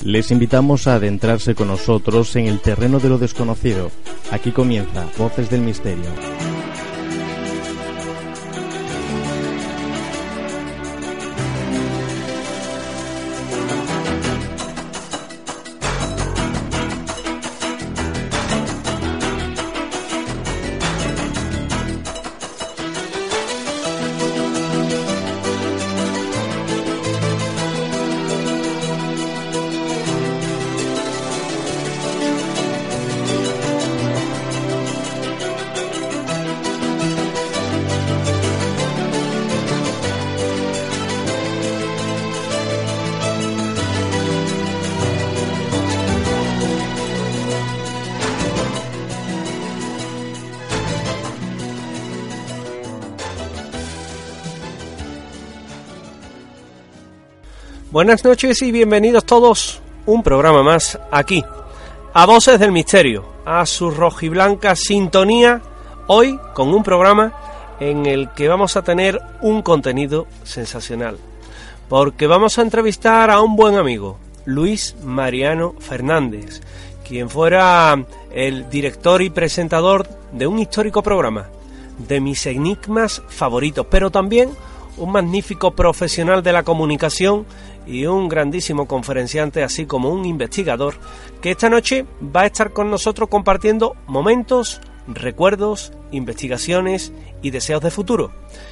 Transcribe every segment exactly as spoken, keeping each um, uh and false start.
Les invitamos a adentrarse con nosotros en el terreno de lo desconocido. Aquí comienza Voces del Misterio. Buenas noches y bienvenidos todos, un programa más aquí, a Voces del Misterio, a su rojiblanca sintonía, hoy con un programa en el que vamos a tener un contenido sensacional, porque vamos a entrevistar a un buen amigo, Luis Mariano Fernández, quien fuera el director y presentador de un histórico programa, de mis enigmas favoritos, pero también un magnífico profesional de la comunicación y un grandísimo conferenciante, así como un investigador, que esta noche va a estar con nosotros compartiendo momentos, recuerdos, investigaciones y deseos de futuro.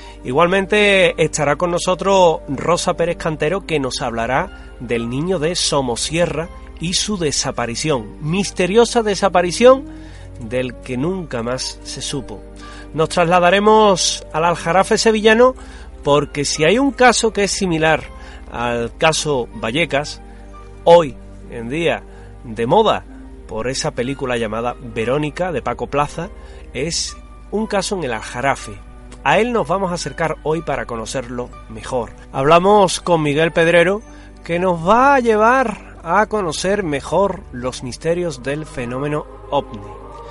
Igualmente estará con nosotros Rosa Pérez Cantero, que nos hablará del niño de Somosierra y su desaparición, misteriosa desaparición del que nunca más se supo. Nos trasladaremos al Aljarafe sevillano, porque si hay un caso que es similar al caso Vallecas, hoy en día de moda por esa película llamada Verónica de Paco Plaza, es un caso en el Aljarafe. A él nos vamos a acercar hoy para conocerlo mejor. Hablamos con Miguel Pedrero, que nos va a llevar a conocer mejor los misterios del fenómeno ovni,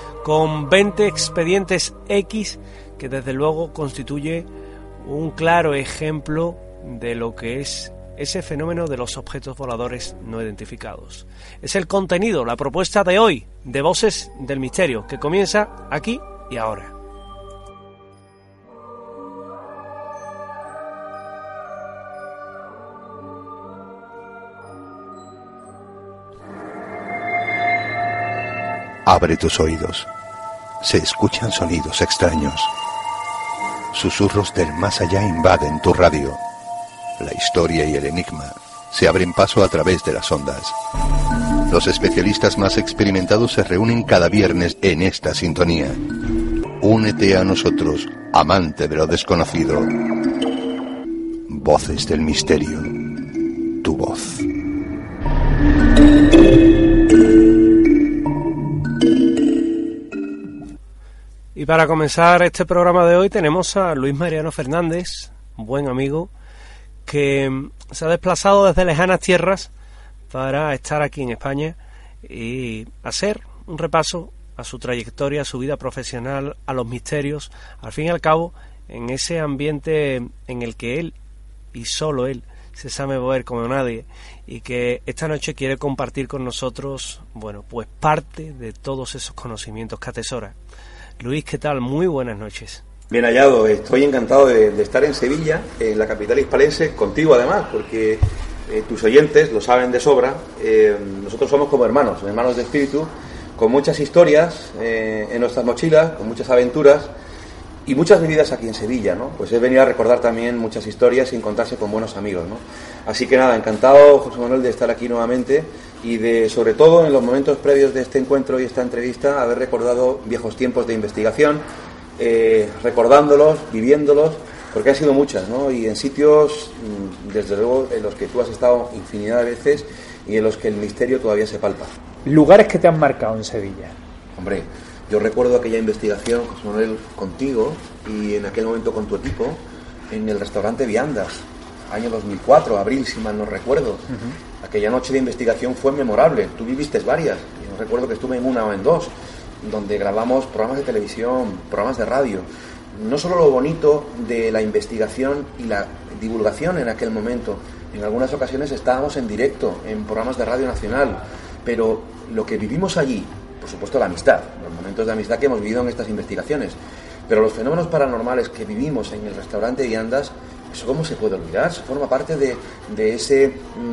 con veinte expedientes X, que desde luego constituye un claro ejemplo de lo que es ese fenómeno de los objetos voladores no identificados. Es el contenido, la propuesta de hoy de Voces del Misterio, que comienza aquí y ahora. Abre tus oídos. Se escuchan sonidos extraños. Susurros del más allá invaden tu radio. La historia y el enigma se abren paso a través de las ondas. Los especialistas más experimentados se reúnen cada viernes en esta sintonía. Únete a nosotros, amante de lo desconocido. Voces del Misterio. Tu voz. Y para comenzar este programa de hoy tenemos a Luis Mariano Fernández, un buen amigo, que se ha desplazado desde lejanas tierras para estar aquí en España y hacer un repaso a su trayectoria, a su vida profesional, a los misterios, al fin y al cabo, en ese ambiente en el que él, y solo él, se sabe mover como nadie, y que esta noche quiere compartir con nosotros, bueno, pues parte de todos esos conocimientos que atesora. Luis, ¿qué tal? Muy buenas noches. Bien hallado, estoy encantado de, de estar en Sevilla, en la capital hispalense, contigo además, porque eh, tus oyentes lo saben de sobra. Eh, nosotros somos como hermanos, hermanos de espíritu, con muchas historias eh, en nuestras mochilas, con muchas aventuras y muchas vividas aquí en Sevilla, ¿no? Pues es venir a recordar también muchas historias y encontrarse con buenos amigos, ¿no? Así que nada, encantado, José Manuel, de estar aquí nuevamente y de, sobre todo, en los momentos previos de este encuentro y esta entrevista, haber recordado viejos tiempos de investigación, eh, recordándolos, viviéndolos, porque han sido muchas, ¿no? Y en sitios, desde luego, en los que tú has estado infinidad de veces y en los que el misterio todavía se palpa. ¿Lugares que te han marcado en Sevilla? Hombre, yo recuerdo aquella investigación, José Manuel, contigo y en aquel momento con tu equipo en el restaurante Viandas, año dos mil cuatro, abril, si mal no recuerdo. Uh-huh. Aquella noche de investigación fue memorable. Tú viviste varias. Yo recuerdo que estuve en una o en dos, donde grabamos programas de televisión, programas de radio. No solo lo bonito de la investigación y la divulgación en aquel momento en algunas ocasiones estábamos en directo, en programas de Radio Nacional, pero lo que vivimos allí, por supuesto la amistad, los momentos de amistad que hemos vivido en estas investigaciones, pero los fenómenos paranormales que vivimos en el restaurante Viandas, ¿eso cómo se puede olvidar? Eso forma parte de, de, ese,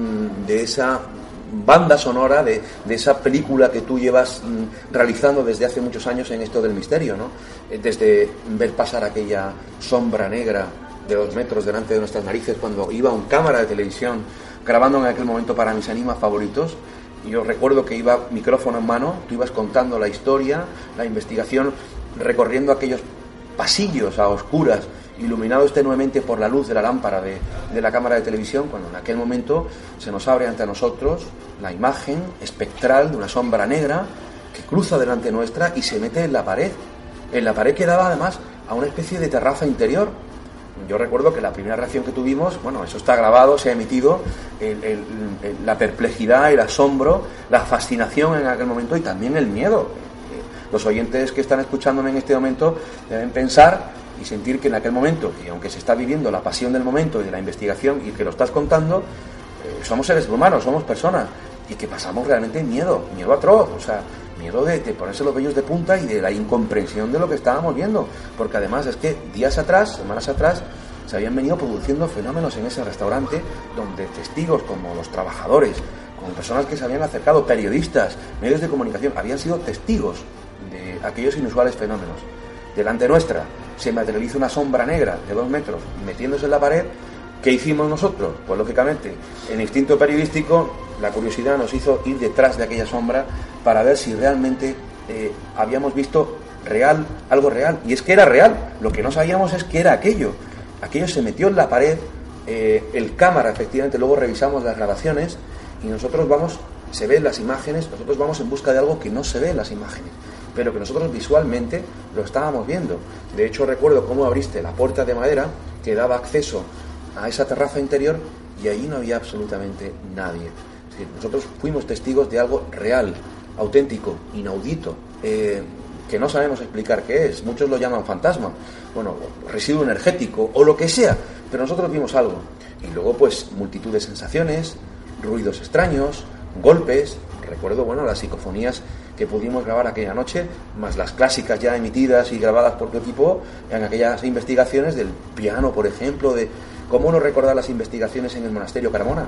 de esa banda sonora, de, de esa película que tú llevas mmm, realizando desde hace muchos años en esto del misterio, ¿no? Desde ver pasar aquella sombra negra de dos metros delante de nuestras narices cuando iba un cámara de televisión grabando en aquel momento para mis animas favoritos. Yo recuerdo que iba micrófono en mano, tú ibas contando la historia, la investigación, recorriendo aquellos pasillos a oscuras, iluminados tenuemente por la luz de la lámpara de, de la cámara de televisión, cuando en aquel momento se nos abre ante nosotros la imagen espectral de una sombra negra que cruza delante nuestra y se mete en la pared, en la pared que daba además a una especie de terraza interior. Yo recuerdo que la primera reacción que tuvimos, bueno, eso está grabado, se ha emitido, el, el, el, la perplejidad, el asombro, la fascinación en aquel momento y también el miedo. Los oyentes que están escuchándome en este momento deben pensar y sentir que en aquel momento, y aunque se está viviendo la pasión del momento y de la investigación y que lo estás contando, eh, somos seres humanos, somos personas y que pasamos realmente miedo, miedo atroz, o sea, miedo de, de ponerse los vellos de punta y de la incomprensión de lo que estábamos viendo, porque además es que días atrás, semanas atrás, se habían venido produciendo fenómenos en ese restaurante donde testigos como los trabajadores, como personas que se habían acercado, periodistas, medios de comunicación, habían sido testigos de aquellos inusuales fenómenos. Delante nuestra se materializa una sombra negra de dos metros metiéndose en la pared. ¿Qué hicimos nosotros? Pues lógicamente, en instinto periodístico, la curiosidad nos hizo ir detrás de aquella sombra para ver si realmente eh, habíamos visto real, algo real. Y es que era real, lo que no sabíamos es que era aquello. Aquello se metió en la pared, eh, el cámara, efectivamente, luego revisamos las grabaciones y nosotros vamos, se ven las imágenes, nosotros vamos en busca de algo que no se ve en las imágenes, pero que nosotros visualmente lo estábamos viendo. De hecho, recuerdo cómo abriste la puerta de madera que daba acceso a esa terraza interior y allí no había absolutamente nadie. Es decir, nosotros fuimos testigos de algo real, auténtico, inaudito, eh, que no sabemos explicar qué es. Muchos lo llaman fantasma, bueno, residuo energético o lo que sea, pero nosotros vimos algo. Y luego, pues, multitud de sensaciones, ruidos extraños, golpes. Recuerdo, bueno, las psicofonías que pudimos grabar aquella noche, más las clásicas ya emitidas y grabadas por tu equipo en aquellas investigaciones del piano, por ejemplo, de cómo no recordar las investigaciones en el monasterio Carmona,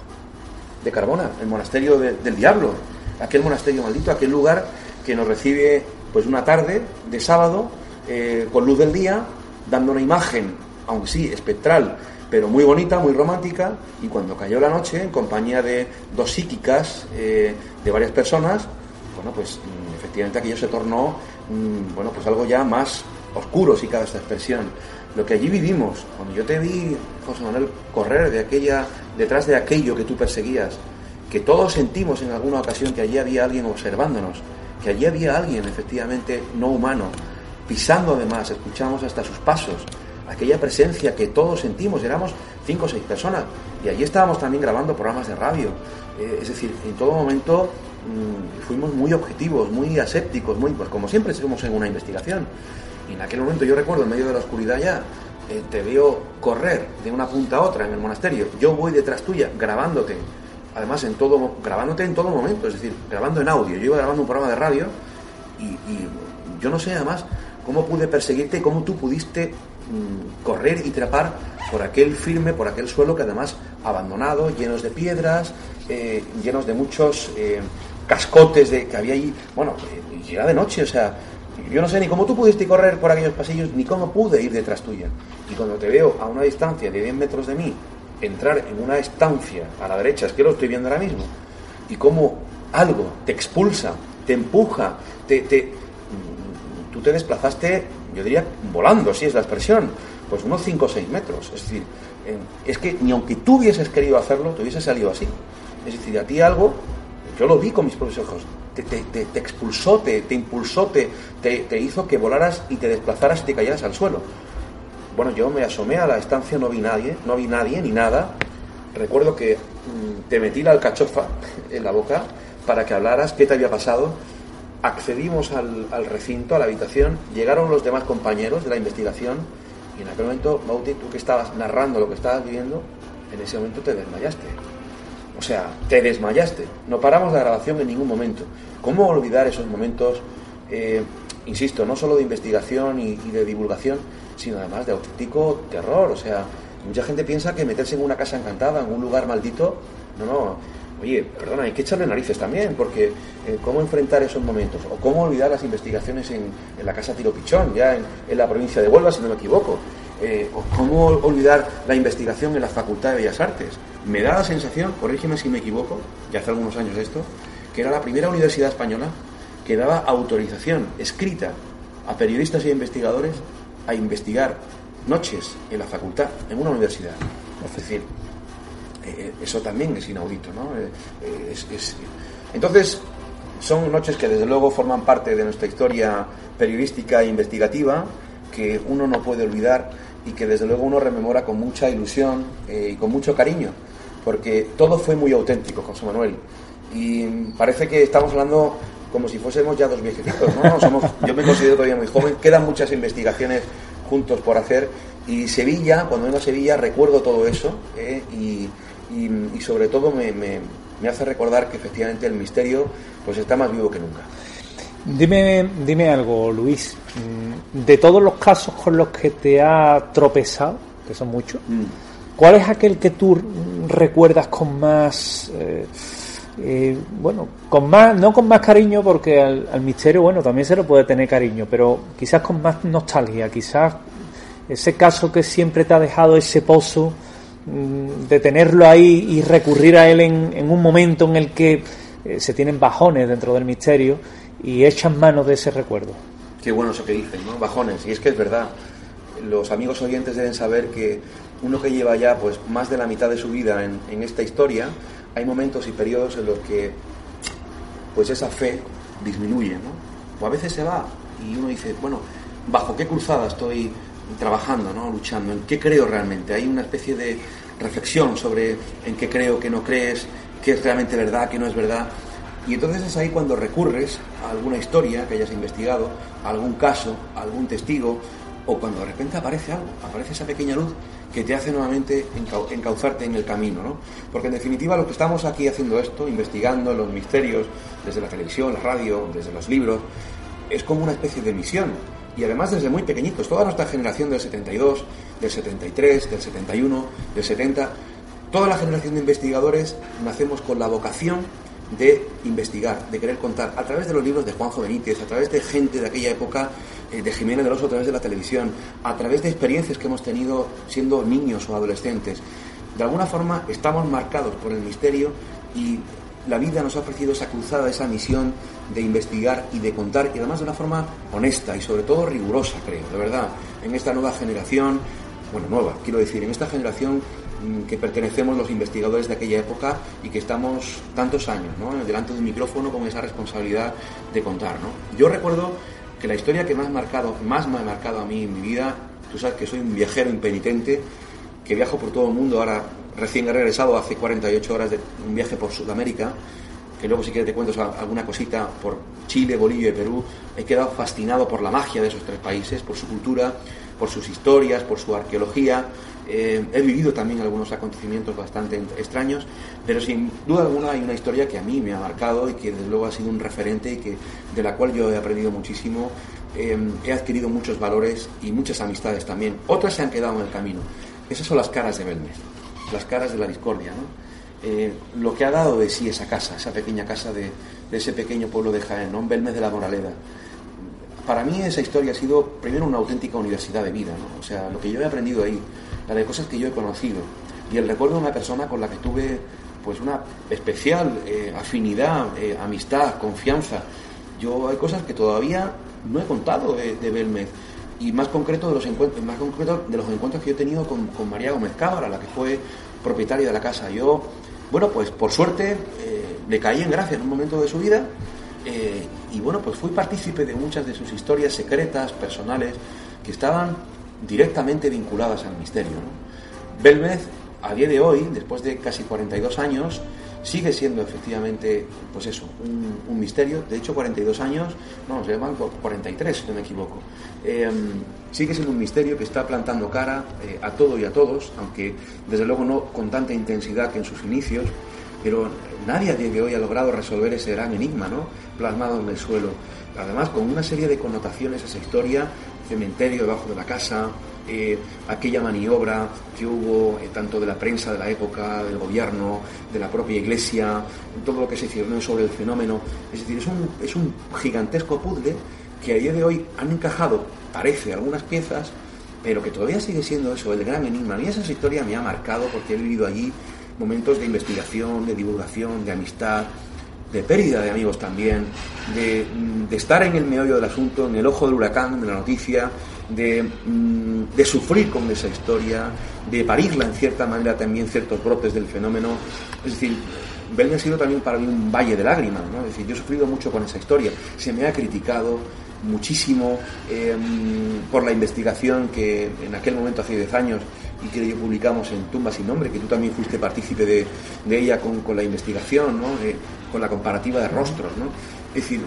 de Carmona, el monasterio de, del diablo, aquel monasterio maldito, aquel lugar que nos recibe pues una tarde de sábado eh, con luz del día, dando una imagen, aunque sí, espectral, pero muy bonita, muy romántica, y cuando cayó la noche, en compañía de dos psíquicas, eh, de varias personas, bueno, pues efectivamente aquello se tornó, mmm, bueno, pues algo ya más oscuro, si cabe esta expresión. Lo que allí vivimos, cuando yo te vi, José Manuel, correr de aquella, detrás de aquello que tú perseguías, que todos sentimos en alguna ocasión que allí había alguien observándonos, que allí había alguien efectivamente no humano, pisando además, escuchamos hasta sus pasos, aquella presencia que todos sentimos, éramos cinco o seis personas, y allí estábamos también grabando programas de radio, eh, es decir, en todo momento mmm, fuimos muy objetivos, muy asépticos, muy, pues como siempre somos en una investigación, y en aquel momento yo recuerdo, en medio de la oscuridad ya, eh, te veo correr de una punta a otra en el monasterio, yo voy detrás tuya, grabándote, además en todo, grabándote en todo momento, es decir, grabando en audio, yo iba grabando un programa de radio, y, y yo no sé además cómo pude perseguirte y cómo tú pudiste correr y trepar por aquel firme, por aquel suelo que además abandonado, llenos de piedras, eh, llenos de muchos eh, cascotes de, que había ahí, bueno, eh, y era de noche, o sea, yo no sé ni cómo tú pudiste correr por aquellos pasillos, ni cómo pude ir detrás tuya. Y cuando te veo a una distancia de diez metros de mí, entrar en una estancia a la derecha, es que lo estoy viendo ahora mismo, y cómo algo te expulsa, te empuja, te, te tú te desplazaste, yo diría, volando, si es la expresión, pues unos cinco o seis metros. Es decir, eh, es que ni aunque tú hubieses querido hacerlo, te hubiese salido así. Es decir, a ti algo, yo lo vi con mis propios ojos, te, te, te, te expulsó, te, te impulsó, te, te, te hizo que volaras y te desplazaras y te cayeras al suelo. Bueno, yo me asomé a la estancia, no vi nadie, no vi nadie ni nada. Recuerdo que mmm, te metí la alcachofa en la boca para que hablaras qué te había pasado. Accedimos al, al recinto, a la habitación, llegaron los demás compañeros de la investigación y en aquel momento, Bauti, tú que estabas narrando lo que estabas viviendo, en ese momento te desmayaste. O sea, te desmayaste. No paramos la grabación en ningún momento. ¿Cómo olvidar esos momentos, eh, insisto, no solo de investigación y, y de divulgación, sino además de auténtico terror? O sea, mucha gente piensa que meterse en una casa encantada, en un lugar maldito, no, no. Oye, perdona, hay que echarle narices también, porque eh, ¿cómo enfrentar esos momentos? O cómo olvidar las investigaciones en, en la Casa Tiro Pichón, ya en, en la provincia de Huelva, si no me equivoco. Eh, o cómo olvidar la investigación en la Facultad de Bellas Artes. Me da la sensación, corrígeme si me equivoco, ya hace algunos años de esto, que era la primera universidad española que daba autorización escrita a periodistas y a investigadores a investigar noches en la facultad, en una universidad. Es decir, eh, eso también es inaudito, ¿no? Eh, es, es... Entonces, son noches que desde luego forman parte de nuestra historia periodística e investigativa, que uno no puede olvidar y que desde luego uno rememora con mucha ilusión eh, y con mucho cariño, porque todo fue muy auténtico, José Manuel, y parece que estamos hablando como si fuésemos ya dos viejecitos, ¿no? No somos, yo me considero todavía muy joven, quedan muchas investigaciones juntos por hacer, y Sevilla, cuando vengo a Sevilla recuerdo todo eso, eh, y, y, y sobre todo me, me, me hace recordar que efectivamente el misterio pues está más vivo que nunca. Dime, dime algo, Luis. De todos los casos con los que te ha tropezado, que son muchos, mm. ¿cuál es aquel que tú recuerdas con más, eh, eh, bueno, con más, no con más cariño, porque al, al misterio, bueno, también se lo puede tener cariño, pero quizás con más nostalgia, quizás ese caso que siempre te ha dejado ese pozo mm, de tenerlo ahí y recurrir a él en, en un momento en el que eh, se tienen bajones dentro del misterio y echan mano de ese recuerdo? Qué bueno eso que dicen, ¿no? Bajones. Y es que es verdad. Los amigos oyentes deben saber que uno que lleva ya pues más de la mitad de su vida en, en esta historia, hay momentos y periodos en los que pues esa fe disminuye, ¿no? O a veces se va y uno dice, bueno, ¿bajo qué cruzada estoy trabajando, ¿no? Luchando? ¿En qué creo realmente? Hay una especie de reflexión sobre en qué creo, qué no crees, qué es realmente verdad, qué no es verdad. Y entonces es ahí cuando recurres a alguna historia que hayas investigado, a algún caso, a algún testigo, o cuando de repente aparece algo, aparece esa pequeña luz que te hace nuevamente encau- encauzarte en el camino, ¿no? Porque en definitiva lo que estamos aquí haciendo esto, investigando los misterios desde la televisión, la radio, desde los libros, es como una especie de misión. Y además desde muy pequeñitos, toda nuestra generación del setenta y dos, del setenta y tres, del setenta y uno, del setenta, toda la generación de investigadores nacemos con la vocación de investigar, de querer contar, a través de los libros de Juanjo Benítez, a través de gente de aquella época, eh, de Jiménez del Oso, a través de la televisión, a través de experiencias que hemos tenido siendo niños o adolescentes. De alguna forma estamos marcados por el misterio y la vida nos ha ofrecido esa cruzada, esa misión de investigar y de contar, y además de una forma honesta y sobre todo rigurosa, creo, de verdad, en esta nueva generación, bueno, nueva, quiero decir, en esta generación que pertenecemos los investigadores de aquella época y que estamos tantos años, ¿no?, delante de un micrófono con esa responsabilidad de contar, ¿no? Yo recuerdo que la historia que más marcado, más me ha marcado a mí en mi vida, tú sabes que soy un viajero impenitente, que viajo por todo el mundo, ahora recién he regresado hace cuarenta y ocho horas de un viaje por Sudamérica, que luego si quieres te cuento alguna cosita por Chile, Bolivia y Perú. He quedado fascinado por la magia de esos tres países, por su cultura, por sus historias, por su arqueología. Eh, he vivido también algunos acontecimientos bastante extraños, pero sin duda alguna hay una historia que a mí me ha marcado y que desde luego ha sido un referente y que, de la cual yo he aprendido muchísimo. Eh, he adquirido muchos valores y muchas amistades también. Otras se han quedado en el camino. Esas son las caras de Belmez, las caras de la discordia, ¿no? Eh, lo que ha dado de sí esa casa, esa pequeña casa de, de ese pequeño pueblo de Jaén, ¿no? Belmez de la Moraleda. Para mí esa historia ha sido primero una auténtica universidad de vida, ¿no? O sea, lo que yo he aprendido ahí, la de cosas que yo he conocido y el recuerdo de una persona con la que tuve pues una especial eh, afinidad, eh, amistad, confianza. Yo hay cosas que todavía no he contado de, de Belmez, y más concreto de los encuentros, más concreto de los encuentros que yo he tenido con, con María Gómez Cámara, la que fue propietaria de la casa. Yo, bueno, pues por suerte eh, le caí en gracia en un momento de su vida, eh, y bueno, pues fui partícipe de muchas de sus historias secretas, personales, que estaban directamente vinculadas al misterio, ¿no? Belmez, a día de hoy, después de casi cuarenta y dos años, sigue siendo efectivamente, pues eso, un, un misterio. De hecho, cuarenta y dos años, no, se llaman cuarenta y tres, si no me equivoco. Eh, sigue siendo un misterio que está plantando cara eh, a todo y a todos, aunque desde luego no con tanta intensidad que en sus inicios, pero nadie a día de hoy ha logrado resolver ese gran enigma, ¿no?, plasmado en el suelo. Además, con una serie de connotaciones esa historia: cementerio debajo de la casa, eh, aquella maniobra que hubo eh, tanto de la prensa de la época, del gobierno, de la propia iglesia, todo lo que se ciernó sobre el fenómeno. Es decir, es un, es un gigantesco puzzle que a día de hoy han encajado, parece, algunas piezas, pero que todavía sigue siendo eso, el gran enigma. A mí esa historia me ha marcado porque he vivido allí momentos de investigación, de divulgación, de amistad, de pérdida de amigos también, de, de estar en el meollo del asunto, en el ojo del huracán de la noticia, de, de sufrir con esa historia, de parirla en cierta manera también ciertos brotes del fenómeno. Es decir, Belme ha sido también para mí un valle de lágrimas, ¿no? Es decir, yo he sufrido mucho con esa historia, se me ha criticado muchísimo eh, por la investigación que en aquel momento, hace diez años, y que publicamos en Tumba sin nombre, que tú también fuiste partícipe de, de ella con, con la investigación, ¿no?, eh, con la comparativa de rostros, ¿no? Es decir,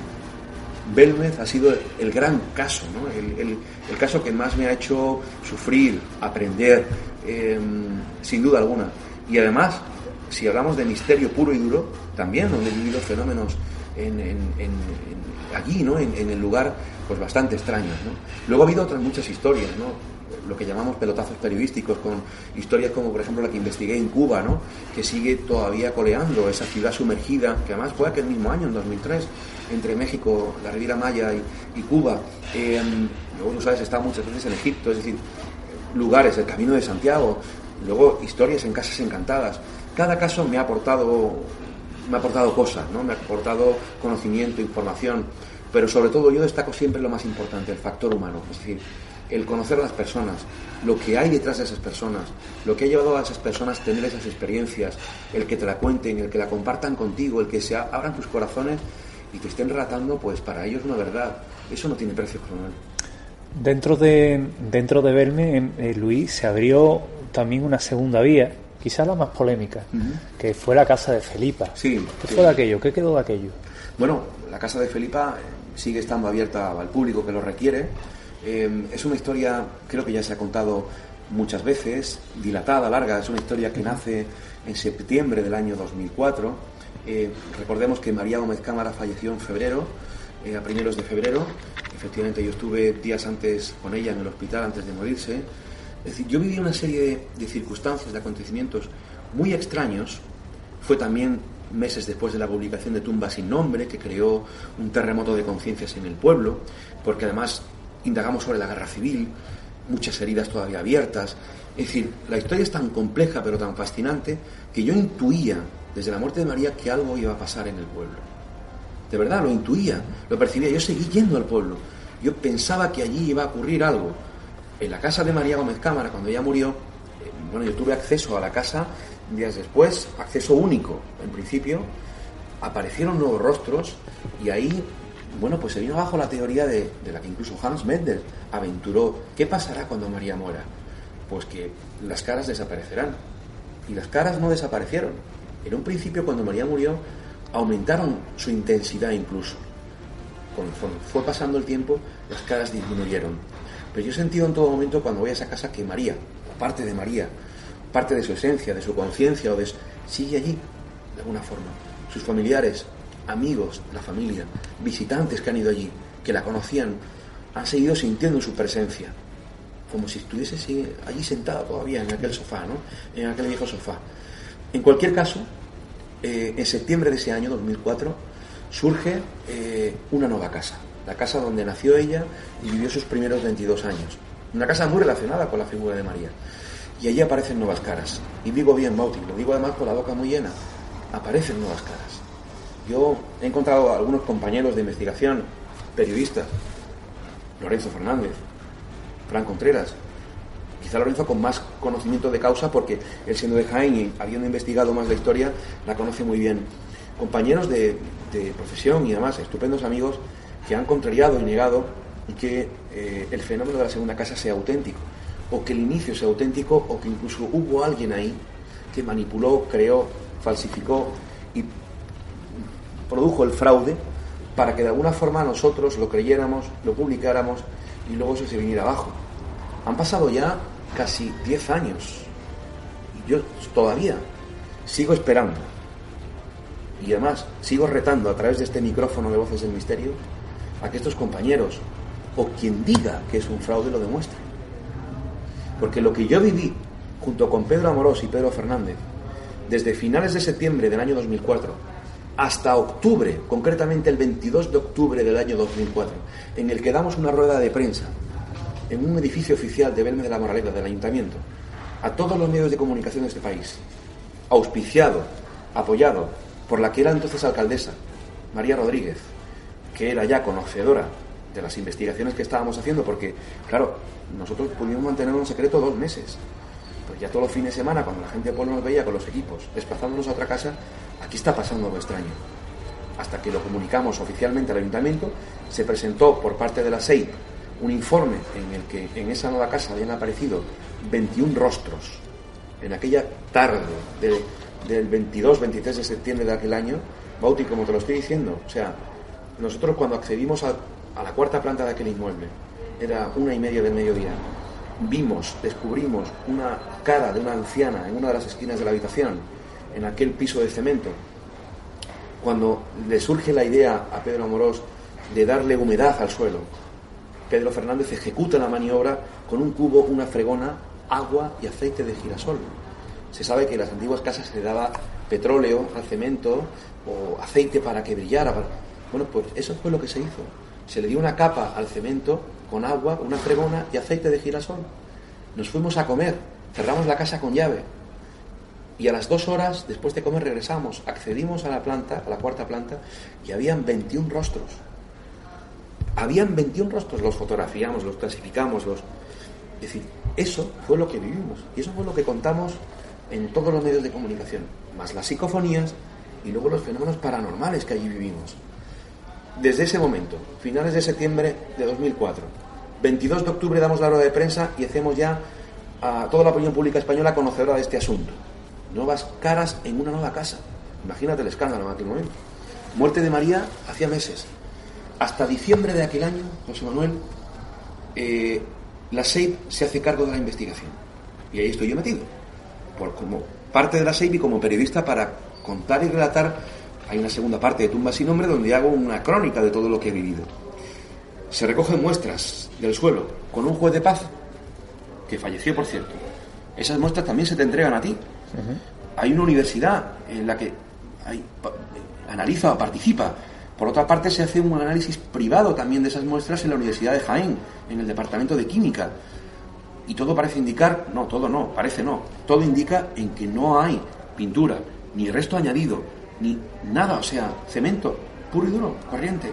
Belmez ha sido el gran caso, ¿no?, el, el, el caso que más me ha hecho sufrir, aprender, eh, sin duda alguna. Y además, si hablamos de misterio puro y duro, también donde he vivido fenómenos en, en, en, en allí, ¿no?, en, en el lugar, pues bastante extraños, ¿no? Luego ha habido otras muchas historias, ¿no?, lo que llamamos pelotazos periodísticos, con historias como por ejemplo la que investigué en Cuba, ¿no?, que sigue todavía coleando, esa ciudad sumergida, que además fue aquel mismo año, en dos mil tres, entre México, la Riviera Maya y, y Cuba. Eh, luego, tú sabes, he estado muchas veces en Egipto, es decir, lugares, el Camino de Santiago, luego historias en casas encantadas. Cada caso me ha aportado, me ha aportado cosas, ¿no?, me ha aportado conocimiento, información, pero sobre todo yo destaco siempre lo más importante, el factor humano, es decir, el conocer a las personas, lo que hay detrás de esas personas, lo que ha llevado a esas personas a tener esas experiencias, el que te la cuenten, el que la compartan contigo, el que se abran tus corazones y te estén relatando, pues para ellos una verdad. Eso no tiene precio, Manuel. Dentro de dentro de Belme, eh, Luis, se abrió también una segunda vía, quizás la más polémica, uh-huh. que fue la casa de Felipa. Sí. ¿Qué sí. fue de aquello? ¿Qué quedó de aquello? Bueno, la casa de Felipa sigue estando abierta al público que lo requiere. Eh, es una historia, creo que ya se ha contado muchas veces, dilatada, larga. Es una historia que nace en septiembre del año dos mil cuatro. Eh, recordemos que María Gómez Cámara falleció en febrero, eh, a primeros de febrero. Efectivamente, yo estuve días antes con ella en el hospital antes de morirse. Es decir, yo viví una serie de, de circunstancias, de acontecimientos muy extraños. Fue también meses después de la publicación de Tumba sin nombre, que creó un terremoto de conciencias en el pueblo, porque además indagamos sobre la guerra civil, muchas heridas todavía abiertas. Es decir, la historia es tan compleja pero tan fascinante que yo intuía desde la muerte de María que algo iba a pasar en el pueblo. De verdad, lo intuía, lo percibía. Yo seguí yendo al pueblo. Yo pensaba que allí iba a ocurrir algo. En la casa de María Gómez Cámara, cuando ella murió, eh, bueno, yo tuve acceso a la casa días después, acceso único. En principio, aparecieron nuevos rostros y ahí, bueno, pues se vino abajo la teoría de, de la que incluso Hans Mendel aventuró. ¿Qué pasará cuando María muera? Pues que las caras desaparecerán. Y las caras no desaparecieron. En un principio, cuando María murió, aumentaron su intensidad incluso. Conforme fue pasando el tiempo, las caras disminuyeron. Pero yo he sentido en todo momento, cuando voy a esa casa, que María, parte de María, parte de su esencia, de su conciencia, o de, sigue allí, de alguna forma. Sus familiares, amigos, la familia, visitantes que han ido allí, que la conocían, han seguido sintiendo su presencia, como si estuviese allí sentada todavía en aquel sofá, ¿no?, en aquel viejo sofá. En cualquier caso, eh, en septiembre de ese año, dos mil cuatro, surge eh, una nueva casa, la casa donde nació ella y vivió sus primeros veintidós años. Una casa muy relacionada con la figura de María. Y allí aparecen nuevas caras. Y digo bien, Bauti, lo digo además con la boca muy llena. Aparecen nuevas caras. Yo he encontrado a algunos compañeros de investigación, periodistas, Lorenzo Fernández, Fran Contreras, quizá Lorenzo con más conocimiento de causa porque él, siendo de Jaén y habiendo investigado más la historia, la conoce muy bien. Compañeros de, de profesión y además estupendos amigos que han contrariado y negado que eh, el fenómeno de la segunda casa sea auténtico, o que el inicio sea auténtico, o que incluso hubo alguien ahí que manipuló, creó, falsificó y produjo el fraude para que de alguna forma nosotros lo creyéramos, lo publicáramos y luego eso se viniera abajo. Han pasado ya casi diez años y yo todavía sigo esperando y además sigo retando a través de este micrófono de Voces del Misterio a que estos compañeros o quien diga que es un fraude lo demuestre. Porque lo que yo viví junto con Pedro Amorós y Pedro Fernández desde finales de septiembre del año dos mil cuatro hasta octubre, concretamente el veintidós de octubre del año dos mil cuatro, en el que damos una rueda de prensa en un edificio oficial de Belme de la Moraleda del Ayuntamiento a todos los medios de comunicación de este país, auspiciado, apoyado por la que era entonces alcaldesa, María Rodríguez, que era ya conocedora de las investigaciones que estábamos haciendo, porque, claro, nosotros pudimos mantenerlo en secreto dos meses. Pues ya todos los fines de semana, cuando la gente del pueblo nos veía con los equipos, desplazándonos a otra casa, aquí está pasando algo extraño. Hasta que lo comunicamos oficialmente al Ayuntamiento, se presentó por parte de la S E I P un informe en el que en esa nueva casa habían aparecido veintiún rostros. En aquella tarde de, del veintidós veintitrés de septiembre de aquel año, Bauti, como te lo estoy diciendo, o sea, nosotros cuando accedimos a, a la cuarta planta de aquel inmueble, era una y media del mediodía, vimos, descubrimos una cara de una anciana en una de las esquinas de la habitación, en aquel piso de cemento. Cuando le surge la idea a Pedro Amorós de darle humedad al suelo, Pedro Fernández ejecuta la maniobra con un cubo, una fregona, agua y aceite de girasol. Se sabe que en las antiguas casas se le daba petróleo al cemento o aceite para que brillara. Bueno, pues eso fue lo que se hizo. Se le dio una capa al cemento con agua, una fregona y aceite de girasol. Nos fuimos a comer, cerramos la casa con llave y a las dos horas después de comer regresamos, accedimos a la planta, a la cuarta planta, y habían veintiún rostros. Habían veintiún rostros, los fotografiamos, los clasificamos, los... Es decir, eso fue lo que vivimos y eso fue lo que contamos en todos los medios de comunicación, más las psicofonías y luego los fenómenos paranormales que allí vivimos. Desde ese momento, finales de septiembre de dos mil cuatro, veintidós de octubre damos la rueda de prensa y hacemos ya a toda la opinión pública española conocedora de este asunto. Nuevas caras en una nueva casa. Imagínate el escándalo en aquel momento. Muerte de María hacía meses. Hasta diciembre de aquel año, José Manuel, eh, la S E I P se hace cargo de la investigación. Y ahí estoy yo metido, por, como parte de la S E I P y como periodista para contar y relatar. Hay una segunda parte de Tumba sin nombre donde hago una crónica de todo lo que he vivido. Se recogen muestras del suelo con un juez de paz que falleció, por cierto. Esas muestras también se te entregan a ti. Uh-huh. Hay una universidad en la que hay, analiza o participa. Por otra parte, se hace un análisis privado también de esas muestras en la Universidad de Jaén, en el Departamento de Química. Y todo parece indicar, no, todo no, parece no, todo indica en que no hay pintura, ni resto añadido, ni nada, o sea, cemento, puro y duro, corriente.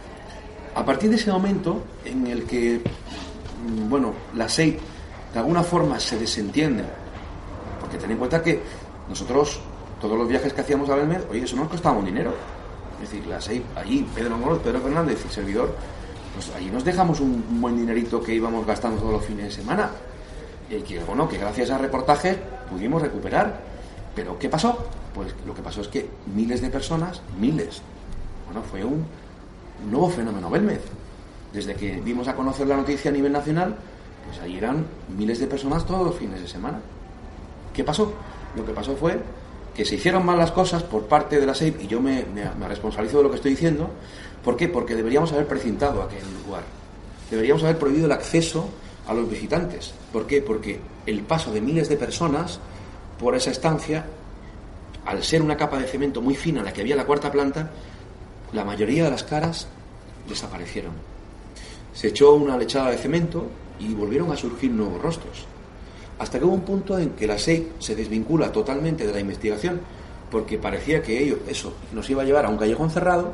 A partir de ese momento en el que, bueno, la S E I P de alguna forma se desentiende, porque ten en cuenta que nosotros, todos los viajes que hacíamos a Belmez, oye, eso nos costaba un dinero. Es decir, la S E I P, allí, Pedro Amorós, Pedro Fernández y servidor, pues allí nos dejamos un, un buen dinerito que íbamos gastando todos los fines de semana. Y que, bueno, que gracias a reportajes pudimos recuperar. Pero, ¿qué pasó? Pues lo que pasó es que miles de personas, miles, bueno, fue un, un nuevo fenómeno Belmez. Desde que dimos a conocer la noticia a nivel nacional, pues allí eran miles de personas todos los fines de semana. ¿Qué pasó? Lo que pasó fue que se hicieron mal las cosas por parte de la S E I P, y yo me, me, me responsabilizo de lo que estoy diciendo. ¿Por qué? Porque deberíamos haber precintado aquel lugar. Deberíamos haber prohibido el acceso a los visitantes. ¿Por qué? Porque el paso de miles de personas por esa estancia, al ser una capa de cemento muy fina la que había en la cuarta planta, la mayoría de las caras desaparecieron. Se echó una lechada de cemento y volvieron a surgir nuevos rostros. Hasta que hubo un punto en que la S E I P se desvincula totalmente de la investigación, porque parecía que ello, eso nos iba a llevar a un callejón cerrado.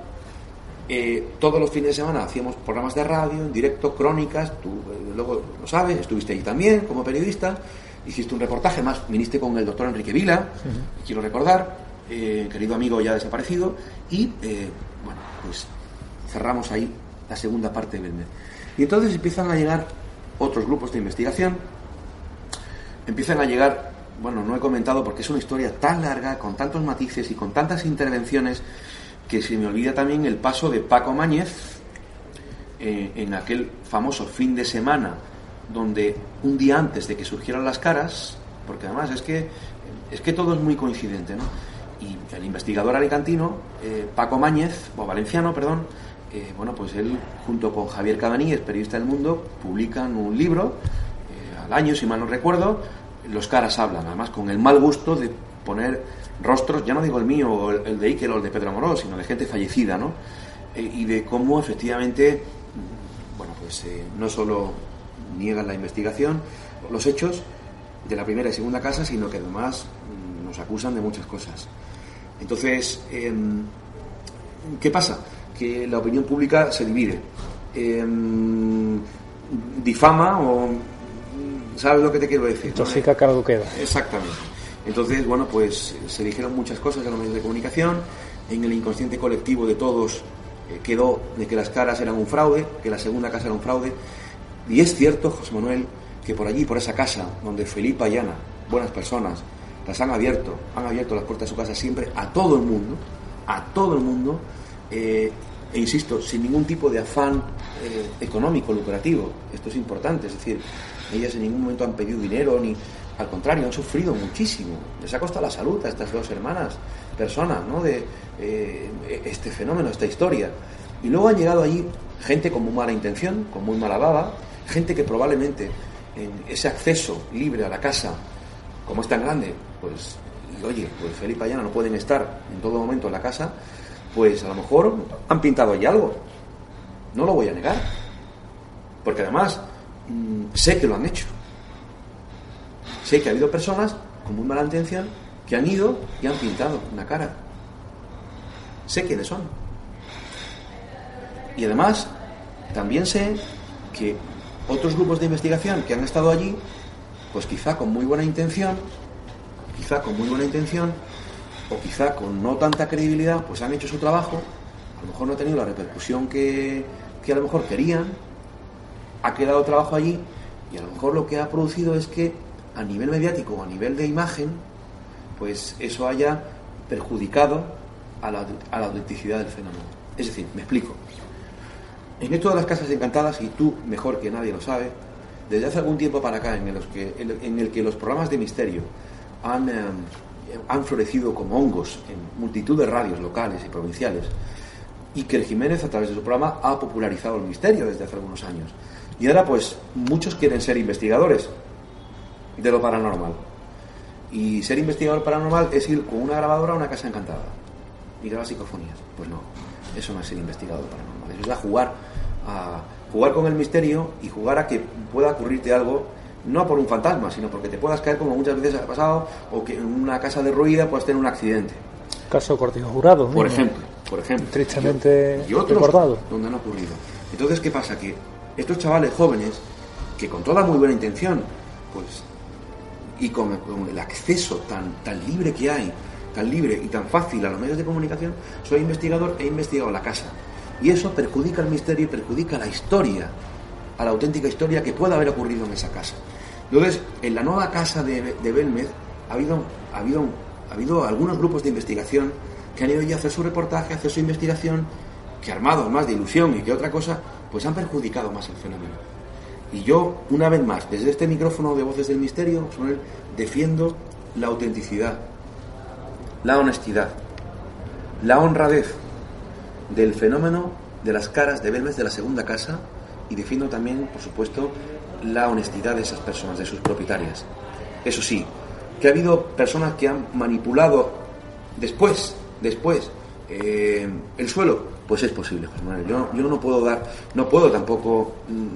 Eh, todos los fines de semana hacíamos programas de radio, en directo, crónicas, tú eh, luego lo sabes, estuviste allí también como periodista, hiciste un reportaje, más viniste con el doctor Enrique Vila, uh-huh. quiero recordar, eh, querido amigo ya desaparecido, y eh, bueno, pues cerramos ahí la segunda parte de Belmez. Y entonces empiezan a llegar otros grupos de investigación, empiezan a llegar bueno, no he comentado porque es una historia tan larga, con tantos matices y con tantas intervenciones, que se me olvida también el paso de Paco Mañez eh, en aquel famoso fin de semana, donde un día antes de que surgieran las caras, porque además es que es que todo es muy coincidente, ¿no? Y el investigador alicantino, eh, Paco Mañez, o valenciano, perdón, eh, bueno, pues él, junto con Javier Cabanilles, periodista del Mundo, publican un libro, eh, al año, si mal no recuerdo, Los caras hablan, además con el mal gusto de poner rostros, ya no digo el mío, o el, el de Iker o el de Pedro Amorós, sino de gente fallecida, ¿no? Eh, y de cómo efectivamente, bueno, pues eh, no solo niegan la investigación, los hechos de la primera y segunda casa, sino que además mm, nos acusan de muchas cosas. Entonces, eh, ¿qué pasa? Que la opinión pública se divide. Eh, difama o... ¿Sabes lo que te quiero decir? Intoxica, que algo queda. Exactamente. Entonces, bueno, pues se dijeron muchas cosas en los medios de comunicación. En el inconsciente colectivo de todos eh, quedó de que las caras eran un fraude, que la segunda casa era un fraude. Y es cierto, José Manuel, que por allí, por esa casa, donde Felipa y Ana, buenas personas, las han abierto, han abierto las puertas de su casa siempre a todo el mundo, a todo el mundo, eh, e insisto, sin ningún tipo de afán eh, económico, lucrativo. Esto es importante, es decir, ellas en ningún momento han pedido dinero, ni al contrario, han sufrido muchísimo. Les ha costado la salud a estas dos hermanas, personas, ¿no?, de eh, este fenómeno, esta historia. Y luego han llegado allí gente con muy mala intención, con muy mala baba, gente que probablemente en ese acceso libre a la casa, como es tan grande, pues, y oye, pues Felipa y Ana no pueden estar en todo momento en la casa, pues a lo mejor han pintado allí algo. No lo voy a negar, porque además mmm, sé que lo han hecho. Sé que ha habido personas con muy mala intención que han ido y han pintado una cara. Sé quiénes son. Y además también sé que otros grupos de investigación que han estado allí, pues quizá con muy buena intención, quizá con muy buena intención, o quizá con no tanta credibilidad, pues han hecho su trabajo, a lo mejor no ha tenido la repercusión que, que a lo mejor querían, ha quedado trabajo allí, y a lo mejor lo que ha producido es que a nivel mediático o a nivel de imagen, pues eso haya perjudicado a la, a la autenticidad del fenómeno. Es decir, me explico. En esto de las casas encantadas, y tú mejor que nadie lo sabe, desde hace algún tiempo para acá, en el que, en el, que los programas de misterio han, eh, han florecido como hongos en multitud de radios locales y provinciales, Iker Jiménez, a través de su programa, ha popularizado el misterio desde hace algunos años. Y ahora, pues, muchos quieren ser investigadores de lo paranormal. Y ser investigador paranormal es ir con una grabadora a una casa encantada y grabar psicofonías. Pues no, eso no es ser investigador paranormal. Eso es a jugar, a jugar con el misterio y jugar a que pueda ocurrirte algo, no por un fantasma, sino porque te puedas caer, como muchas veces ha pasado, o que en una casa derruida puedas tener un accidente. Caso Cortijo Jurado, por ejemplo, por ejemplo, tristemente y, y otros recordado, donde han ocurrido. Entonces, ¿qué pasa? Que estos chavales jóvenes, que con toda muy buena intención, pues, y con, con el acceso tan, tan libre que hay, tan libre y tan fácil a los medios de comunicación, soy investigador, he investigado la casa. Y eso perjudica el misterio y perjudica la historia, a la auténtica historia que pueda haber ocurrido en esa casa. Entonces, en la nueva casa de, de Belmez ha habido, ha, habido, ha habido algunos grupos de investigación que han ido ya a hacer su reportaje, a hacer su investigación, que armados más de ilusión y que otra cosa, pues han perjudicado más el fenómeno. Y yo, una vez más, desde este micrófono de Voces del Misterio, defiendo la autenticidad, la honestidad, la honradez del fenómeno de las caras de Belmez de la segunda casa, y defiendo también, por supuesto, la honestidad de esas personas, de sus propietarias. Eso sí, que ha habido personas que han manipulado después, después, eh, el suelo, pues es posible, José Manuel. Yo, yo no puedo dar, no puedo tampoco...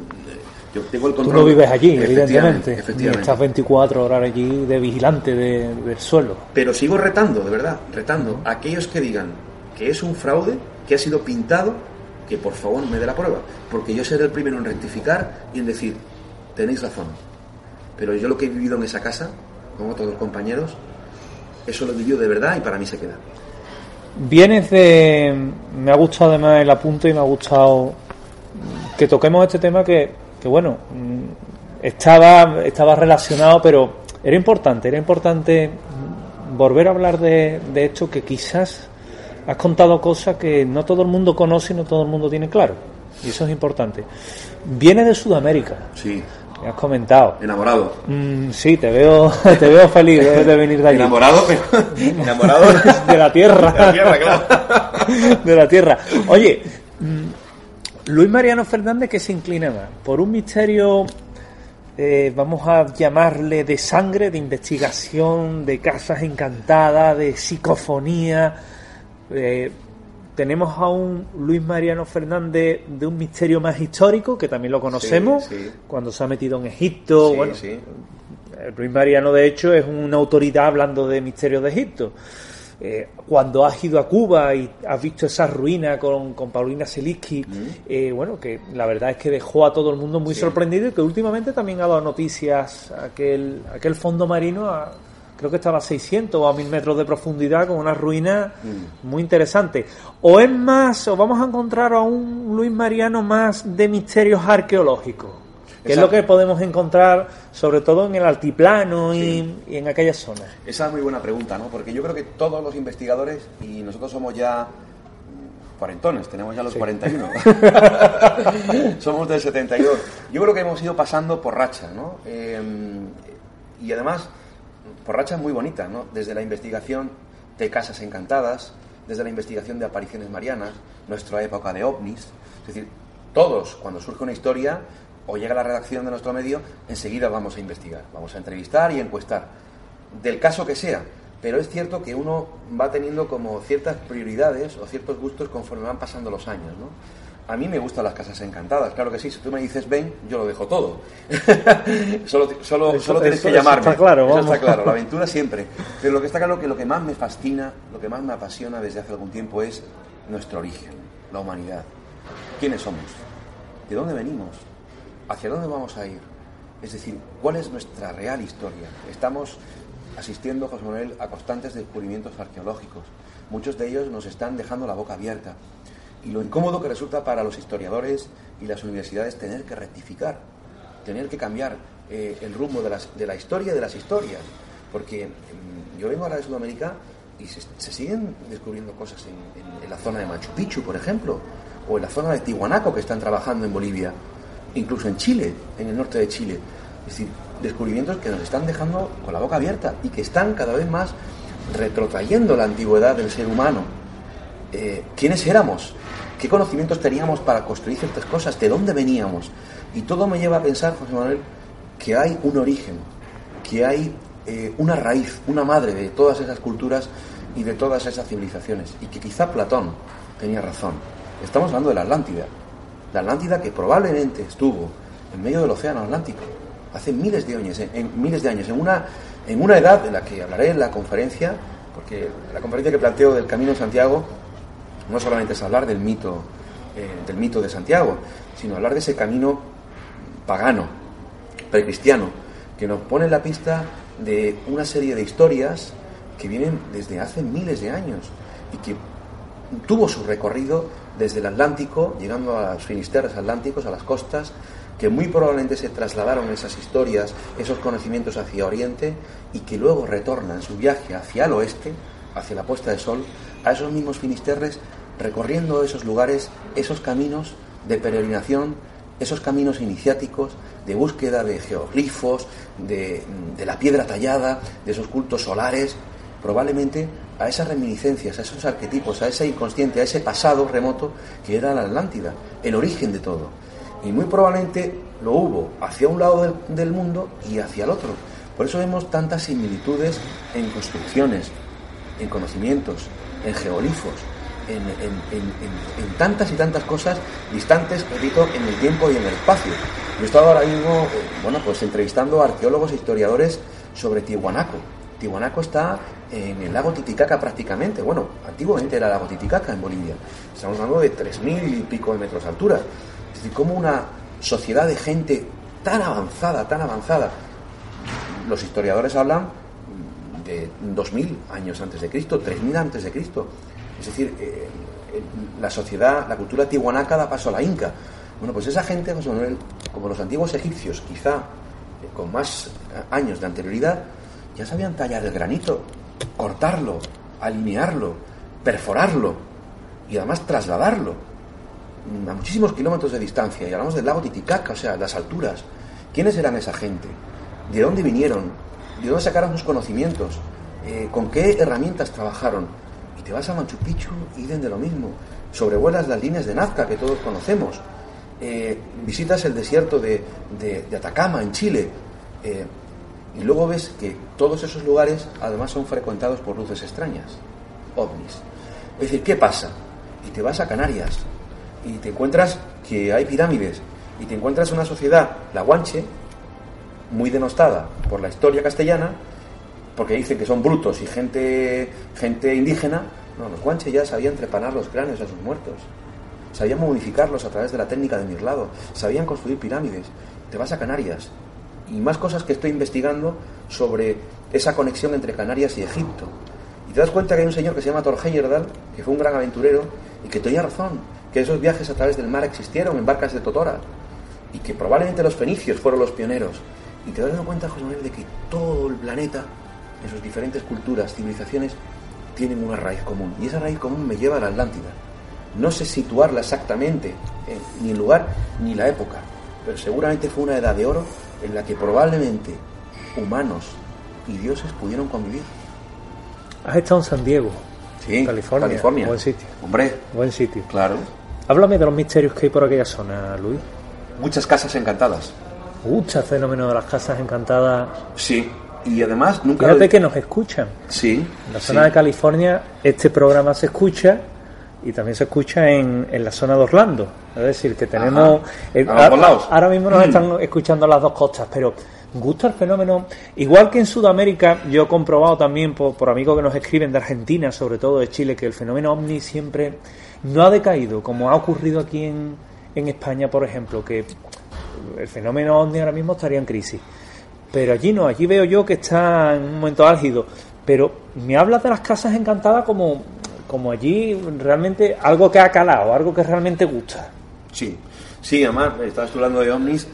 Yo tengo el control. Tú no vives allí, evidentemente. Efectivamente, efectivamente. Ni estás veinticuatro horas allí de vigilante de, del suelo. Pero sigo retando, de verdad, retando a aquellos que digan que es un fraude, que ha sido pintado, que por favor me dé la prueba. Porque yo seré el primero en rectificar y en decir, tenéis razón. Pero yo lo que he vivido en esa casa, con otros compañeros, eso lo he vivido de verdad y para mí se queda. Vienes de... Me ha gustado además el apunte y me ha gustado que toquemos este tema que... que bueno, estaba estaba relacionado, pero Era importante, era importante volver a hablar de, de esto, que quizás has contado cosas que no todo el mundo conoce y no todo el mundo tiene claro. Y eso es importante. Viene de Sudamérica. Sí. Me has comentado. Enamorado. Mm, sí, te veo, te veo feliz de, de venir de allí. Enamorado, pero enamorado de la tierra. De la tierra, claro. De la tierra. Oye, Luis Mariano Fernández, ¿qué se inclina más? ¿Por un misterio, eh, vamos a llamarle de sangre, de investigación, de casas encantadas, de psicofonía? Eh, tenemos a un Luis Mariano Fernández de un misterio más histórico, que también lo conocemos, sí, sí. Cuando se ha metido en Egipto. Sí, bueno, sí. Luis Mariano, de hecho, es una autoridad hablando de misterios de Egipto. Eh, cuando has ido a Cuba y has visto esas ruinas con, con Paulina Selinsky, mm. eh, bueno, que la verdad es que dejó a todo el mundo muy sí. sorprendido, y que últimamente también ha dado noticias aquel, aquel fondo marino, a, creo que estaba a seiscientos o a mil metros de profundidad, con una ruina mm. muy interesante. O es más, o vamos a encontrar a un Luis Mariano más de misterios arqueológicos, que Exacto. es lo que podemos encontrar sobre todo en el altiplano y, sí. y en aquellas zonas. Esa es muy buena pregunta, ¿no? Porque yo creo que todos los investigadores, y nosotros somos ya cuarentones, tenemos ya los sí. cuarenta y uno, somos del setenta y dos. Yo creo que hemos ido pasando por racha, ¿no? Eh, y además, por rachas muy bonitas, ¿no? Desde la investigación de casas encantadas, desde la investigación de apariciones marianas, nuestra época de ovnis. Es decir, todos, cuando surge una historia o llega a la redacción de nuestro medio, enseguida vamos a investigar, vamos a entrevistar y encuestar, del caso que sea. Pero es cierto que uno va teniendo como ciertas prioridades o ciertos gustos conforme van pasando los años, ¿no? A mí me gustan las casas encantadas, claro que sí. Si tú me dices ven, yo lo dejo todo. solo solo, eso, solo tienes eso, que llamarme. Eso está claro, eso está claro, la aventura siempre. Pero lo que está claro, que lo que más me fascina, lo que más me apasiona desde hace algún tiempo es nuestro origen, la humanidad. ¿Quiénes somos? ¿De dónde venimos? ¿Hacia dónde vamos a ir? Es decir, ¿cuál es nuestra real historia? Estamos asistiendo, José Manuel, a constantes descubrimientos arqueológicos. Muchos de ellos nos están dejando la boca abierta. Y lo incómodo que resulta para los historiadores y las universidades tener que rectificar, tener que cambiar eh, el rumbo de, las, de la historia y de las historias. Porque eh, yo vengo ahora de Sudamérica y se, se siguen descubriendo cosas en, en, en la zona de Machu Picchu, por ejemplo, o en la zona de Tiwanaku, que están trabajando en Bolivia, incluso en Chile, en el norte de Chile. Es decir, descubrimientos que nos están dejando con la boca abierta y que están cada vez más retrotrayendo la antigüedad del ser humano. Eh, ¿Quiénes éramos? ¿Qué conocimientos teníamos para construir ciertas cosas? ¿De dónde veníamos? Y todo me lleva a pensar, José Manuel, que hay un origen, que hay eh, una raíz, una madre de todas esas culturas y de todas esas civilizaciones. Y que quizá Platón tenía razón. Estamos hablando de la Atlántida. La Atlántida, que probablemente estuvo en medio del océano Atlántico hace miles de años, en, en miles de años, en una, en una edad de la que hablaré en la conferencia, porque la conferencia que planteo del Camino de Santiago no solamente es hablar del mito, eh, del mito de Santiago, sino hablar de ese camino pagano, precristiano, que nos pone en la pista de una serie de historias que vienen desde hace miles de años y que tuvo su recorrido desde el Atlántico, llegando a los finisterres atlánticos, a las costas, que muy probablemente se trasladaron esas historias, esos conocimientos hacia Oriente, y que luego retornan su viaje hacia el oeste, hacia la puesta de sol, a esos mismos finisterres, recorriendo esos lugares, esos caminos de peregrinación, esos caminos iniciáticos, de búsqueda de geoglifos, de, de la piedra tallada, de esos cultos solares, probablemente a esas reminiscencias, a esos arquetipos, a ese inconsciente, a ese pasado remoto que era la Atlántida, el origen de todo. Y muy probablemente lo hubo hacia un lado del, del mundo y hacia el otro. Por eso vemos tantas similitudes en construcciones, en conocimientos, en geoglifos, en, en, en, en, en tantas y tantas cosas distantes, repito, en el tiempo y en el espacio. Yo he estado ahora mismo, eh, bueno, pues entrevistando a arqueólogos e historiadores sobre Tiwanaku. Tiwanaku está en el lago Titicaca prácticamente. Bueno, antiguamente era el lago Titicaca en Bolivia. Estamos hablando de tres mil y pico de metros de altura. Es decir, como una sociedad de gente tan avanzada, tan avanzada. Los historiadores hablan de dos mil años antes de Cristo, tres mil antes de Cristo. Es decir, eh, la sociedad, la cultura tihuanaca da paso a la inca. Bueno, pues esa gente, José Manuel, como los antiguos egipcios, quizá con más años de anterioridad, ya sabían tallar el granito, cortarlo, alinearlo, perforarlo y además trasladarlo a muchísimos kilómetros de distancia. Y hablamos del lago Titicaca, o sea, las alturas. ¿Quiénes eran esa gente? ¿De dónde vinieron? ¿De dónde sacaron sus conocimientos? Eh, ¿Con qué herramientas trabajaron? Y te vas a Machu Picchu y den de lo mismo. Sobrevuelas las líneas de Nazca que todos conocemos. Eh, visitas el desierto de, de, de Atacama, en Chile. Eh, y luego ves que todos esos lugares además son frecuentados por luces extrañas, ovnis. Es decir, ¿qué pasa? Y te vas a Canarias y te encuentras que hay pirámides y te encuentras una sociedad, la guanche, muy denostada por la historia castellana, porque dicen que son brutos y gente, gente indígena. No, los guanches ya sabían trepanar los cráneos a sus muertos, sabían modificarlos a través de la técnica de mirlado, sabían construir pirámides. Te vas a Canarias y más cosas que estoy investigando sobre esa conexión entre Canarias y Egipto. Y te das cuenta que hay un señor que se llama Thor Heyerdahl, que fue un gran aventurero y que tenía razón, que esos viajes a través del mar existieron en barcas de Totora y que probablemente los fenicios fueron los pioneros. Y te das cuenta, José Manuel, de que todo el planeta, en sus diferentes culturas, civilizaciones, tienen una raíz común. Y esa raíz común me lleva a la Atlántida. No sé situarla exactamente, eh, ni el lugar ni la época, pero seguramente fue una edad de oro en la que probablemente humanos y dioses pudieron convivir. ¿Has estado en San Diego? Sí, California. California. Buen sitio. Hombre. Buen sitio. Claro. Háblame de los misterios que hay por aquella zona, Luis. Muchas casas encantadas. Mucho fenómeno de las casas encantadas. Sí, y además nunca... Fíjate que nos escuchan. Sí. En la zona sí. de California este programa se escucha y también se escucha en, en la zona de Orlando. Es decir, que tenemos... Eh, a ambos lados. Ahora mismo nos Mm. están escuchando las dos costas, pero gusta el fenómeno. Igual que en Sudamérica, yo he comprobado también por, por amigos que nos escriben de Argentina, sobre todo de Chile, que el fenómeno ovni siempre no ha decaído, como ha ocurrido aquí en, en España, por ejemplo, que el fenómeno ovni ahora mismo estaría en crisis. Pero allí no, allí veo yo que está en un momento álgido. Pero me hablas de las casas encantadas como, como allí realmente algo que ha calado, algo que realmente gusta. Sí, sí, además, estabas hablando de ovnis.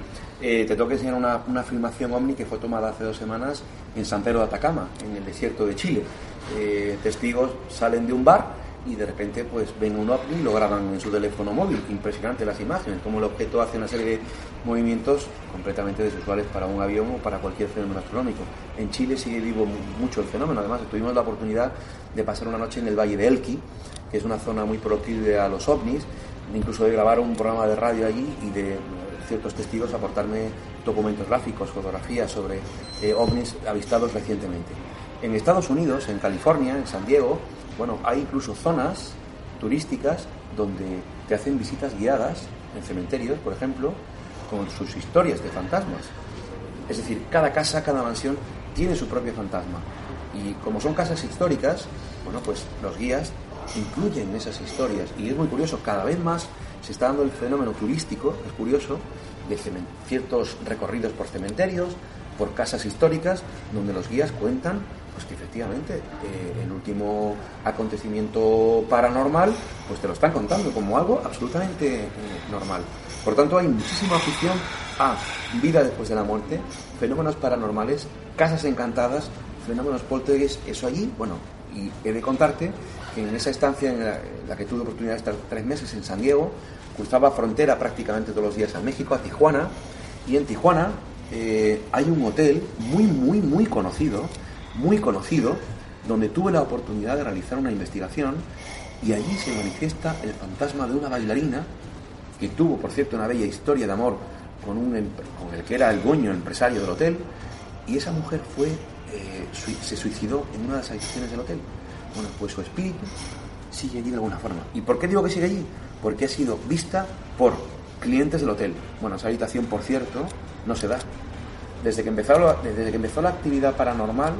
Eh, te tengo que enseñar una, una filmación ovni que fue tomada hace dos semanas en San Pedro de Atacama, en el desierto de Chile. Eh, testigos salen de un bar y de repente pues ven un ovni y lo graban en su teléfono móvil. Impresionante las imágenes, como el objeto hace una serie de movimientos completamente desusuales para un avión o para cualquier fenómeno astronómico. En Chile sigue vivo mucho el fenómeno. Además, tuvimos la oportunidad de pasar una noche en el Valle de Elqui, que es una zona muy proclive a los ovnis, incluso de grabar un programa de radio allí y de ciertos testigos aportarme documentos gráficos, fotografías sobre eh, ovnis avistados recientemente. En Estados Unidos, en California, en San Diego, bueno, hay incluso zonas turísticas donde te hacen visitas guiadas en cementerios, por ejemplo, con sus historias de fantasmas. Es decir, cada casa, cada mansión tiene su propio fantasma. Y como son casas históricas, bueno, pues los guías incluyen esas historias. Y es muy curioso, cada vez más se está dando el fenómeno turístico, es curioso, de ciertos recorridos por cementerios, por casas históricas, donde los guías cuentan pues que efectivamente eh, el último acontecimiento paranormal pues te lo están contando como algo absolutamente eh, normal. Por tanto, hay muchísima afición a vida después de la muerte, fenómenos paranormales, casas encantadas, fenómenos poltergeist, eso allí, bueno, y he de contarte que en esa estancia en la, en la que tuve oportunidad de estar tres meses en San Diego, cruzaba frontera prácticamente todos los días a México, a Tijuana, y en Tijuana eh, hay un hotel muy, muy, muy conocido, muy conocido, donde tuve la oportunidad de realizar una investigación, y allí se manifiesta el fantasma de una bailarina que tuvo, por cierto, una bella historia de amor con, un, con el que era el dueño, el empresario del hotel, y esa mujer fue eh, se suicidó en una de las habitaciones del hotel. Bueno, pues su espíritu sigue allí de alguna forma. ¿Y por qué digo que sigue allí? Porque ha sido vista por clientes del hotel. Bueno, esa habitación, por cierto, no se da. Desde que empezó, desde que empezó la actividad paranormal,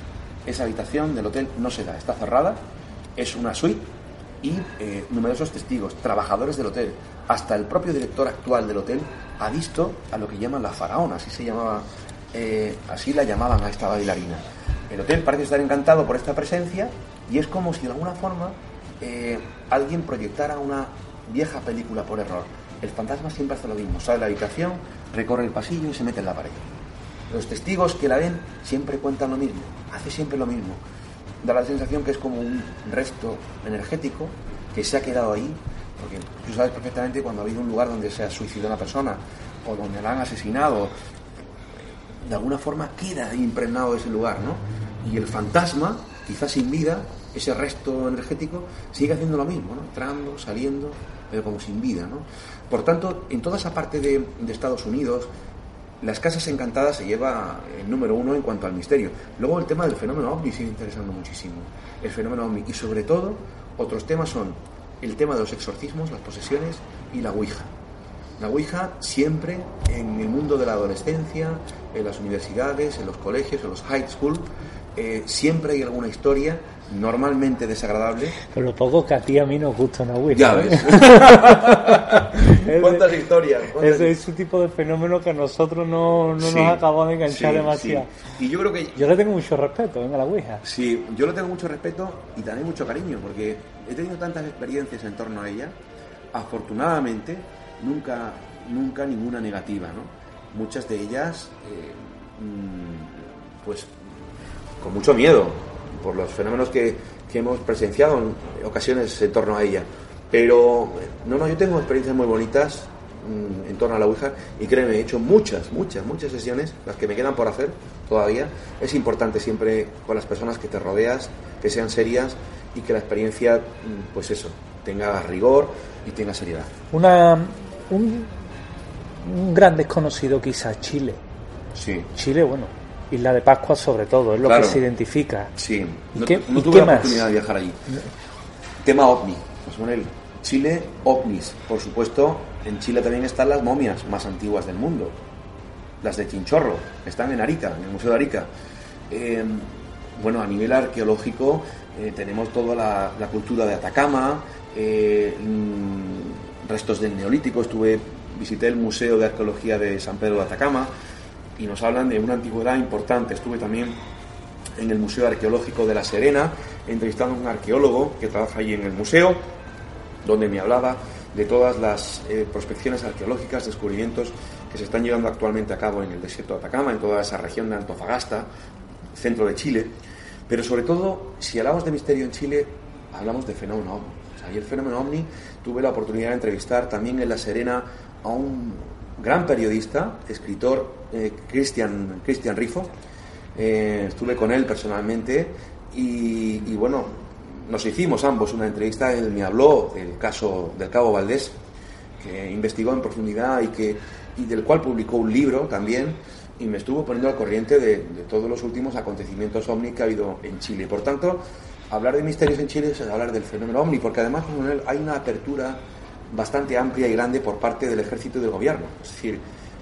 esa habitación del hotel no se da. Está cerrada, es una suite y eh, numerosos testigos, trabajadores del hotel, hasta el propio director actual del hotel ha visto a lo que llaman la faraona, así se llamaba, eh, así la llamaban a esta bailarina. El hotel parece estar encantado por esta presencia y es como si de alguna forma eh, alguien proyectara una vieja película por error. El fantasma siempre hace lo mismo, sale de la habitación, recorre el pasillo y se mete en la pared. Los testigos que la ven siempre cuentan lo mismo, hace siempre lo mismo. Da la sensación que es como un resto energético que se ha quedado ahí, porque tú sabes perfectamente cuando ha habido un lugar donde se ha suicidado una persona o donde la han asesinado, de alguna forma queda impregnado ese lugar, ¿no? Y el fantasma, quizás sin vida, ese resto energético, sigue haciendo lo mismo, ¿no? Entrando, saliendo, pero como sin vida, ¿no? Por tanto, en toda esa parte de, de Estados Unidos, las casas encantadas se lleva el número uno en cuanto al misterio. Luego el tema del fenómeno ovni sigue interesando muchísimo. El fenómeno ovni. Y sobre todo, otros temas son el tema de los exorcismos, las posesiones y la ouija. La ouija siempre en el mundo de la adolescencia, en las universidades, en los colegios, en los high school, eh, siempre hay alguna historia normalmente desagradable. Pero lo poco que a ti y a mí nos gusta una ouija. Ya ves. ¿Cuántas ese, historias? ¿Cuántas... Ese es un tipo de fenómeno que a nosotros no, no sí, nos acaba de enganchar sí, demasiado. Sí. Y yo creo que... Yo le tengo mucho respeto, venga, a la ouija. Sí, yo le tengo mucho respeto y también mucho cariño, porque he tenido tantas experiencias en torno a ella, afortunadamente, nunca, nunca ninguna negativa, ¿no? Muchas de ellas, eh, pues, con mucho miedo, por los fenómenos que, que hemos presenciado en ocasiones en torno a ella. Pero, no, no, yo tengo experiencias muy bonitas mmm, en torno a la ouija y créeme, he hecho muchas, muchas, muchas sesiones, las que me quedan por hacer todavía. Es importante siempre con las personas que te rodeas, que sean serias y que la experiencia, pues eso, tenga rigor y tenga seriedad. Una, un, un gran desconocido quizás, Chile. Sí. Chile, bueno, Isla de Pascua sobre todo, es lo claro. que se identifica. Sí, ¿Y no, qué, no ¿y tuve qué la más? oportunidad de viajar allí. No. Tema ovni, José Manuel. Chile, ovnis. Por supuesto, en Chile también están las momias más antiguas del mundo. Las de Chinchorro, están en Arica, en el Museo de Arica. Eh, bueno, a nivel arqueológico eh, tenemos toda la, la cultura de Atacama, eh, mmm, restos del Neolítico. Estuve, visité el Museo de Arqueología de San Pedro de Atacama y nos hablan de una antigüedad importante. Estuve también en el Museo Arqueológico de La Serena, entrevistando a un arqueólogo que trabaja allí en el museo, donde me hablaba de todas las eh, prospecciones arqueológicas, descubrimientos que se están llevando actualmente a cabo en el desierto de Atacama, en toda esa región de Antofagasta, centro de Chile. Pero sobre todo, si hablamos de misterio en Chile, hablamos de fenómeno ovni. O sea, y el fenómeno ovni, tuve la oportunidad de entrevistar también en La Serena a un gran periodista, escritor, eh, Cristian Cristian Rifo. Eh, estuve con él personalmente y, y bueno, nos hicimos ambos una entrevista. Él me habló del caso del Cabo Valdés, que investigó en profundidad y que y del cual publicó un libro también, y me estuvo poniendo al corriente de, de todos los últimos acontecimientos ovni que ha habido en Chile. Por tanto, hablar de misterios en Chile es hablar del fenómeno ovni, porque además hay una apertura bastante amplia y grande por parte del ejército y del gobierno. Es decir,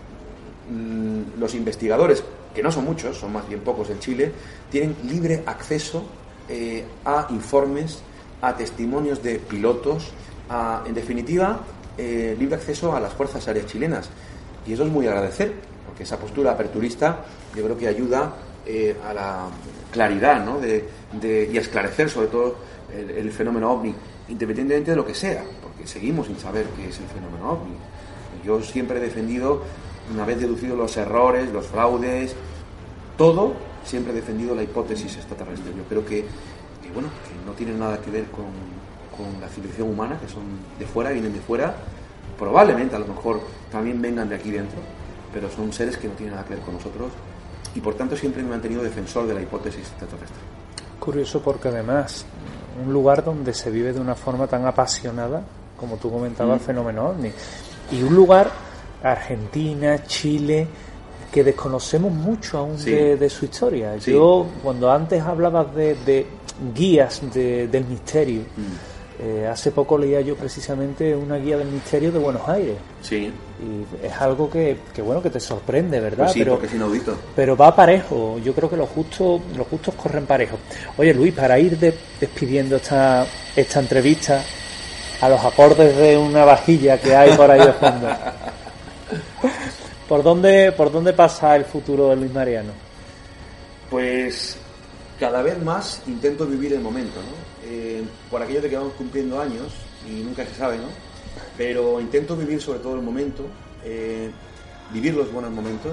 los investigadores, que no son muchos, son más bien pocos en Chile, tienen libre acceso eh, a informes, a testimonios de pilotos, a, en definitiva, eh, libre acceso a las fuerzas aéreas chilenas. Y eso es muy agradecer, porque esa postura aperturista yo creo que ayuda eh, a la claridad, ¿no? de, de, y a esclarecer sobre todo el, el fenómeno ovni, independientemente de lo que sea, porque seguimos sin saber qué es el fenómeno ovni. Yo siempre he defendido, una vez deducido los errores, los fraudes, todo, siempre he defendido la hipótesis extraterrestre. Yo creo que, que bueno, que no tienen nada que ver con, con la civilización humana, que son de fuera, vienen de fuera, probablemente a lo mejor también vengan de aquí dentro, pero son seres que no tienen nada que ver con nosotros, y por tanto siempre me he mantenido defensor de la hipótesis extraterrestre. Curioso, porque además un lugar donde se vive de una forma tan apasionada, como tú comentabas, mm. el fenómeno ovni, y un lugar, Argentina, Chile, que desconocemos mucho aún sí. de, de su historia. Sí. Yo, cuando antes hablabas de, de guías de, del misterio, mm. Eh, hace poco leía yo precisamente una guía del misterio de Buenos Aires. Sí. Y es algo que, que bueno, que te sorprende, ¿verdad? Pues sí, pero, porque es inaudito. Pero va parejo. Yo creo que los justos, los justos corren parejos. Oye, Luis, para ir de, despidiendo esta, esta entrevista a los acordes de una vajilla que hay por ahí de fondo, ¿por dónde, por dónde pasa el futuro de Luis Mariano? Pues cada vez más intento vivir el momento, ¿no? Eh, por aquello de que vamos cumpliendo años y nunca se sabe, ¿no? Pero intento vivir sobre todo el momento, eh, vivir los buenos momentos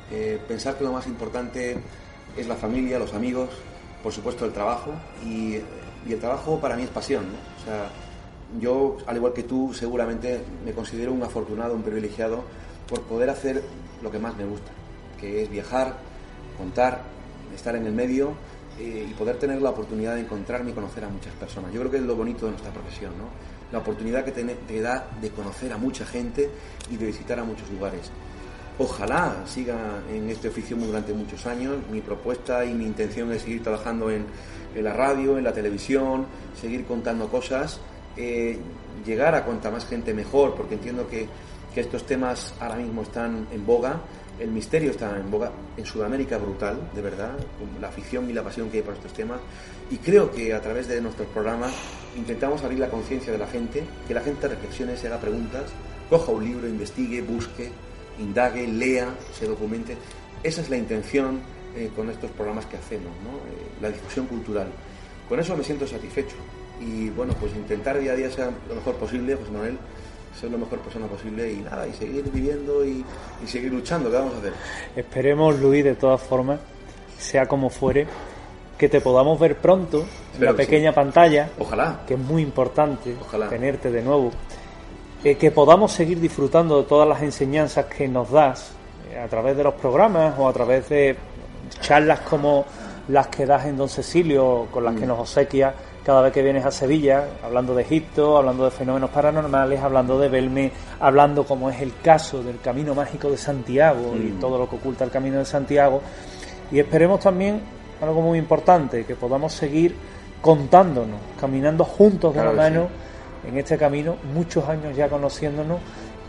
eh, pensar que lo más importante es la familia, los amigos, por supuesto el trabajo, y, y el trabajo para mí es pasión, ¿no? O sea, yo, al igual que tú, seguramente me considero un afortunado, un privilegiado por poder hacer lo que más me gusta, que es viajar, contar, estar en el medio eh, y poder tener la oportunidad de encontrarme y conocer a muchas personas. Yo creo que es lo bonito de nuestra profesión, ¿no? La oportunidad que te, te da de conocer a mucha gente y de visitar a muchos lugares. Ojalá siga en este oficio durante muchos años. Mi propuesta y mi intención es seguir trabajando en, en la radio, en la televisión, seguir contando cosas, eh, llegar a cuanta más gente mejor, porque entiendo que, que estos temas ahora mismo están en boga. El misterio está en boga en Sudamérica brutal, de verdad, con la afición y la pasión que hay por estos temas. Y creo que a través de nuestros programas intentamos abrir la conciencia de la gente, que la gente reflexione, se haga preguntas, coja un libro, investigue, busque, indague, lea, se documente. Esa es la intención eh, con estos programas que hacemos, ¿no? Eh, la difusión cultural. Con eso me siento satisfecho. Y bueno, pues intentar día a día ser lo mejor posible, José Manuel, ser la mejor persona posible y nada, y seguir viviendo y, y seguir luchando. ¿Qué vamos a hacer? Esperemos, Luis, de todas formas, sea como fuere, que te podamos ver pronto en la pequeña sí. pantalla. Ojalá. Que es muy importante Ojalá. tenerte de nuevo. Eh, que podamos seguir disfrutando de todas las enseñanzas que nos das eh, a través de los programas o a través de charlas como las que das en Don Cecilio, con las mm. que nos obsequias cada vez que vienes a Sevilla, hablando de Egipto, hablando de fenómenos paranormales, hablando de Belme, hablando como es el caso del Camino Mágico de Santiago mm. y todo lo que oculta el Camino de Santiago. Y esperemos también algo muy importante, que podamos seguir contándonos, caminando juntos de la mano sí. en este camino, muchos años ya conociéndonos,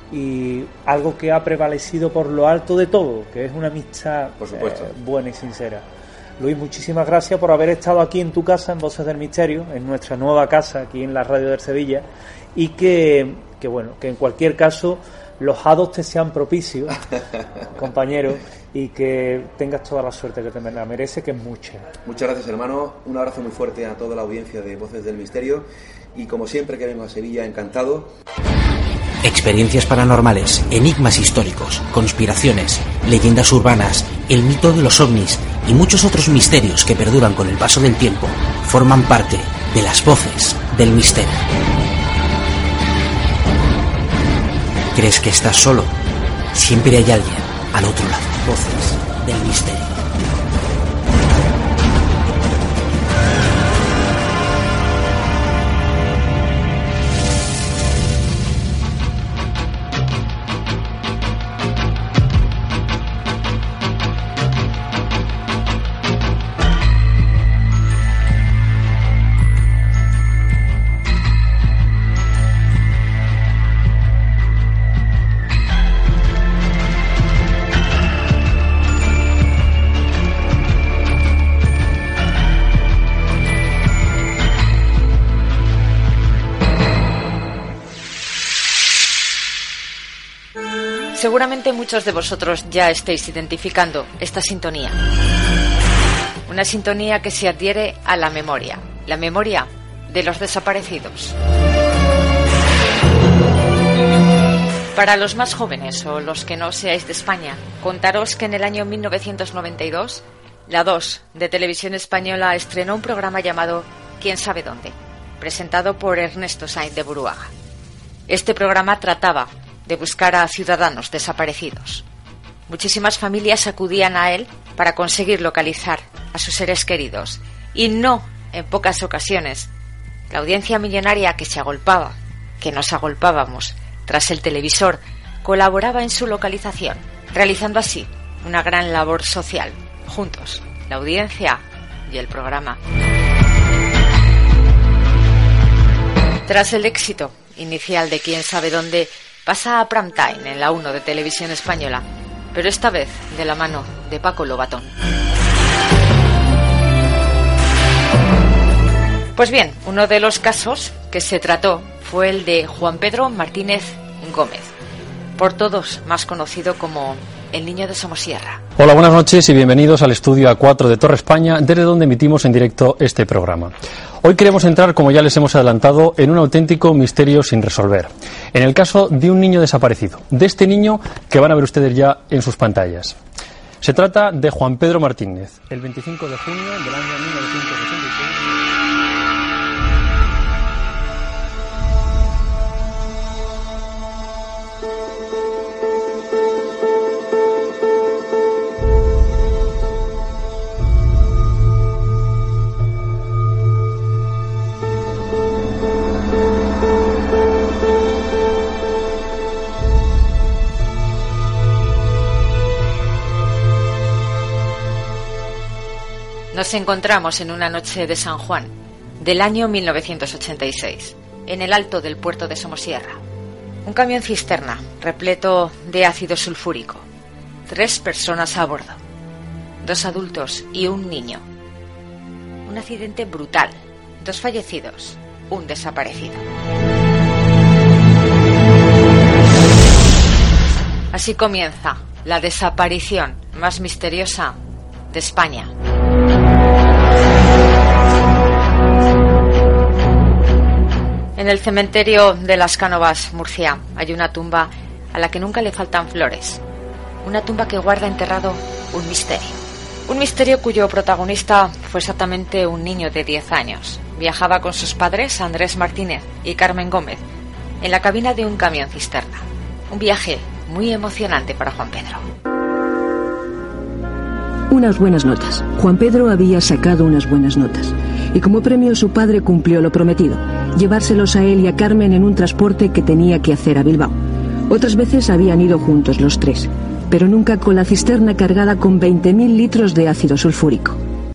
y algo que ha prevalecido por lo alto de todo, que es una amistad por supuesto. Eh, buena y sincera. Luis, muchísimas gracias por haber estado aquí en tu casa, en Voces del Misterio, en nuestra nueva casa aquí en la radio de Sevilla, y que, que bueno, que en cualquier caso los hados te sean propicios, compañero, y que tengas toda la suerte que te merece, que es mucha. Muchas gracias, hermano. Un abrazo muy fuerte a toda la audiencia de Voces del Misterio, y como siempre que vengo a Sevilla, encantado. Experiencias paranormales, enigmas históricos, conspiraciones, leyendas urbanas, el mito de los ovnis y muchos otros misterios que perduran con el paso del tiempo forman parte de las Voces del Misterio. ¿Crees que estás solo? Siempre hay alguien al otro lado. Voces del Misterio. Seguramente muchos de vosotros ya estéis identificando esta sintonía. Una sintonía que se adhiere a la memoria, la memoria de los desaparecidos. Para los más jóvenes o los que no seáis de España, contaros que en el año mil novecientos noventa y dos, la dos de Televisión Española estrenó un programa llamado ¿Quién sabe dónde?, presentado por Ernesto Sainz de Buruaga. Este programa trataba de buscar a ciudadanos desaparecidos. Muchísimas familias acudían a él para conseguir localizar a sus seres queridos, y no en pocas ocasiones la audiencia millonaria que se agolpaba, que nos agolpábamos tras el televisor, colaboraba en su localización, realizando así una gran labor social, juntos, la audiencia y el programa. Tras el éxito inicial de Quién sabe dónde, pasa a Prime Time en la uno de Televisión Española, pero esta vez de la mano de Paco Lobatón. Pues bien, uno de los casos que se trató fue el de Juan Pedro Martínez Gómez, por todos más conocido como el Niño de Somosierra. Hola, buenas noches y bienvenidos al estudio A cuatro de Torre España, desde donde emitimos en directo este programa. Hoy queremos entrar, como ya les hemos adelantado, en un auténtico misterio sin resolver. En el caso de un niño desaparecido, de este niño que van a ver ustedes ya en sus pantallas. Se trata de Juan Pedro Martínez, el veinticinco de junio del año mil novecientos sesenta y seis. Nos encontramos en una noche de San Juan, del año mil novecientos ochenta y seis, en el alto del puerto de Somosierra. Un camión cisterna repleto de ácido sulfúrico. Tres personas a bordo. Dos adultos y un niño. Un accidente brutal. Dos fallecidos. Un desaparecido. Así comienza la desaparición más misteriosa de España. En el cementerio de Las Cánovas, Murcia, hay una tumba a la que nunca le faltan flores. Una tumba que guarda enterrado un misterio. Un misterio cuyo protagonista fue exactamente un niño de diez años. Viajaba con sus padres, Andrés Martínez y Carmen Gómez, en la cabina de un camión cisterna. Un viaje muy emocionante para Juan Pedro. Unas buenas notas. Juan Pedro había sacado unas buenas notas. Y como premio su padre cumplió lo prometido, llevárselos a él y a Carmen en un transporte que tenía que hacer a Bilbao. Otras veces habían ido juntos los tres, pero nunca con la cisterna cargada con veinte mil litros de ácido sulfúrico.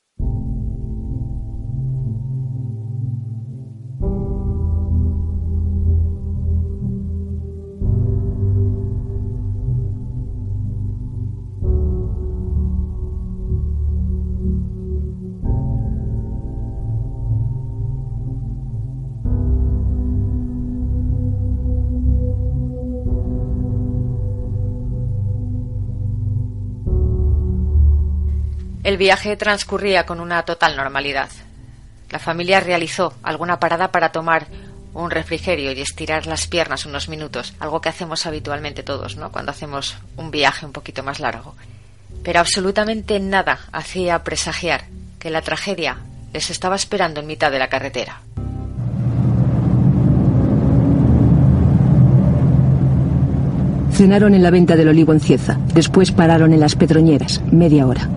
El viaje transcurría con una total normalidad. La familia realizó alguna parada para tomar un refrigerio y estirar las piernas unos minutos, algo que hacemos habitualmente todos, ¿no?, cuando hacemos un viaje un poquito más largo. Pero absolutamente nada hacía presagiar que la tragedia les estaba esperando en mitad de la carretera. Cenaron en la venta del Olivo en Cieza. Después pararon en Las Pedroñeras, media hora.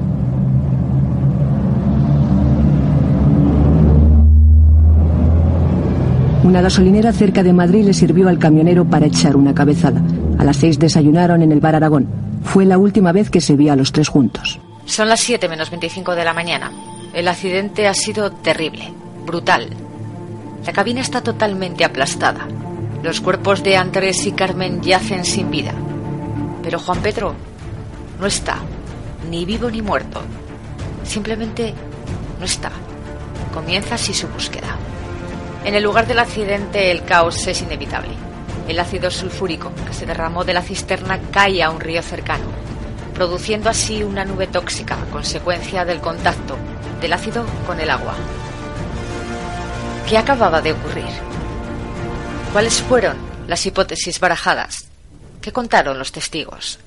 Una gasolinera cerca de Madrid le sirvió al camionero para echar una cabezada. A las seis desayunaron en el Bar Aragón. Fue la última vez que se vio a los tres juntos. Son las siete menos veinticinco de la mañana. El accidente ha sido terrible, brutal. La cabina está totalmente aplastada. Los cuerpos de Andrés y Carmen yacen sin vida. Pero Juan Pedro no está, ni vivo ni muerto. Simplemente no está. Comienza así su búsqueda. En el lugar del accidente el caos es inevitable. El ácido sulfúrico que se derramó de la cisterna cae a un río cercano, produciendo así una nube tóxica a consecuencia del contacto del ácido con el agua. ¿Qué acababa de ocurrir? ¿Cuáles fueron las hipótesis barajadas? ¿Qué contaron los testigos?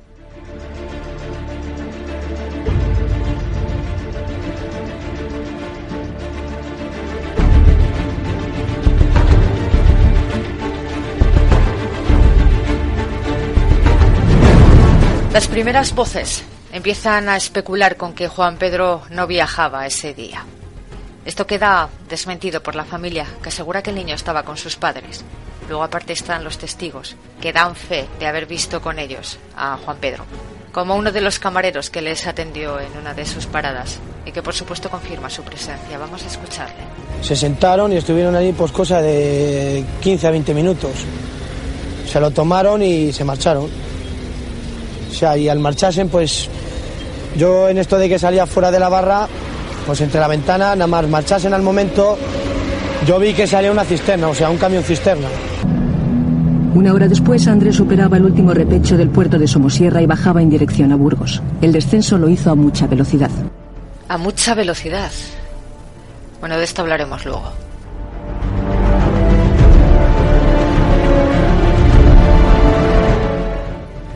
Las primeras voces empiezan a especular con que Juan Pedro no viajaba ese día. Esto queda desmentido por la familia, que asegura que el niño estaba con sus padres. Luego aparte están los testigos, que dan fe de haber visto con ellos a Juan Pedro, como uno de los camareros que les atendió en una de sus paradas y que por supuesto confirma su presencia. Vamos a escucharle. Se sentaron y estuvieron allí pues cosa de quince a veinte minutos. Se lo tomaron y se marcharon. O sea, y al marcharse, pues yo en esto de que salía fuera de la barra, pues entre la ventana, nada más marchasen al momento, yo vi que salía una cisterna, o sea, un camión cisterna. Una hora después, Andrés superaba el último repecho del puerto de Somosierra y bajaba en dirección a Burgos. El descenso lo hizo a mucha velocidad. A mucha velocidad. Bueno, de esto hablaremos luego.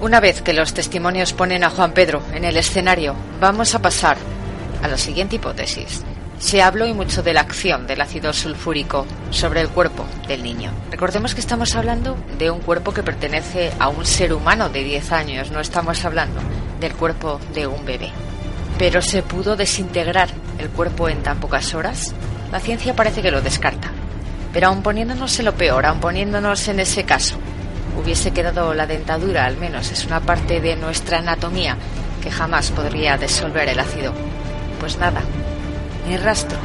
Una vez que los testimonios ponen a Juan Pedro en el escenario, vamos a pasar a la siguiente hipótesis. Se habló y mucho de la acción del ácido sulfúrico sobre el cuerpo del niño. Recordemos que estamos hablando de un cuerpo que pertenece a un ser humano de diez años, no estamos hablando del cuerpo de un bebé. ¿Pero se pudo desintegrar el cuerpo en tan pocas horas? La ciencia parece que lo descarta. Pero aun poniéndonos en lo peor, aun poniéndonos en ese caso, hubiese quedado la dentadura, al menos es una parte de nuestra anatomía que jamás podría disolver el ácido. Pues nada, ni rastro.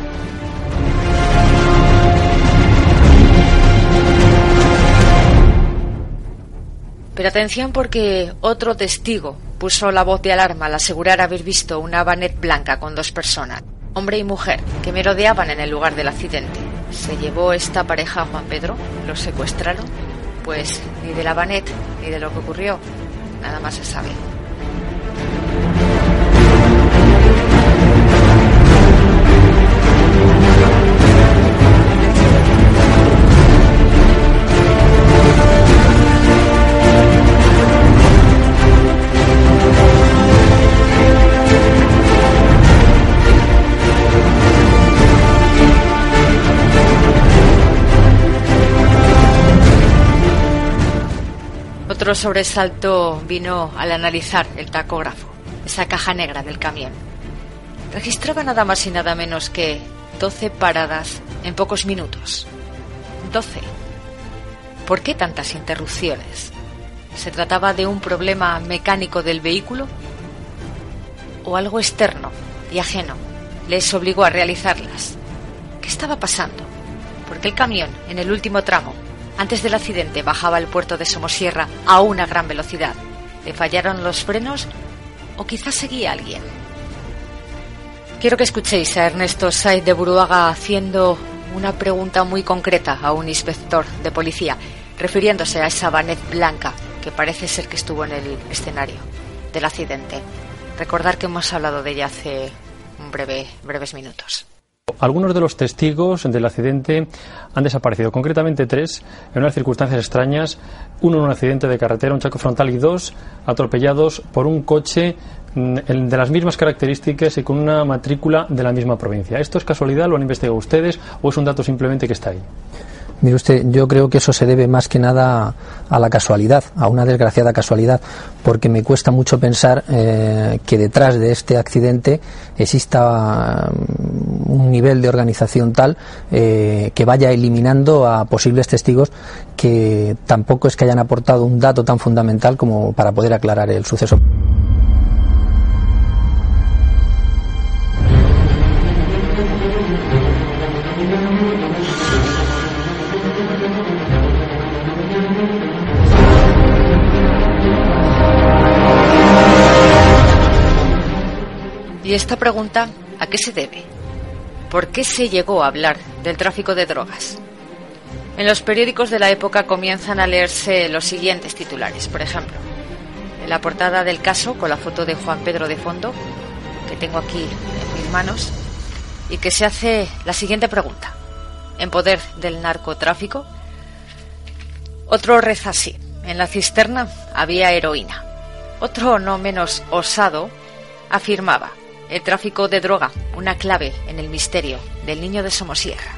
Pero atención, porque otro testigo puso la voz de alarma al asegurar haber visto una vanette blanca con dos personas, hombre y mujer, que merodeaban en el lugar del accidente. ¿Se llevó esta pareja a Juan Pedro? ¿Lo secuestraron? Pues ni de la vanette ni de lo que ocurrió nada más se sabe. Otro sobresalto vino al analizar el tacógrafo, esa caja negra del camión. Registraba nada más y nada menos que doce paradas en pocos minutos. doce. ¿Por qué tantas interrupciones? ¿Se trataba de un problema mecánico del vehículo? ¿O algo externo y ajeno les obligó a realizarlas? ¿Qué estaba pasando? ¿Por qué el camión, en el último tramo, antes del accidente, bajaba al puerto de Somosierra a una gran velocidad? ¿Le fallaron los frenos o quizás seguía alguien? Quiero que escuchéis a Ernesto Sáez de Buruaga haciendo una pregunta muy concreta a un inspector de policía, refiriéndose a esa vanette blanca que parece ser que estuvo en el escenario del accidente. Recordar que hemos hablado de ella hace un breve, breves minutos. Algunos de los testigos del accidente han desaparecido, concretamente tres, en unas circunstancias extrañas. Uno en un accidente de carretera, un choque frontal, y dos atropellados por un coche de las mismas características y con una matrícula de la misma provincia. ¿Esto es casualidad? ¿Lo han investigado ustedes o es un dato simplemente que está ahí? Mire usted, yo creo que eso se debe más que nada a la casualidad, a una desgraciada casualidad, porque me cuesta mucho pensar eh, que detrás de este accidente exista un nivel de organización tal eh, que vaya eliminando a posibles testigos que tampoco es que hayan aportado un dato tan fundamental como para poder aclarar el suceso. Y esta pregunta, ¿a qué se debe? ¿Por qué se llegó a hablar del tráfico de drogas? En los periódicos de la época comienzan a leerse los siguientes titulares. Por ejemplo, en la portada del caso, con la foto de Juan Pedro de fondo, que tengo aquí en mis manos, y que se hace la siguiente pregunta: ¿en poder del narcotráfico? Otro reza así: en la cisterna había heroína. Otro, no menos osado, afirmaba: el tráfico de droga, una clave en el misterio del niño de Somosierra.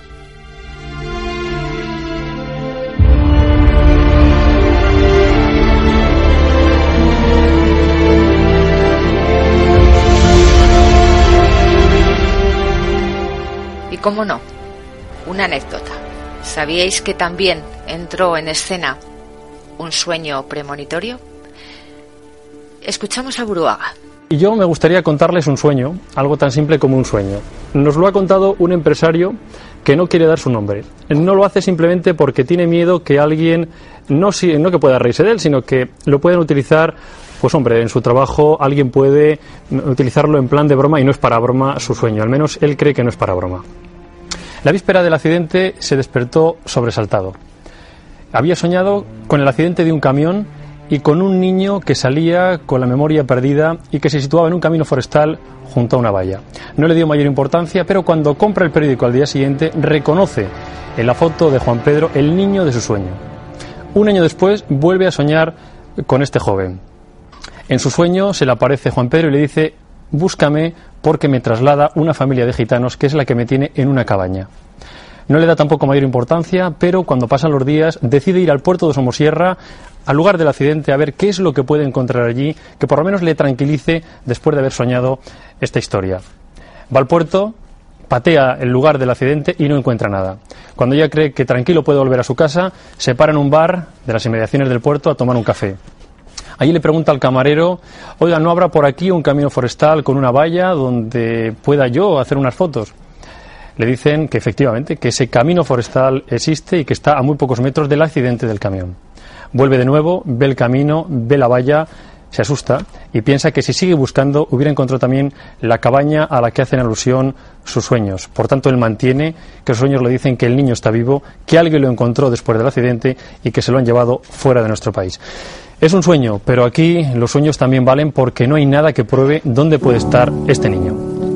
Y cómo no, una anécdota. ¿Sabíais que también entró en escena un sueño premonitorio? Escuchamos a Buruaga. Y yo me gustaría contarles un sueño, algo tan simple como un sueño. Nos lo ha contado un empresario que no quiere dar su nombre. No lo hace simplemente porque tiene miedo que alguien, no, no que pueda reírse de él, sino que lo pueden utilizar, pues hombre, en su trabajo alguien puede utilizarlo en plan de broma, y no es para broma su sueño, al menos él cree que no es para broma. La víspera del accidente se despertó sobresaltado. Había soñado con el accidente de un camión y con un niño que salía con la memoria perdida y que se situaba en un camino forestal junto a una valla. No le dio mayor importancia, pero cuando compra el periódico al día siguiente, reconoce en la foto de Juan Pedro el niño de su sueño. Un año después vuelve a soñar con este joven. En su sueño se le aparece Juan Pedro y le dice: búscame porque me traslada una familia de gitanos que es la que me tiene en una cabaña. No le da tampoco mayor importancia, pero cuando pasan los días decide ir al puerto de Somosierra, al lugar del accidente, a ver qué es lo que puede encontrar allí, que por lo menos le tranquilice después de haber soñado esta historia. Va al puerto, patea el lugar del accidente y no encuentra nada. Cuando ya cree que tranquilo puede volver a su casa, se para en un bar de las inmediaciones del puerto a tomar un café. Allí le pregunta al camarero: oiga, ¿no habrá por aquí un camino forestal con una valla donde pueda yo hacer unas fotos? Le dicen que efectivamente, que ese camino forestal existe y que está a muy pocos metros del accidente del camión. Vuelve de nuevo, ve el camino, ve la valla, se asusta y piensa que si sigue buscando hubiera encontrado también la cabaña a la que hacen alusión sus sueños. Por tanto, él mantiene que sus sueños le dicen que el niño está vivo, que alguien lo encontró después del accidente y que se lo han llevado fuera de nuestro país. Es un sueño, pero aquí los sueños también valen porque no hay nada que pruebe dónde puede estar este niño.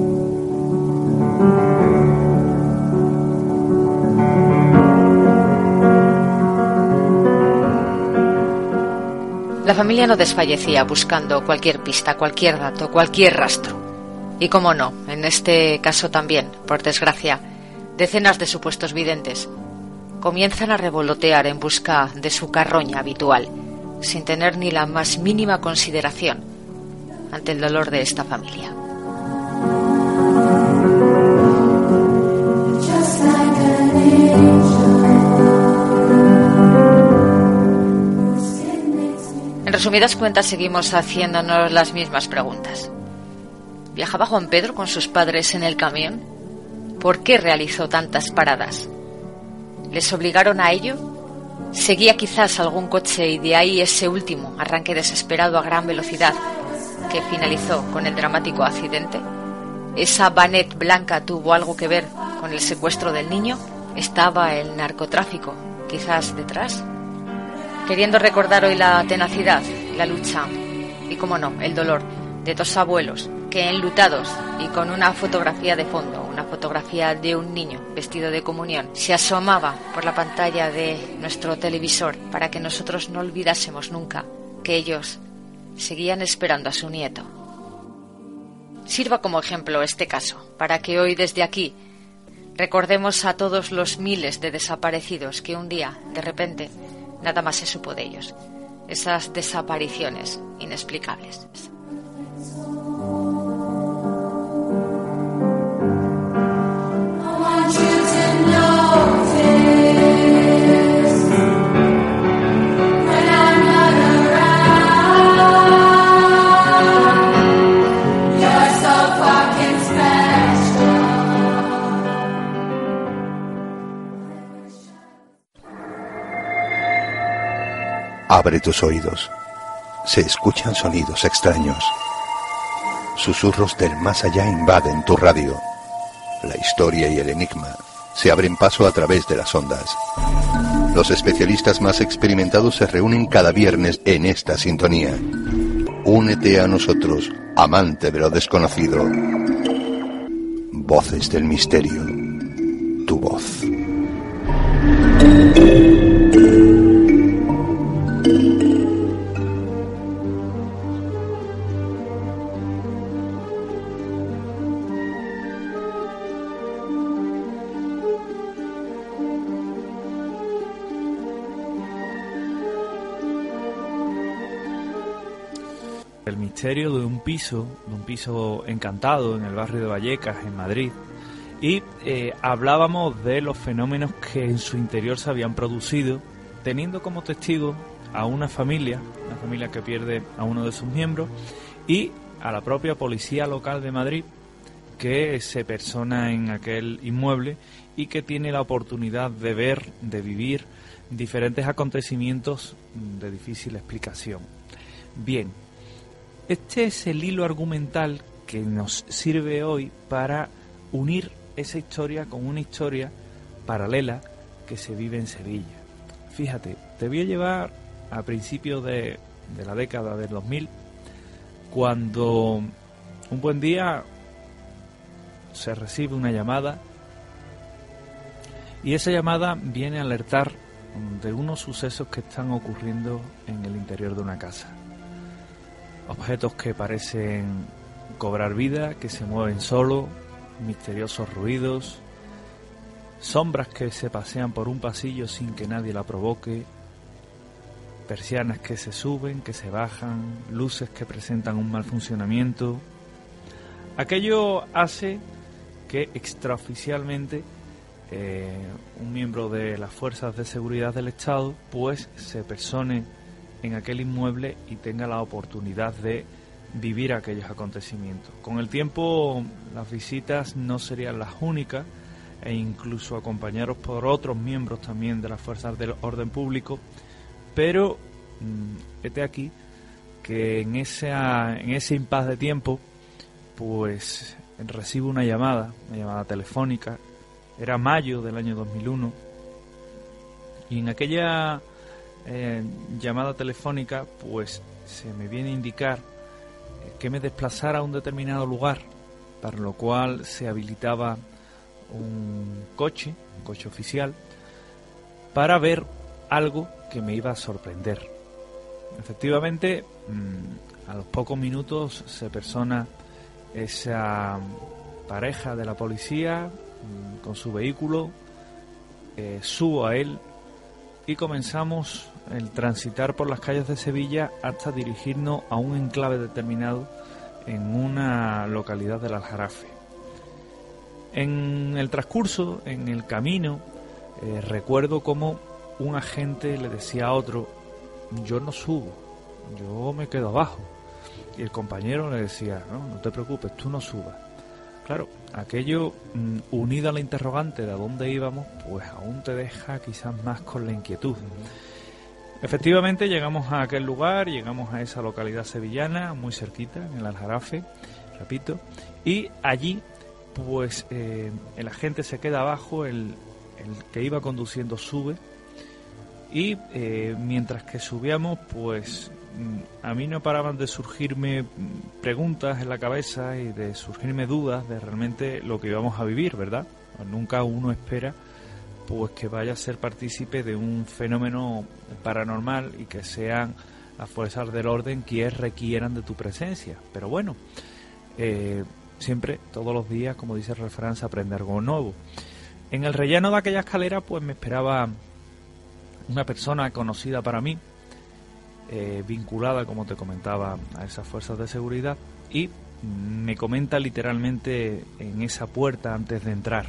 La familia no desfallecía buscando cualquier pista, cualquier dato, cualquier rastro. Y cómo no, en este caso también, por desgracia, decenas de supuestos videntes comienzan a revolotear en busca de su carroña habitual, sin tener ni la más mínima consideración ante el dolor de esta familia. En resumidas cuentas, seguimos haciéndonos las mismas preguntas. ¿Viajaba Juan Pedro con sus padres en el camión? ¿Por qué realizó tantas paradas? ¿Les obligaron a ello? ¿Seguía quizás algún coche y de ahí ese último arranque desesperado a gran velocidad que finalizó con el dramático accidente? ¿Esa vanette blanca tuvo algo que ver con el secuestro del niño? ¿Estaba el narcotráfico quizás detrás? Queriendo recordar hoy la tenacidad, la lucha y, como no, el dolor de dos abuelos que, enlutados y con una fotografía de fondo, una fotografía de un niño vestido de comunión, se asomaba por la pantalla de nuestro televisor para que nosotros no olvidásemos nunca que ellos seguían esperando a su nieto. Sirva como ejemplo este caso, para que hoy desde aquí recordemos a todos los miles de desaparecidos que un día, de repente, nada más se supo de ellos. Esas desapariciones inexplicables. Abre tus oídos. Se escuchan sonidos extraños. Susurros del más allá invaden tu radio. La historia y el enigma se abren paso a través de las ondas. Los especialistas más experimentados se reúnen cada viernes en esta sintonía. Únete a nosotros, amante de lo desconocido. Voces del misterio. Tu voz. El misterio de un piso, de un piso encantado en el barrio de Vallecas, en Madrid, y eh, hablábamos de los fenómenos que en su interior se habían producido, teniendo como testigo a una familia, una familia que pierde a uno de sus miembros, y a la propia policía local de Madrid, que se persona en aquel inmueble y que tiene la oportunidad de ver, de vivir diferentes acontecimientos de difícil explicación. Bien, este es el hilo argumental que nos sirve hoy para unir esa historia con una historia paralela que se vive en Sevilla. Fíjate, te voy a llevar a principios de, de la década del dos mil, cuando un buen día se recibe una llamada y esa llamada viene a alertar de unos sucesos que están ocurriendo en el interior de una casa. objetos que parecen cobrar vida, que se mueven solo, misteriosos ruidos, sombras que se pasean por un pasillo sin que nadie la provoque, persianas que se suben, que se bajan, luces que presentan un mal funcionamiento. Aquello hace que extraoficialmente eh, un miembro de las fuerzas de seguridad del Estado pues se persone en aquel inmueble y tenga la oportunidad de vivir aquellos acontecimientos. Con el tiempo las visitas no serían las únicas e incluso acompañados por otros miembros también de las fuerzas del orden público, pero mmm, este aquí que en esa en ese impasse de tiempo pues recibo una llamada, una llamada telefónica. Era mayo del año dos mil uno y en aquella eh, llamada telefónica pues se me viene a indicar que me desplazara a un determinado lugar, para lo cual se habilitaba un coche, un coche oficial, para ver algo que me iba a sorprender. Efectivamente, mmm, a los pocos minutos se persona esa pareja de la policía mmm, con su vehículo, eh, subo a él y comenzamos el transitar por las calles de Sevilla hasta dirigirnos a un enclave determinado en una localidad del Aljarafe. En el transcurso, en el camino, eh, recuerdo cómo un agente le decía a otro: yo no subo, yo me quedo abajo. Y el compañero le decía: no, no te preocupes, tú no subas. Claro, aquello mm, unido a la interrogante de a dónde íbamos, pues aún te deja quizás más con la inquietud. Efectivamente llegamos a aquel lugar, llegamos a esa localidad sevillana, muy cerquita, en el Aljarafe, repito, y allí pues eh, el agente se queda abajo, el, el que iba conduciendo sube, y eh, mientras que subíamos pues a mí no paraban de surgirme preguntas en la cabeza y de surgirme dudas de realmente lo que íbamos a vivir, ¿verdad? Pues nunca uno espera pues que vaya a ser partícipe de un fenómeno paranormal y que sean las fuerzas del orden quienes requieran de tu presencia. Pero bueno, eh, siempre, todos los días, como dice el refrán, se aprende algo nuevo. En el rellano de aquella escalera pues me esperaba una persona conocida para mí, eh, vinculada, como te comentaba, a esas fuerzas de seguridad, y me comenta literalmente en esa puerta antes de entrar: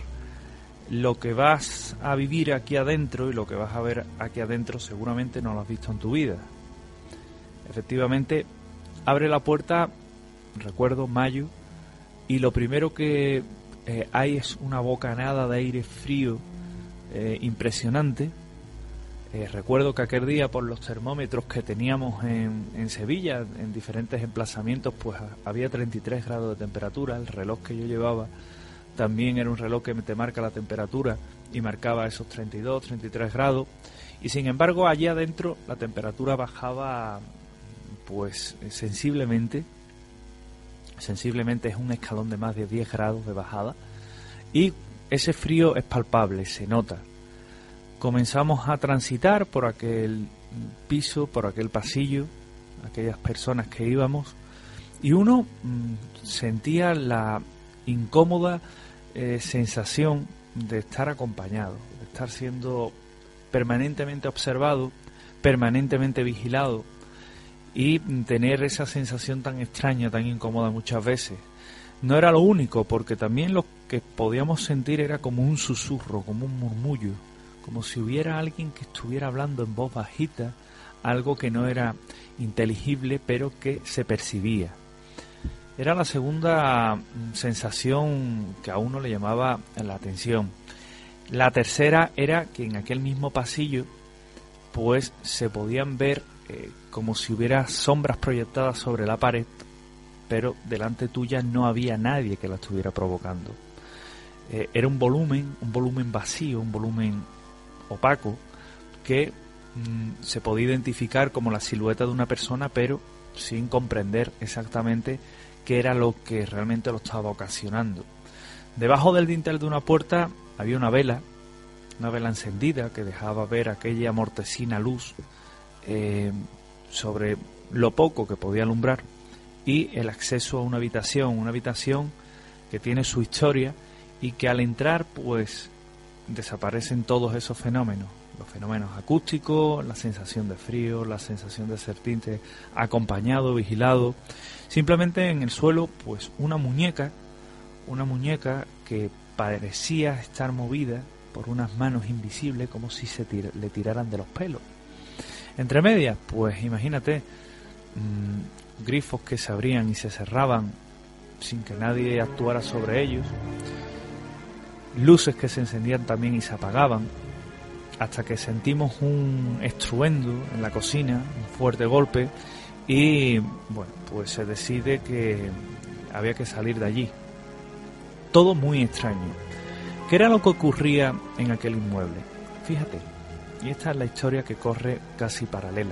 lo que vas a vivir aquí adentro y lo que vas a ver aquí adentro seguramente no lo has visto en tu vida. Efectivamente, abre la puerta, recuerdo, mayo, y lo primero que eh, hay es una bocanada de aire frío eh, impresionante. Eh, recuerdo que aquel día, por los termómetros que teníamos en, en Sevilla, en diferentes emplazamientos, pues había treinta y tres grados de temperatura. El reloj que yo llevaba también era un reloj que te marca la temperatura y marcaba esos treinta y dos, treinta y tres grados. Y sin embargo, allí adentro la temperatura bajaba pues sensiblemente. Sensiblemente es un escalón de más de diez grados de bajada. Y ese frío es palpable, se nota. Comenzamos a transitar por aquel piso, por aquel pasillo, aquellas personas que íbamos, y uno mmm, sentía la incómoda eh, sensación de estar acompañado, de estar siendo permanentemente observado, permanentemente vigilado, y tener esa sensación tan extraña, tan incómoda muchas veces. No era lo único, porque también lo que podíamos sentir era como un susurro, como un murmullo, como si hubiera alguien que estuviera hablando en voz bajita, algo que no era inteligible, pero que se percibía. Era la segunda sensación que a uno le llamaba la atención. La tercera era que en aquel mismo pasillo pues se podían ver eh, como si hubiera sombras proyectadas sobre la pared, pero delante tuya no había nadie que la estuviera provocando. Eh, era un volumen, un volumen vacío, un volumen opaco, que mmm, se podía identificar como la silueta de una persona, pero sin comprender exactamente qué era lo que realmente lo estaba ocasionando. Debajo del dintel de una puerta había una vela, una vela encendida que dejaba ver aquella mortecina luz eh, sobre lo poco que podía alumbrar, y el acceso a una habitación, una habitación que tiene su historia y que al entrar pues desaparecen todos esos fenómenos, los fenómenos acústicos, la sensación de frío, la sensación de sentirte acompañado, vigilado. Simplemente en el suelo pues una muñeca, una muñeca que parecía estar movida por unas manos invisibles, como si se tir- le tiraran de los pelos. Entre medias, pues imagínate, mmm, grifos que se abrían y se cerraban sin que nadie actuara sobre ellos, luces que se encendían también y se apagaban, hasta que sentimos un estruendo en la cocina, un fuerte golpe, y bueno, pues se decide que había que salir de allí. Todo muy extraño. ¿Qué era lo que ocurría en aquel inmueble? Fíjate, y esta es la historia que corre casi paralela.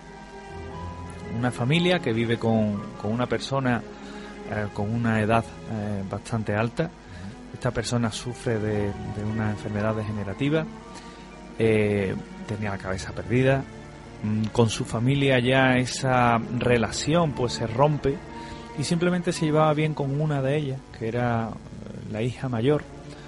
Una familia que vive con, con una persona eh, con una edad eh, bastante alta. Esta persona sufre de, de una enfermedad degenerativa, eh, tenía la cabeza perdida. Con su familia ya esa relación pues se rompe y simplemente se llevaba bien con una de ellas, que era la hija mayor,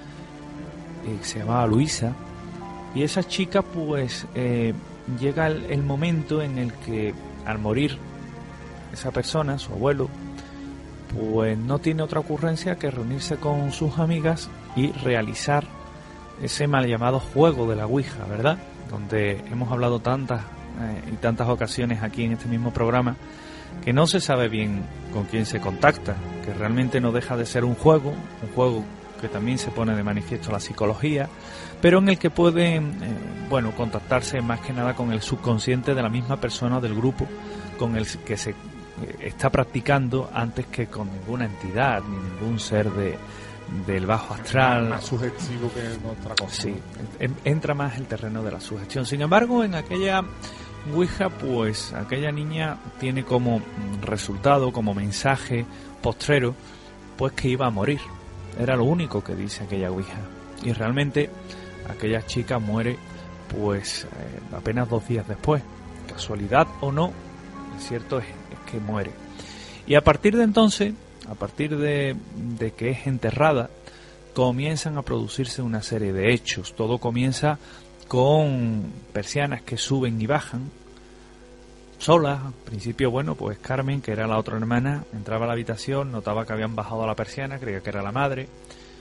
eh, se llamaba Luisa, y esa chica pues eh, llega el, el momento en el que al morir esa persona, su abuelo, pues no tiene otra ocurrencia que reunirse con sus amigas y realizar ese mal llamado juego de la Ouija, ¿verdad? Donde hemos hablado tantas eh, y tantas ocasiones aquí en este mismo programa, que no se sabe bien con quién se contacta, que realmente no deja de ser un juego, un juego que también se pone de manifiesto la psicología, pero en el que pueden, eh, bueno, contactarse más que nada con el subconsciente de la misma persona o del grupo con el que se eh, está practicando, antes que con ninguna entidad ni ningún ser de del bajo astral. Más sugestivo que otra cosa. Sí, entra más el terreno de la sugestión. Sin embargo, en aquella Ouija, pues aquella niña tiene como resultado, como mensaje postrero, pues que iba a morir. Era lo único que dice aquella Ouija. Y realmente aquella chica muere pues eh, apenas dos días después. Casualidad o no, lo cierto es, es que muere. Y a partir de entonces, a partir de, de que es enterrada, comienzan a producirse una serie de hechos. Todo comienza con persianas que suben y bajan, solas. Al principio, bueno, pues Carmen, que era la otra hermana, entraba a la habitación, notaba que habían bajado la persiana, creía que era la madre,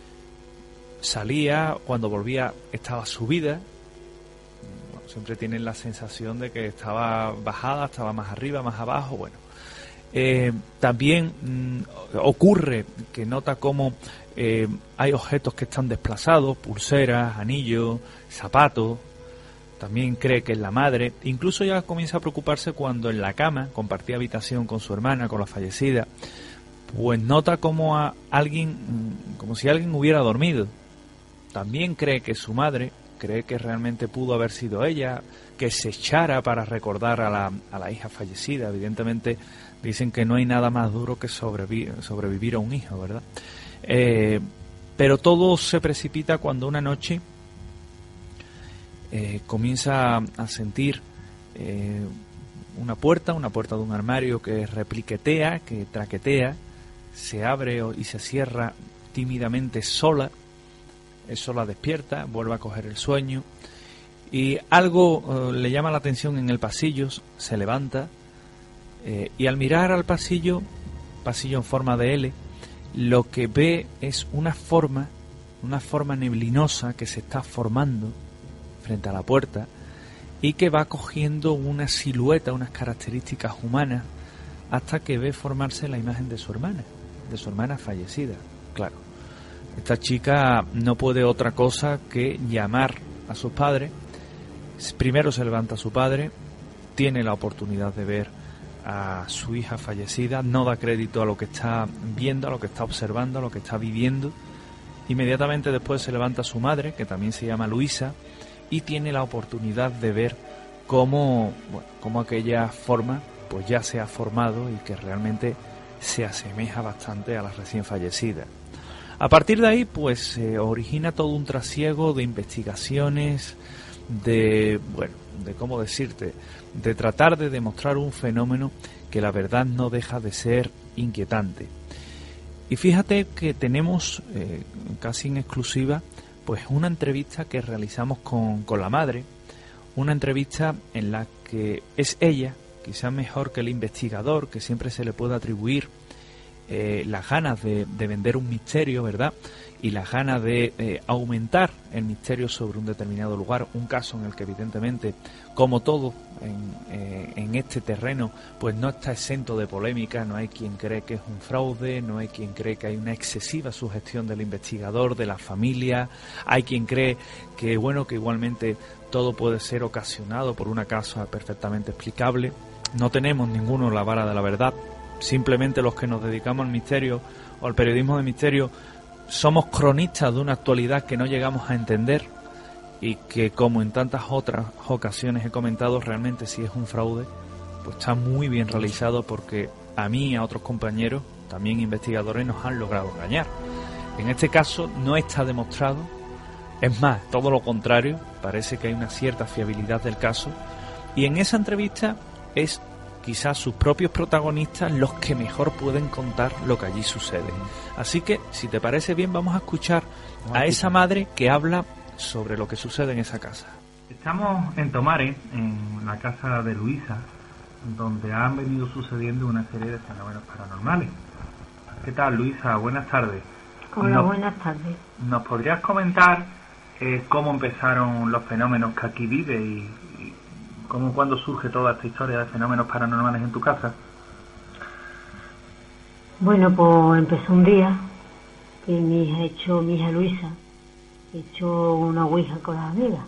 salía, cuando volvía estaba subida. Bueno, siempre tienen la sensación de que estaba bajada, estaba más arriba, más abajo, bueno. Eh, también mmm, ocurre que nota cómo eh, hay objetos que están desplazados, pulseras, anillos, zapatos. También cree que es la madre. Incluso ya comienza a preocuparse cuando en la cama compartía habitación con su hermana, con la fallecida, pues nota como a alguien, como si alguien hubiera dormido. También cree que es su madre, cree que realmente pudo haber sido ella, que se echara para recordar a la, a la hija fallecida. Evidentemente dicen que no hay nada más duro que sobrevi- sobrevivir a un hijo, ¿verdad? Eh, pero todo se precipita cuando una noche eh, comienza a sentir eh, una puerta, una puerta de un armario que repliquetea, que traquetea, se abre y se cierra tímidamente sola. Eso la despierta, vuelve a coger el sueño y algo eh, le llama la atención en el pasillo, se levanta eh, y al mirar al pasillo, pasillo en forma de L, lo que ve es una forma, una forma neblinosa que se está formando frente a la puerta y que va cogiendo una silueta, unas características humanas, hasta que ve formarse la imagen de su hermana, de su hermana fallecida. Claro, esta chica no puede otra cosa que llamar a sus padres. Primero se levanta su padre, tiene la oportunidad de ver a su hija fallecida, no da crédito a lo que está viendo, a lo que está observando, a lo que está viviendo. Inmediatamente después se levanta su madre, que también se llama Luisa, y tiene la oportunidad de ver cómo, bueno, cómo aquella forma pues ya se ha formado y que realmente se asemeja bastante a la recién fallecida. A partir de ahí pues se origina todo un trasiego de investigaciones, de, bueno, de cómo decirte, de tratar de demostrar un fenómeno que la verdad no deja de ser inquietante. Y fíjate que tenemos eh, casi en exclusiva pues una entrevista que realizamos con, con la madre, una entrevista en la que es ella, quizás mejor que el investigador, que siempre se le puede atribuir eh, las ganas de, de vender un misterio, ¿verdad? Y las ganas de eh, aumentar el misterio sobre un determinado lugar, un caso en el que evidentemente, como todo en, eh, en este terreno, pues no está exento de polémica. No hay quien cree que es un fraude, no hay quien cree que hay una excesiva sugestión del investigador, de la familia, hay quien cree que, bueno, que igualmente todo puede ser ocasionado por una causa perfectamente explicable. No tenemos ninguno la vara de la verdad, simplemente los que nos dedicamos al misterio o al periodismo de misterio somos cronistas de una actualidad que no llegamos a entender y que, como en tantas otras ocasiones he comentado, realmente si es un fraude, pues está muy bien realizado, porque a mí y a otros compañeros, también investigadores, nos han logrado engañar. En este caso no está demostrado, es más, todo lo contrario, parece que hay una cierta fiabilidad del caso, y en esa entrevista es quizás sus propios protagonistas los que mejor pueden contar lo que allí sucede. Así que, si te parece bien, vamos a escuchar a esa madre que habla sobre lo que sucede en esa casa. Estamos en Tomares, en la casa de Luisa, donde han venido sucediendo una serie de fenómenos paranormales. ¿Qué tal, Luisa? Buenas tardes. Hola, ¿Nos, buenas tardes. ¿Nos podrías comentar eh, cómo empezaron los fenómenos que aquí vive y, y cómo, cuándo surge toda esta historia de fenómenos paranormales en tu casa? Bueno, pues empezó un día que mi hija echó, mi hija Luisa, echó una ouija con las amigas.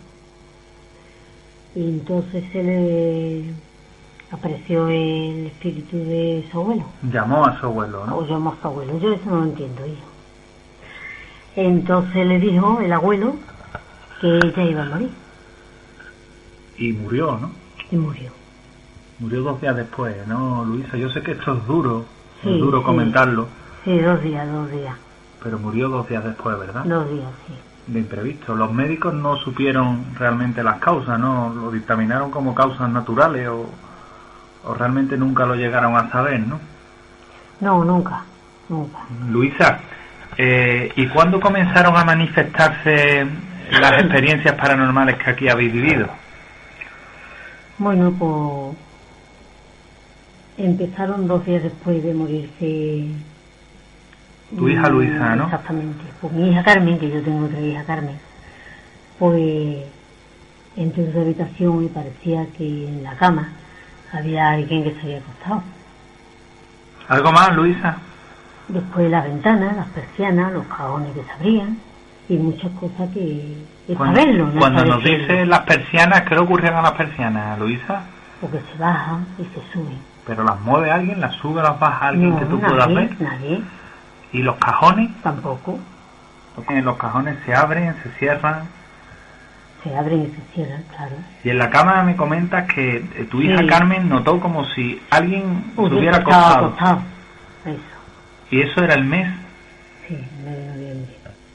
Y entonces se le apareció el espíritu de su abuelo. Llamó a su abuelo, ¿no? O llamó a su abuelo, yo eso no lo entiendo, hijo. Entonces le dijo el abuelo que ella iba a morir. Y murió, ¿no? Y murió. Murió dos días después, ¿no, Luisa? Yo sé que esto es duro, Sí, es duro sí. comentarlo. Sí, dos días, dos días. Pero murió dos días después, ¿verdad? Dos días, sí. De imprevisto. Los médicos no supieron realmente las causas, ¿no? Lo dictaminaron como causas naturales o, o realmente nunca lo llegaron a saber, ¿no? No, nunca, nunca. Luisa, eh, ¿y cuándo comenzaron a manifestarse las experiencias paranormales que aquí habéis vivido? Bueno, pues empezaron dos días después de morirse tu hija Luisa, ¿no? Exactamente. Pues mi hija Carmen, que yo tengo otra hija Carmen, pues entró en su habitación y parecía que en la cama había alguien que se había acostado. ¿Algo más, Luisa? Después las ventanas, las persianas, los cajones que se abrían y muchas cosas que... Es Cuando, para verlo, ¿no? cuando Para nos decirlo. dice las persianas, ¿qué le ocurre a las persianas, Luisa? Porque se bajan y se suben. ¿Pero las mueve alguien, las sube, las baja alguien No, que tú nadie, puedas ver? nadie. ¿Y los cajones? Tampoco. Porque los cajones se abren, se cierran. Se abren y se cierran, claro. Y en la cama me comentas que eh, tu hija Sí. Carmen notó como si alguien se Hubiera hubiera estado acostado. acostado. Eso, ¿Y eso era el mes? sí, el mes de noviembre.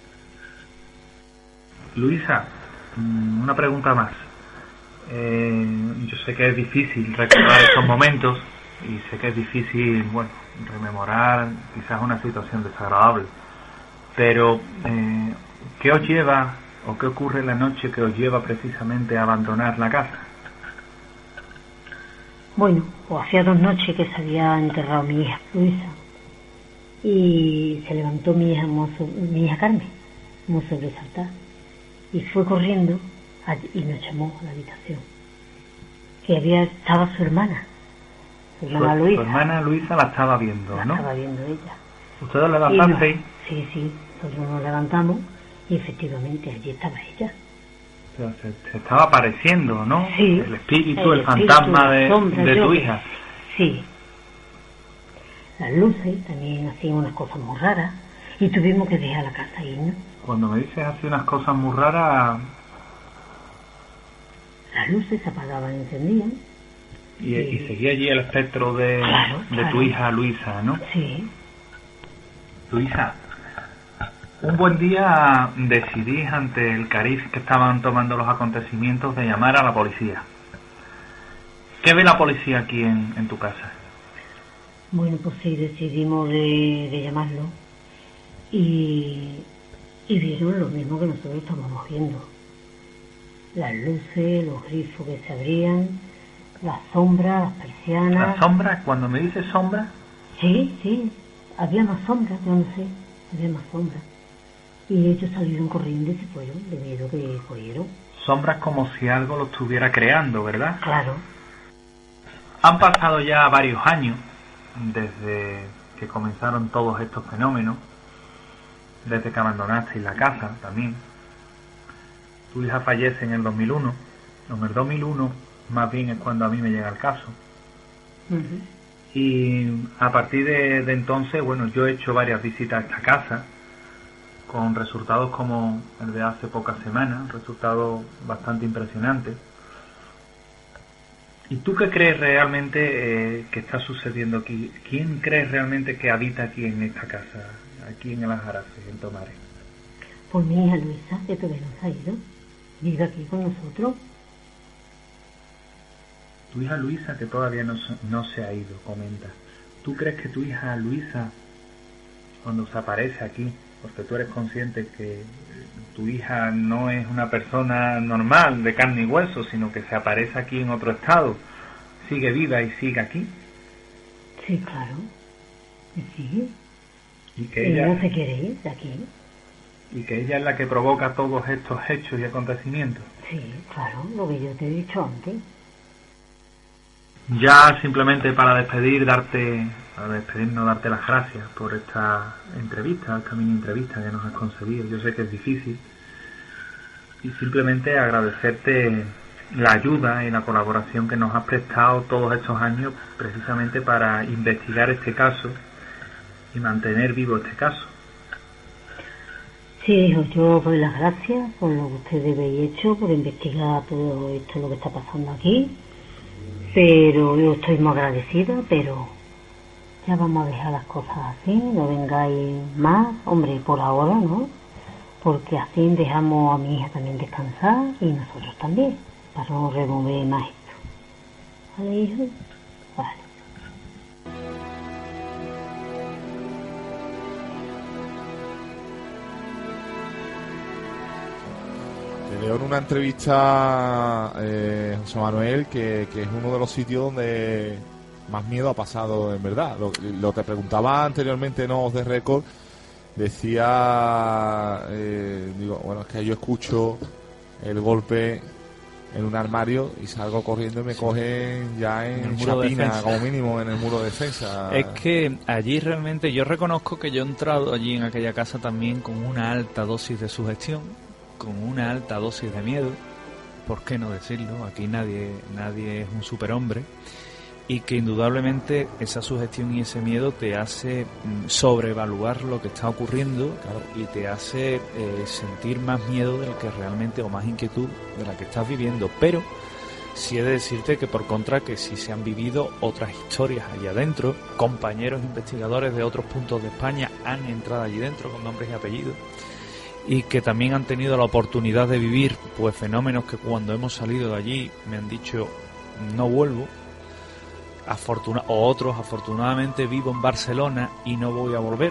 Luisa, mm, una pregunta más. Eh, yo sé que es difícil recordar estos momentos y sé que es difícil, bueno, rememorar quizás una situación desagradable, pero eh, ¿qué os lleva o qué ocurre en la noche que os lleva precisamente a abandonar la casa? Bueno, pues hacía dos noches que se había enterrado mi hija Luisa y se levantó mi hija, muy so- mi hija Carmen, muy sobresaltada, y fue corriendo allí y nos llamó a la habitación, que había estaba su hermana, su Su, hermana su Luisa, hermana Luisa la estaba viendo, la ¿no? estaba viendo ella. ¿Ustedes Y levantasteis? nos- sí, sí, nosotros nos levantamos y efectivamente allí estaba ella. O sea, se, se estaba apareciendo, ¿no? Sí. El espíritu, el, El fantasma espíritu, de, la sombra, de yo tu que- hija. Sí. Las luces también hacían unas cosas muy raras y tuvimos que dejar la casa ahí, ¿no? Cuando me dices así unas cosas muy raras, Las luces se apagaban y encendían. y, Sí. y seguía allí el espectro de, Claro, de claro. tu hija Luisa, ¿no? Sí. Luisa, un buen día decidís, ante el cariz que estaban tomando los acontecimientos, de llamar a la policía. ¿Qué ve la policía aquí en, en tu casa? Bueno, pues sí, decidimos de, de llamarlo y, y vieron lo mismo que nosotros estábamos viendo. Las luces, los grifos que se abrían, las sombras, las persianas. ¿Las sombras? Cuando me dices sombras. Sí, sí, había más sombras, yo no sé, había más sombras. Y ellos salieron corriendo y se fueron, de miedo que cogieron. Sombras como si algo lo estuviera creando, ¿verdad? Claro. Han pasado ya varios años desde que comenzaron todos estos fenómenos, desde que abandonasteis la casa también. Tu hija fallece en el dos mil uno. En el dos mil uno más bien es cuando a mí me llega el caso. Uh-huh. Y a partir de, de entonces, bueno, yo he hecho varias visitas a esta casa con resultados como el de hace pocas semanas, resultados bastante impresionantes. ¿Y tú qué crees realmente eh, que está sucediendo aquí? ¿Quién crees realmente que habita aquí en esta casa, aquí en el Aljarafe, en Tomares? Pues mi hija Luisa, que todavía no se ha ido, vive aquí con nosotros. Tu hija Luisa, que todavía no, no se ha ido, comenta. ¿Tú crees que tu hija Luisa, cuando se aparece aquí, porque tú eres consciente que tu hija no es una persona normal, de carne y hueso, sino que se aparece aquí en otro estado, sigue viva y sigue aquí? Sí, claro, sí. Y que ella, ella no se quiere ir de aquí. Y que ella es la que provoca todos estos hechos y acontecimientos. Sí, claro, lo que yo te he dicho antes. Ya simplemente para despedir, darte, para despedirnos, darte las gracias por esta entrevista, esta mini entrevista que nos has concedido. Yo sé que es difícil. Y simplemente agradecerte la ayuda y la colaboración que nos has prestado todos estos años precisamente para investigar este caso y mantener vivo este caso. Sí, hijo, yo doy las gracias por lo que ustedes habéis hecho, por investigar todo esto, lo que está pasando aquí. Pero yo estoy muy agradecida, pero ya vamos a dejar las cosas así, no vengáis más, hombre, por ahora, ¿no? Porque así dejamos a mi hija también descansar y nosotros también, para no remover más esto. ¿Vale, hijo? Vale. Leo en una entrevista, eh, José Manuel, que, que es uno de los sitios donde más miedo ha pasado en verdad. Lo, lo te preguntaba anteriormente, no de récord, decía, eh, digo, bueno, es que yo escucho el golpe en un armario y salgo corriendo y me cogen ya en, en chapina, como mínimo en el muro de defensa. Es que allí realmente yo reconozco que yo he entrado allí en aquella casa también con una alta dosis de sugestión, con una alta dosis de miedo, ¿por qué no decirlo? Aquí nadie nadie es un superhombre, y que indudablemente esa sugestión y ese miedo te hace sobreevaluar lo que está ocurriendo, claro, y te hace eh, sentir más miedo del que realmente, o más inquietud de la que estás viviendo. Pero sí he de decirte que por contra que sí se han vivido otras historias allí adentro, compañeros investigadores de otros puntos de España han entrado allí dentro con nombres y apellidos, y que también han tenido la oportunidad de vivir pues fenómenos que cuando hemos salido de allí me han dicho no vuelvo, Afortuna- o otros afortunadamente vivo en Barcelona y no voy a volver,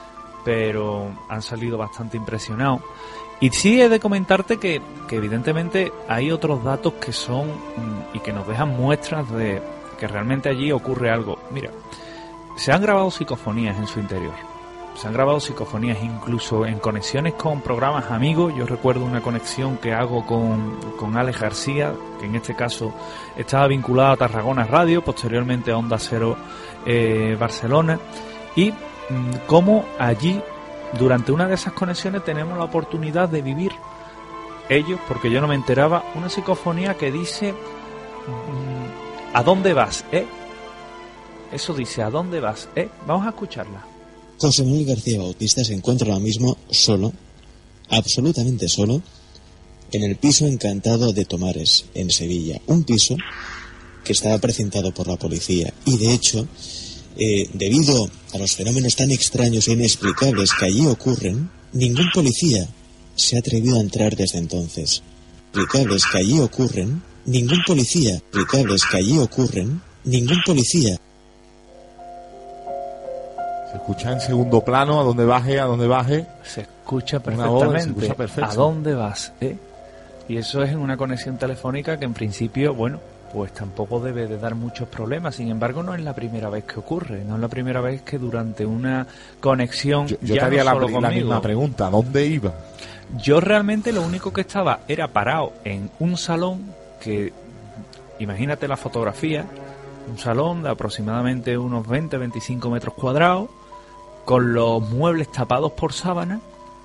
pero han salido bastante impresionados. Y sí he de comentarte que, que evidentemente hay otros datos que son y que nos dejan muestras de que realmente allí ocurre algo. Mira, se han grabado psicofonías en su interior. Se han grabado psicofonías incluso en conexiones con programas amigos. Yo recuerdo una conexión que hago con, con Alex García, que en este caso estaba vinculada a Tarragona Radio, posteriormente a Onda Cero eh, Barcelona, y mmm, cómo allí, durante una de esas conexiones, tenemos la oportunidad de vivir ellos, porque yo no me enteraba, una psicofonía que dice mmm, ¿a dónde vas, eh? Eso dice, ¿a dónde vas, eh? Vamos a escucharla. José Manuel García Bautista se encuentra ahora mismo solo, absolutamente solo, en el piso encantado de Tomares, en Sevilla. Un piso que estaba precintado por la policía y, de hecho, eh, debido a los fenómenos tan extraños e inexplicables que allí ocurren, ningún policía se ha atrevido a entrar desde entonces. Explicables que allí ocurren, ningún policía, explicables que allí ocurren, ningún policía. Se escucha en segundo plano, a donde baje, a donde baje. Se escucha Una voz, perfectamente. se escucha perfecto. ¿A dónde vas? ¿Eh? Y eso es en una conexión telefónica que en principio, bueno, pues tampoco debe de dar muchos problemas. Sin embargo, no es la primera vez que ocurre. No es la primera vez que durante una conexión... Yo, yo ya te haría no la, solo la conmigo, misma pregunta. ¿Dónde iba? Yo realmente lo único que estaba era parado en un salón que, imagínate la fotografía, un salón de aproximadamente unos veinte a veinticinco metros cuadrados, con los muebles tapados por sábana,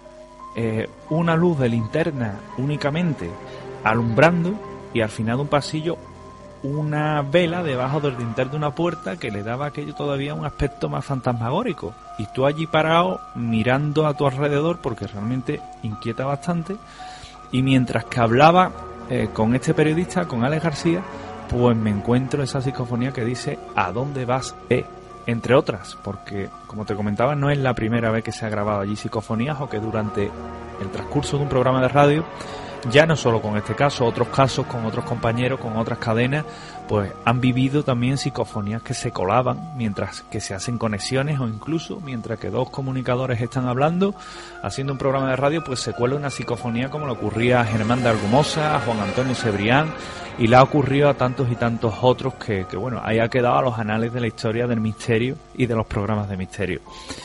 eh, una luz de linterna únicamente alumbrando, y al final de un pasillo una vela debajo del dintel de una puerta que le daba aquello todavía un aspecto más fantasmagórico. Y tú allí parado mirando a tu alrededor, porque realmente inquieta bastante, y mientras que hablaba eh, con este periodista, con Alex García, pues me encuentro esa psicofonía que dice ¿a dónde vas, eh? Entre otras, porque como te comentaba, no es la primera vez que se ha grabado allí psicofonías, o que durante el transcurso de un programa de radio, ya no solo con este caso, otros casos con otros compañeros, con otras cadenas, pues han vivido también psicofonías que se colaban mientras que se hacen conexiones, o incluso mientras que dos comunicadores están hablando, haciendo un programa de radio, pues se cuela una psicofonía, como le ocurría a Germán de Argumosa, a Juan Antonio Cebrián, y le ha ocurrido a tantos y tantos otros que, que bueno, ahí ha quedado a los anales de la historia del misterio y de los programas de misterio.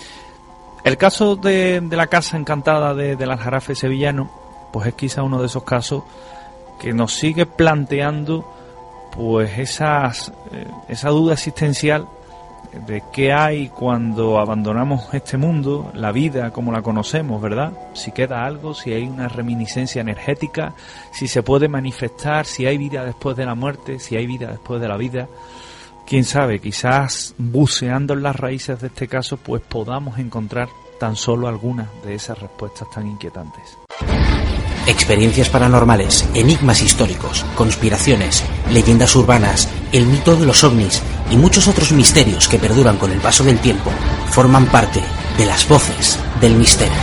El caso de, de la Casa Encantada de, del Aljarafe sevillano, pues es quizá uno de esos casos que nos sigue planteando pues esas eh, esa duda existencial de qué hay cuando abandonamos este mundo, la vida como la conocemos, ¿verdad? Si queda algo, si hay una reminiscencia energética, si se puede manifestar, si hay vida después de la muerte, si hay vida después de la vida. Quién sabe, quizás buceando en las raíces de este caso, pues podamos encontrar tan solo algunas de esas respuestas tan inquietantes. Experiencias paranormales, enigmas históricos, conspiraciones, leyendas urbanas, el mito de los ovnis y muchos otros misterios que perduran con el paso del tiempo forman parte de las voces del misterio.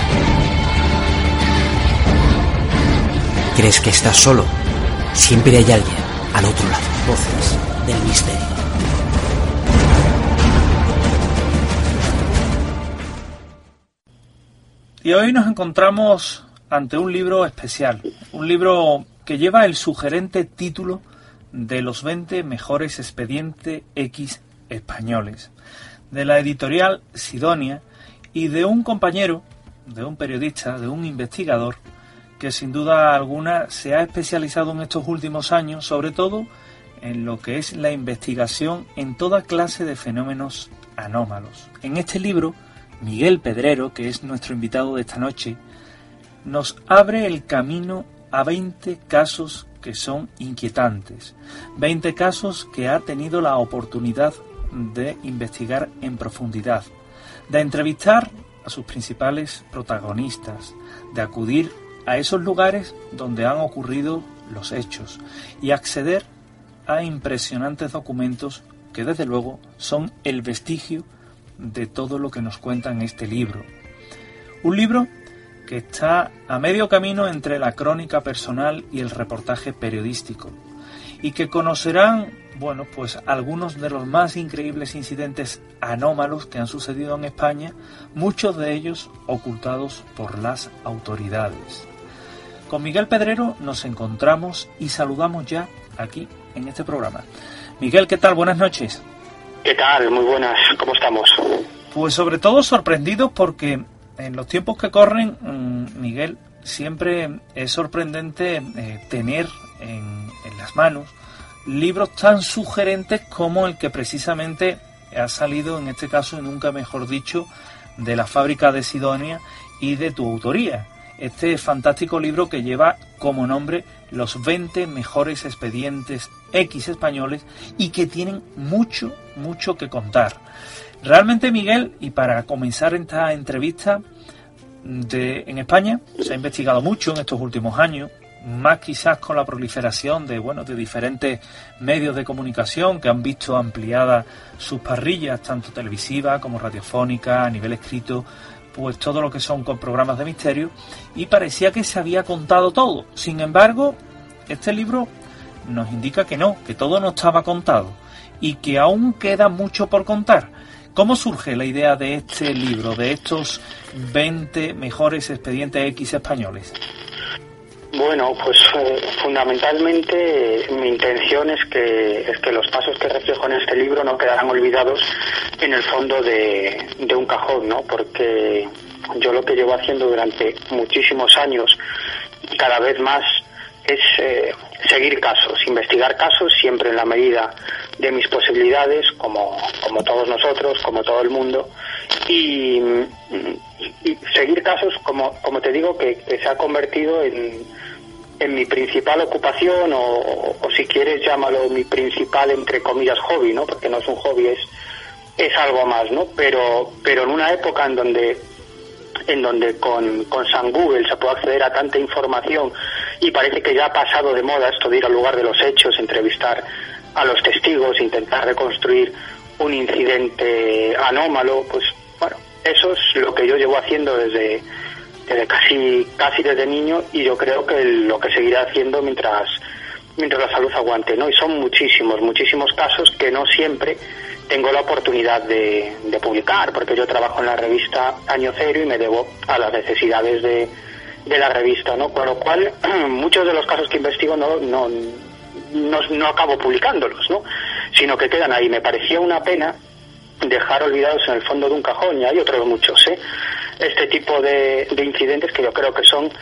¿Crees que estás solo? Siempre hay alguien al otro lado. Voces del misterio. Y hoy nos encontramos ante un libro especial, un libro que lleva el sugerente título de los veinte mejores expedientes X españoles, de la editorial Sidonia, y de un compañero, de un periodista, de un investigador, que sin duda alguna se ha especializado en estos últimos años, sobre todo en lo que es la investigación en toda clase de fenómenos anómalos. En este libro, Miguel Pedrero, que es nuestro invitado de esta noche, nos abre el camino a veinte casos que son inquietantes, veinte casos que ha tenido la oportunidad de investigar en profundidad, de entrevistar a sus principales protagonistas, de acudir a esos lugares donde han ocurrido los hechos y acceder a impresionantes documentos que desde luego son el vestigio de todo lo que nos cuenta en este libro. Un libro que está a medio camino entre la crónica personal y el reportaje periodístico, y que conocerán, bueno, pues algunos de los más increíbles incidentes anómalos que han sucedido en España, muchos de ellos ocultados por las autoridades. Con Miguel Pedrero nos encontramos y saludamos ya aquí en este programa. Miguel, ¿qué tal? Buenas noches. ¿Qué tal? Muy buenas. ¿Cómo estamos? Pues sobre todo sorprendidos porque en los tiempos que corren, Miguel, siempre es sorprendente eh, tener en, en las manos libros tan sugerentes como el que precisamente ha salido, en este caso, nunca mejor dicho, de la Fábrica de Sidonia y de tu autoría. Este fantástico libro que lleva como nombre los veinte mejores expedientes X españoles y que tienen mucho, mucho que contar. Realmente, Miguel, y para comenzar esta entrevista, de, en España se ha investigado mucho en estos últimos años, más quizás con la proliferación de, bueno, de diferentes medios de comunicación que han visto ampliadas sus parrillas, tanto televisivas como radiofónicas, a nivel escrito, pues todo lo que son con programas de misterio, y parecía que se había contado todo. Sin embargo, este libro nos indica que no, que todo no estaba contado y que aún queda mucho por contar. ¿Cómo surge la idea de este libro, de estos veinte mejores expedientes X españoles? Bueno, pues eh, fundamentalmente eh, mi intención es que es que los pasos que reflejo en este libro no quedarán olvidados en el fondo de, de un cajón, ¿no? Porque yo lo que llevo haciendo durante muchísimos años y cada vez más es eh, seguir casos, investigar casos siempre en la medida de mis posibilidades, como, como todos nosotros, como todo el mundo, y, y seguir casos, como, como te digo, que, que se ha convertido en, en mi principal ocupación, o, o si quieres llámalo mi principal, entre comillas, hobby, ¿no? Porque no es un hobby, es, es algo más, ¿no? Pero, pero en una época en donde en donde con, con San Google se puede acceder a tanta información y parece que ya ha pasado de moda esto de ir al lugar de los hechos, entrevistar a los testigos, intentar reconstruir un incidente anómalo, pues bueno, eso es lo que yo llevo haciendo desde, desde casi casi desde niño, y yo creo que lo que seguiré haciendo mientras mientras la salud aguante, ¿no? Y son muchísimos, muchísimos casos que no siempre tengo la oportunidad de, de publicar, porque yo trabajo en la revista Año Cero y me debo a las necesidades de, de la revista, ¿no? Con lo cual, muchos de los casos que investigo no, no, no, no acabo publicándolos, ¿no? Sino que quedan ahí. Me parecía una pena dejar olvidados en el fondo de un cajón, y hay otros muchos, ¿eh? Este tipo de, de incidentes que yo creo que son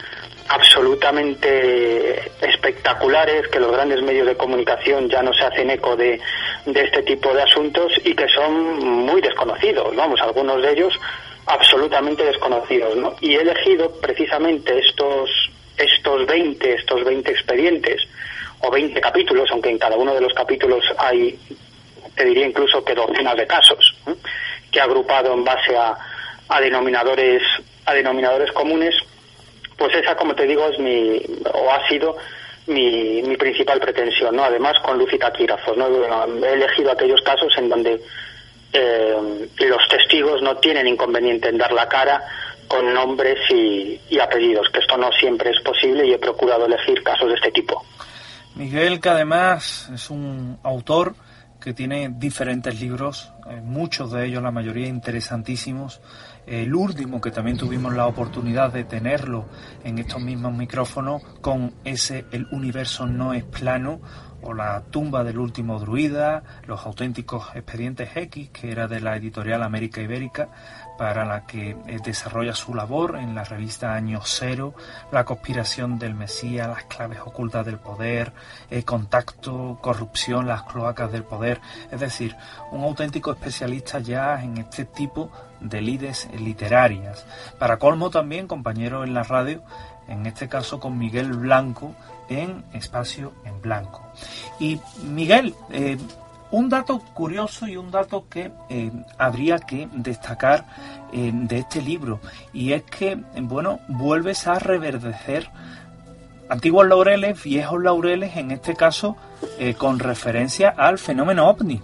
absolutamente espectaculares, que los grandes medios de comunicación ya no se hacen eco de, de este tipo de asuntos y que son muy desconocidos, vamos, algunos de ellos absolutamente desconocidos, ¿no? Y he elegido precisamente estos estos veinte, estos veinte expedientes o veinte capítulos, aunque en cada uno de los capítulos hay, te diría incluso que docenas de casos, ¿eh? Que he agrupado en base a, a denominadores a denominadores comunes. Pues esa, como te digo, es mi, o ha sido mi, mi principal pretensión, ¿no? Además, con luz y taquígrafos, ¿no? He elegido aquellos casos en donde eh, los testigos no tienen inconveniente en dar la cara con nombres y, y apellidos, que esto no siempre es posible, y he procurado elegir casos de este tipo. Miguel, que además es un autor que tiene diferentes libros, eh, muchos de ellos, la mayoría interesantísimos. El último, que también tuvimos la oportunidad de tenerlo en estos mismos micrófonos, con ese El universo no es plano, o La tumba del último druida, los auténticos expedientes X, que era de la editorial América Ibérica, para la que eh, desarrolla su labor en la revista Año Cero, La conspiración del Mesías, Las claves ocultas del poder, eh, Contacto, Corrupción, Las cloacas del poder. Es decir, un auténtico especialista ya en este tipo de lides literarias. Para colmo, también compañero en la radio, en este caso con Miguel Blanco en Espacio en Blanco. Y Miguel, eh, un dato curioso y un dato que eh, habría que destacar eh, de este libro, y es que, bueno, vuelves a reverdecer antiguos laureles, viejos laureles, en este caso eh, con referencia al fenómeno ovni.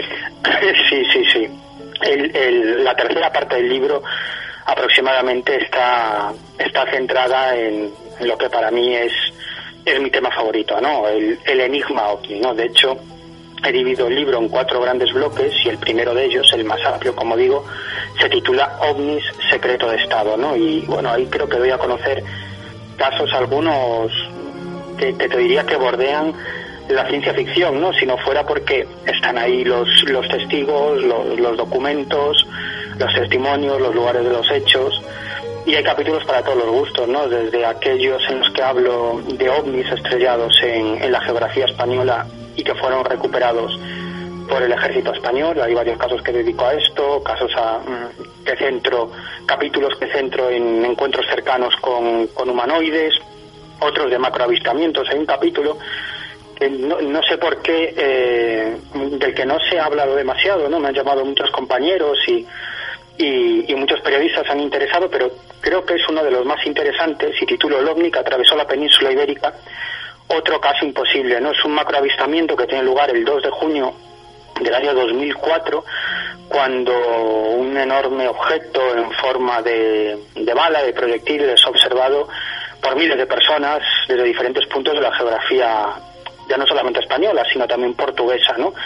Sí, sí, sí. El, el, la tercera parte del libro aproximadamente está está centrada en, en lo que para mí es es mi tema favorito, ¿no? El, el enigma ovni, ¿no? De hecho, he dividido el libro en cuatro grandes bloques, y el primero de ellos, el más amplio, como digo, se titula OVNIs, secreto de Estado, ¿no? Y bueno, ahí creo que doy a conocer casos, algunos que, que te diría que bordean la ciencia ficción, ¿no? Si no fuera porque están ahí los, los testigos, los, los documentos, los testimonios, los lugares de los hechos, y hay capítulos para todos los gustos, ¿no? Desde aquellos en los que hablo de ovnis estrellados en, en la geografía española y que fueron recuperados por el ejército español. Hay varios casos que dedico a esto, casos a, que centro, capítulos que centro en encuentros cercanos con, con humanoides, otros de macroavistamientos. Hay un capítulo que no, no sé por qué, eh, del que no se ha hablado demasiado, ¿no? Me han llamado muchos compañeros y, y, y muchos periodistas han interesado, pero creo que es uno de los más interesantes, y titulo El ovni que atravesó la península ibérica, otro caso imposible, ¿no? Es un macroavistamiento que tiene lugar el dos de junio del año dos mil cuatro, cuando un enorme objeto en forma de, de bala, de proyectil, es observado por miles de personas desde diferentes puntos de la geografía, ya no solamente española, sino también portuguesa, ¿no?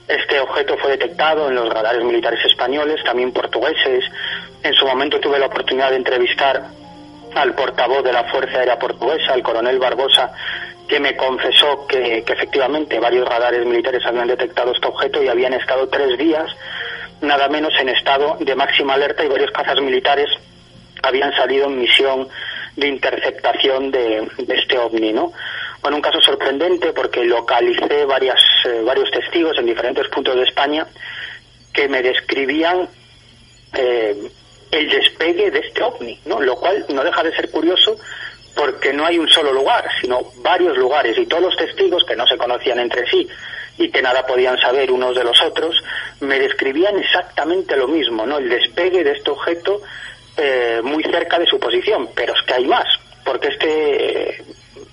Este objeto fue detectado en los radares militares españoles, también portugueses. En su momento tuve la oportunidad de entrevistar al portavoz de la Fuerza Aérea Portuguesa, el coronel Barbosa, que me confesó que, que efectivamente varios radares militares habían detectado este objeto y habían estado tres días, nada menos, en estado de máxima alerta, y varios cazas militares habían salido en misión de interceptación de, de este ovni, ¿no? Bueno, un caso sorprendente porque localicé varias, eh, varios testigos en diferentes puntos de España que me describían eh, el despegue de este ovni, ¿no? Lo cual no deja de ser curioso porque no hay un solo lugar, sino varios lugares, y todos los testigos, que no se conocían entre sí y que nada podían saber unos de los otros, me describían exactamente lo mismo, ¿no? El despegue de este objeto eh, muy cerca de su posición. Pero es que hay más, porque este eh,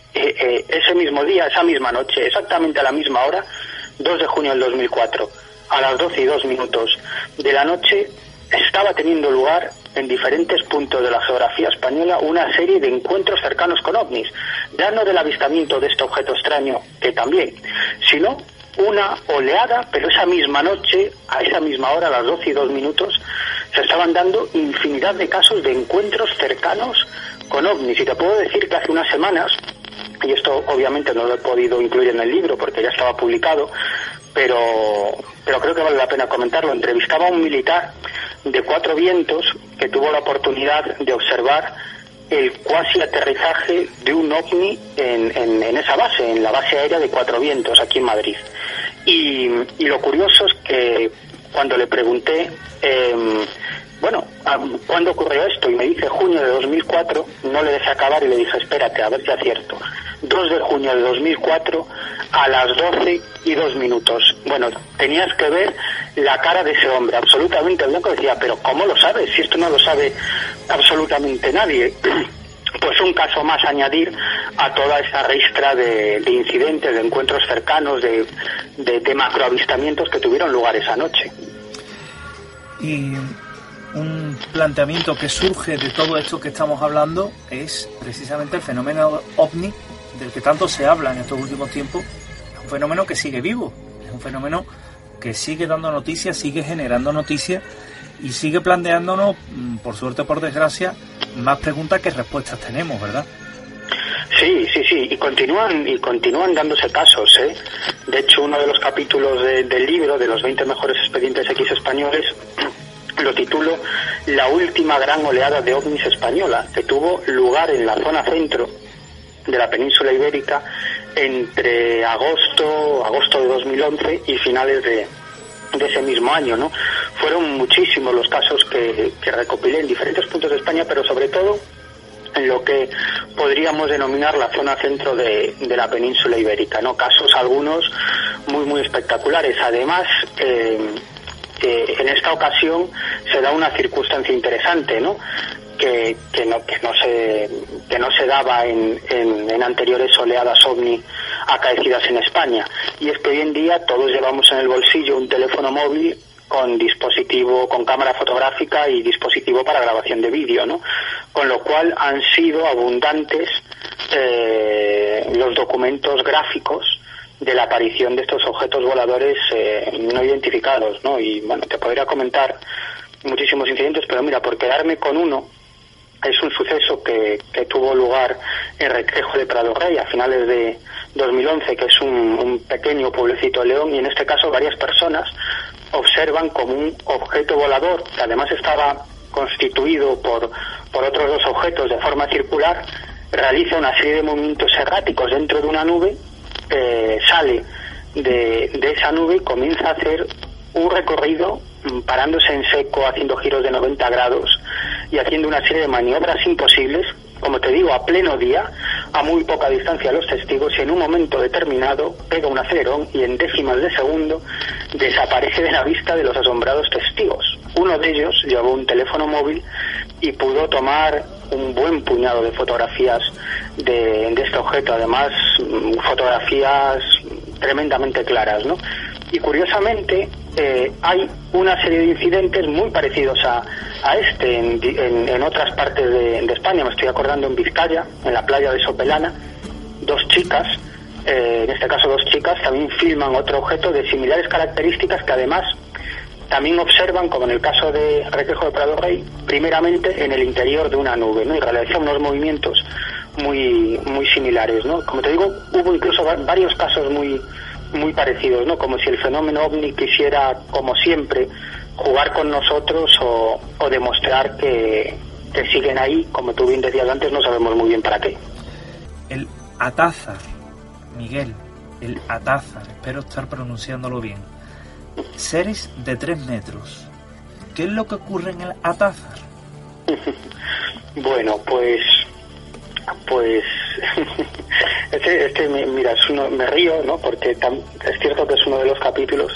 eh, ese mismo día, esa misma noche, exactamente a la misma hora, dos de junio del dos mil cuatro, a las doce y dos minutos de la noche, estaba teniendo lugar en diferentes puntos de la geografía española una serie de encuentros cercanos con ovnis, ya no del avistamiento de este objeto extraño, que también, sino una oleada, pero esa misma noche, a esa misma hora, a las doce y dos minutos, se estaban dando infinidad de casos de encuentros cercanos con ovnis. Y te puedo decir que hace unas semanas, y esto obviamente no lo he podido incluir en el libro porque ya estaba publicado, pero, pero creo que vale la pena comentarlo, entrevistaba a un militar de Cuatro Vientos que tuvo la oportunidad de observar el cuasi aterrizaje de un ovni en, en, en esa base, en la base aérea de Cuatro Vientos, aquí en Madrid. Y, y lo curioso es que cuando le pregunté, eh, bueno, ¿cuándo ocurrió esto? Y me dice junio de dos mil cuatro, no le dejé acabar y le dije, espérate, a ver si acierto. dos de junio de dos mil cuatro, a las doce y dos minutos. Bueno, tenías que ver la cara de ese hombre, absolutamente blanco. Decía, pero ¿cómo lo sabes? Si esto no lo sabe absolutamente nadie. Pues un caso más a añadir a toda esa ristra de, de incidentes, de encuentros cercanos, de, de, de macroavistamientos que tuvieron lugar esa noche. Y un planteamiento que surge de todo esto que estamos hablando es precisamente el fenómeno ovni, del que tanto se habla en estos últimos tiempos. Es un fenómeno que sigue vivo, es un fenómeno que sigue dando noticias, sigue generando noticias y sigue planteándonos, por suerte o por desgracia, más preguntas que respuestas tenemos, ¿verdad? Sí, sí, sí, y continúan y continúan dándose casos, ¿eh? De hecho, uno de los capítulos de, del libro, de los veinte mejores expedientes X españoles, lo titulo La última gran oleada de ovnis española, que tuvo lugar en la zona centro de la península ibérica entre agosto, agosto de dos mil once y finales de, de ese mismo año, ¿no? Fueron muchísimos los casos que, que recopilé en diferentes puntos de España, pero sobre todo en lo que podríamos denominar la zona centro de, de la península ibérica, ¿no? Casos algunos muy muy espectaculares. Además, eh, eh, en esta ocasión se da una circunstancia interesante, ¿no? Que, que no que no se que no se daba en, en, en anteriores oleadas ovni acaecidas en España, y es que hoy en día todos llevamos en el bolsillo un teléfono móvil con dispositivo, con cámara fotográfica y dispositivo para grabación de vídeo, ¿no? Con lo cual han sido abundantes eh, los documentos gráficos de la aparición de estos objetos voladores eh, no identificados, ¿no? Y bueno, te podría comentar muchísimos incidentes, pero mira, por quedarme con uno, es un suceso que, que tuvo lugar en Retrejo de Prado Rey a finales de dos mil once, que es un, un pequeño pueblecito de León, y en este caso varias personas observan como un objeto volador, que además estaba constituido por, por otros dos objetos de forma circular, realiza una serie de movimientos erráticos dentro de una nube, eh, sale de, de esa nube y comienza a hacer un recorrido parándose en seco, haciendo giros de noventa grados y haciendo una serie de maniobras imposibles, como te digo, a pleno día, a muy poca distancia de los testigos, y en un momento determinado pega un acelerón y en décimas de segundo desaparece de la vista de los asombrados testigos. Uno de ellos llevó un teléfono móvil y pudo tomar un buen puñado de fotografías de, de este objeto, además fotografías tremendamente claras, ¿no? Y curiosamente eh, hay una serie de incidentes muy parecidos a, a este en, en, en otras partes de, de España. Me estoy acordando en Vizcaya, en la playa de Sopelana, dos chicas eh, en este caso dos chicas, también filman otro objeto de similares características que además también observan, como en el caso de Requejo de Prado Rey, primeramente en el interior de una nube, ¿no? Y realizan unos movimientos muy muy similares, ¿no? Como te digo, hubo incluso varios casos muy muy parecidos, ¿no? Como si el fenómeno ovni quisiera, como siempre, jugar con nosotros o, o demostrar que, que siguen ahí, como tú bien decías antes, no sabemos muy bien para qué. El Atázar, Miguel, el Atázar, espero estar pronunciándolo bien. Seres de tres metros. ¿Qué es lo que ocurre en el Atázar? Bueno, pues... Pues... este, este, mira, es uno, me río, ¿no? Porque tam, es cierto que es uno de los capítulos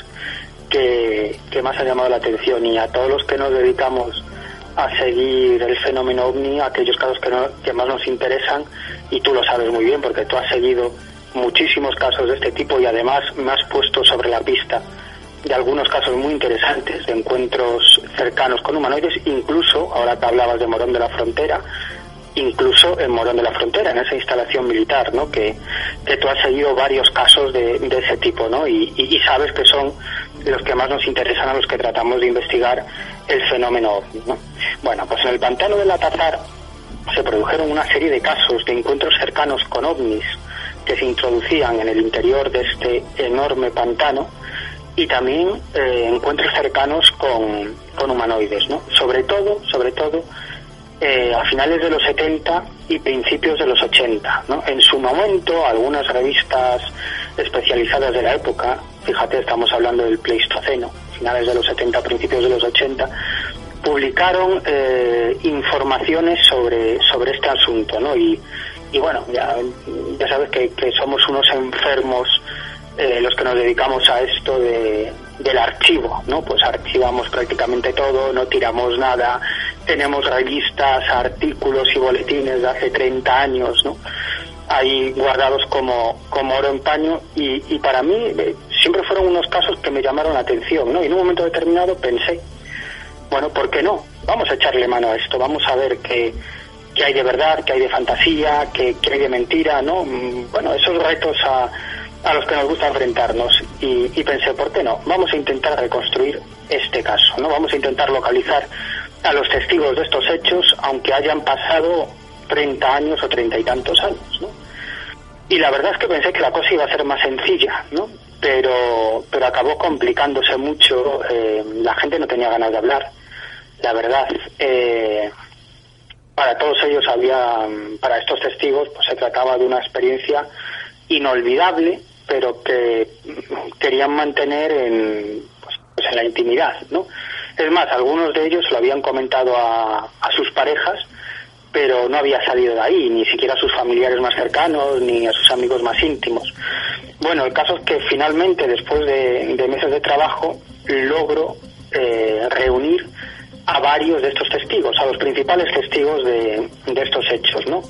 que, que más ha llamado la atención, y a todos los que nos dedicamos a seguir el fenómeno ovni, aquellos casos que, no, que más nos interesan, y tú lo sabes muy bien porque tú has seguido muchísimos casos de este tipo y además me has puesto sobre la pista de algunos casos muy interesantes de encuentros cercanos con humanoides, incluso, ahora que hablabas de Morón de la Frontera, incluso en Morón de la Frontera, en esa instalación militar, ¿no? Que, que tú has seguido varios casos de, de ese tipo, ¿no? Y, y, y sabes que son los que más nos interesan, a los que tratamos de investigar el fenómeno ovni, ¿no? Bueno, pues en el pantano del Atázar se produjeron una serie de casos de encuentros cercanos con ovnis que se introducían en el interior de este enorme pantano, y también eh, encuentros cercanos con, con humanoides, ¿no? Sobre todo, sobre todo, eh, a finales de los setenta y principios de los ochenta, ¿no? En su momento, algunas revistas especializadas de la época, fíjate, estamos hablando del Pleistoceno, finales de los setenta, principios de los ochenta, publicaron eh, informaciones sobre, sobre este asunto, ¿no? Y, y bueno, ya, ya sabes que, que somos unos enfermos Eh, los que nos dedicamos a esto de, del archivo, ¿no? Pues archivamos prácticamente todo, no tiramos nada, tenemos revistas, artículos y boletines de hace treinta años, ¿no? Ahí guardados como, como oro en paño, y, y para mí eh, siempre fueron unos casos que me llamaron la atención, ¿no? Y en un momento determinado pensé, bueno, ¿por qué no? Vamos a echarle mano a esto, vamos a ver qué, qué hay de verdad, qué hay de fantasía, qué, qué hay de mentira, ¿no? Bueno, esos retos a a los que nos gusta enfrentarnos, y, y pensé, ¿por qué no? Vamos a intentar reconstruir este caso, ¿no? Vamos a intentar localizar a los testigos de estos hechos, aunque hayan pasado treinta años o treinta y tantos años, ¿no? Y la verdad es que pensé que la cosa iba a ser más sencilla, ¿no? Pero, pero acabó complicándose mucho, eh, la gente no tenía ganas de hablar, la verdad. Eh, para todos ellos había, para estos testigos, pues se trataba de una experiencia inolvidable, pero que querían mantener en, pues, pues en la intimidad, ¿no? Es más, algunos de ellos lo habían comentado a, a sus parejas, pero no había salido de ahí, ni siquiera a sus familiares más cercanos, ni a sus amigos más íntimos. Bueno, el caso es que finalmente, después de, de meses de trabajo, logro eh, reunir a varios de estos testigos, a los principales testigos de, de estos hechos, ¿no?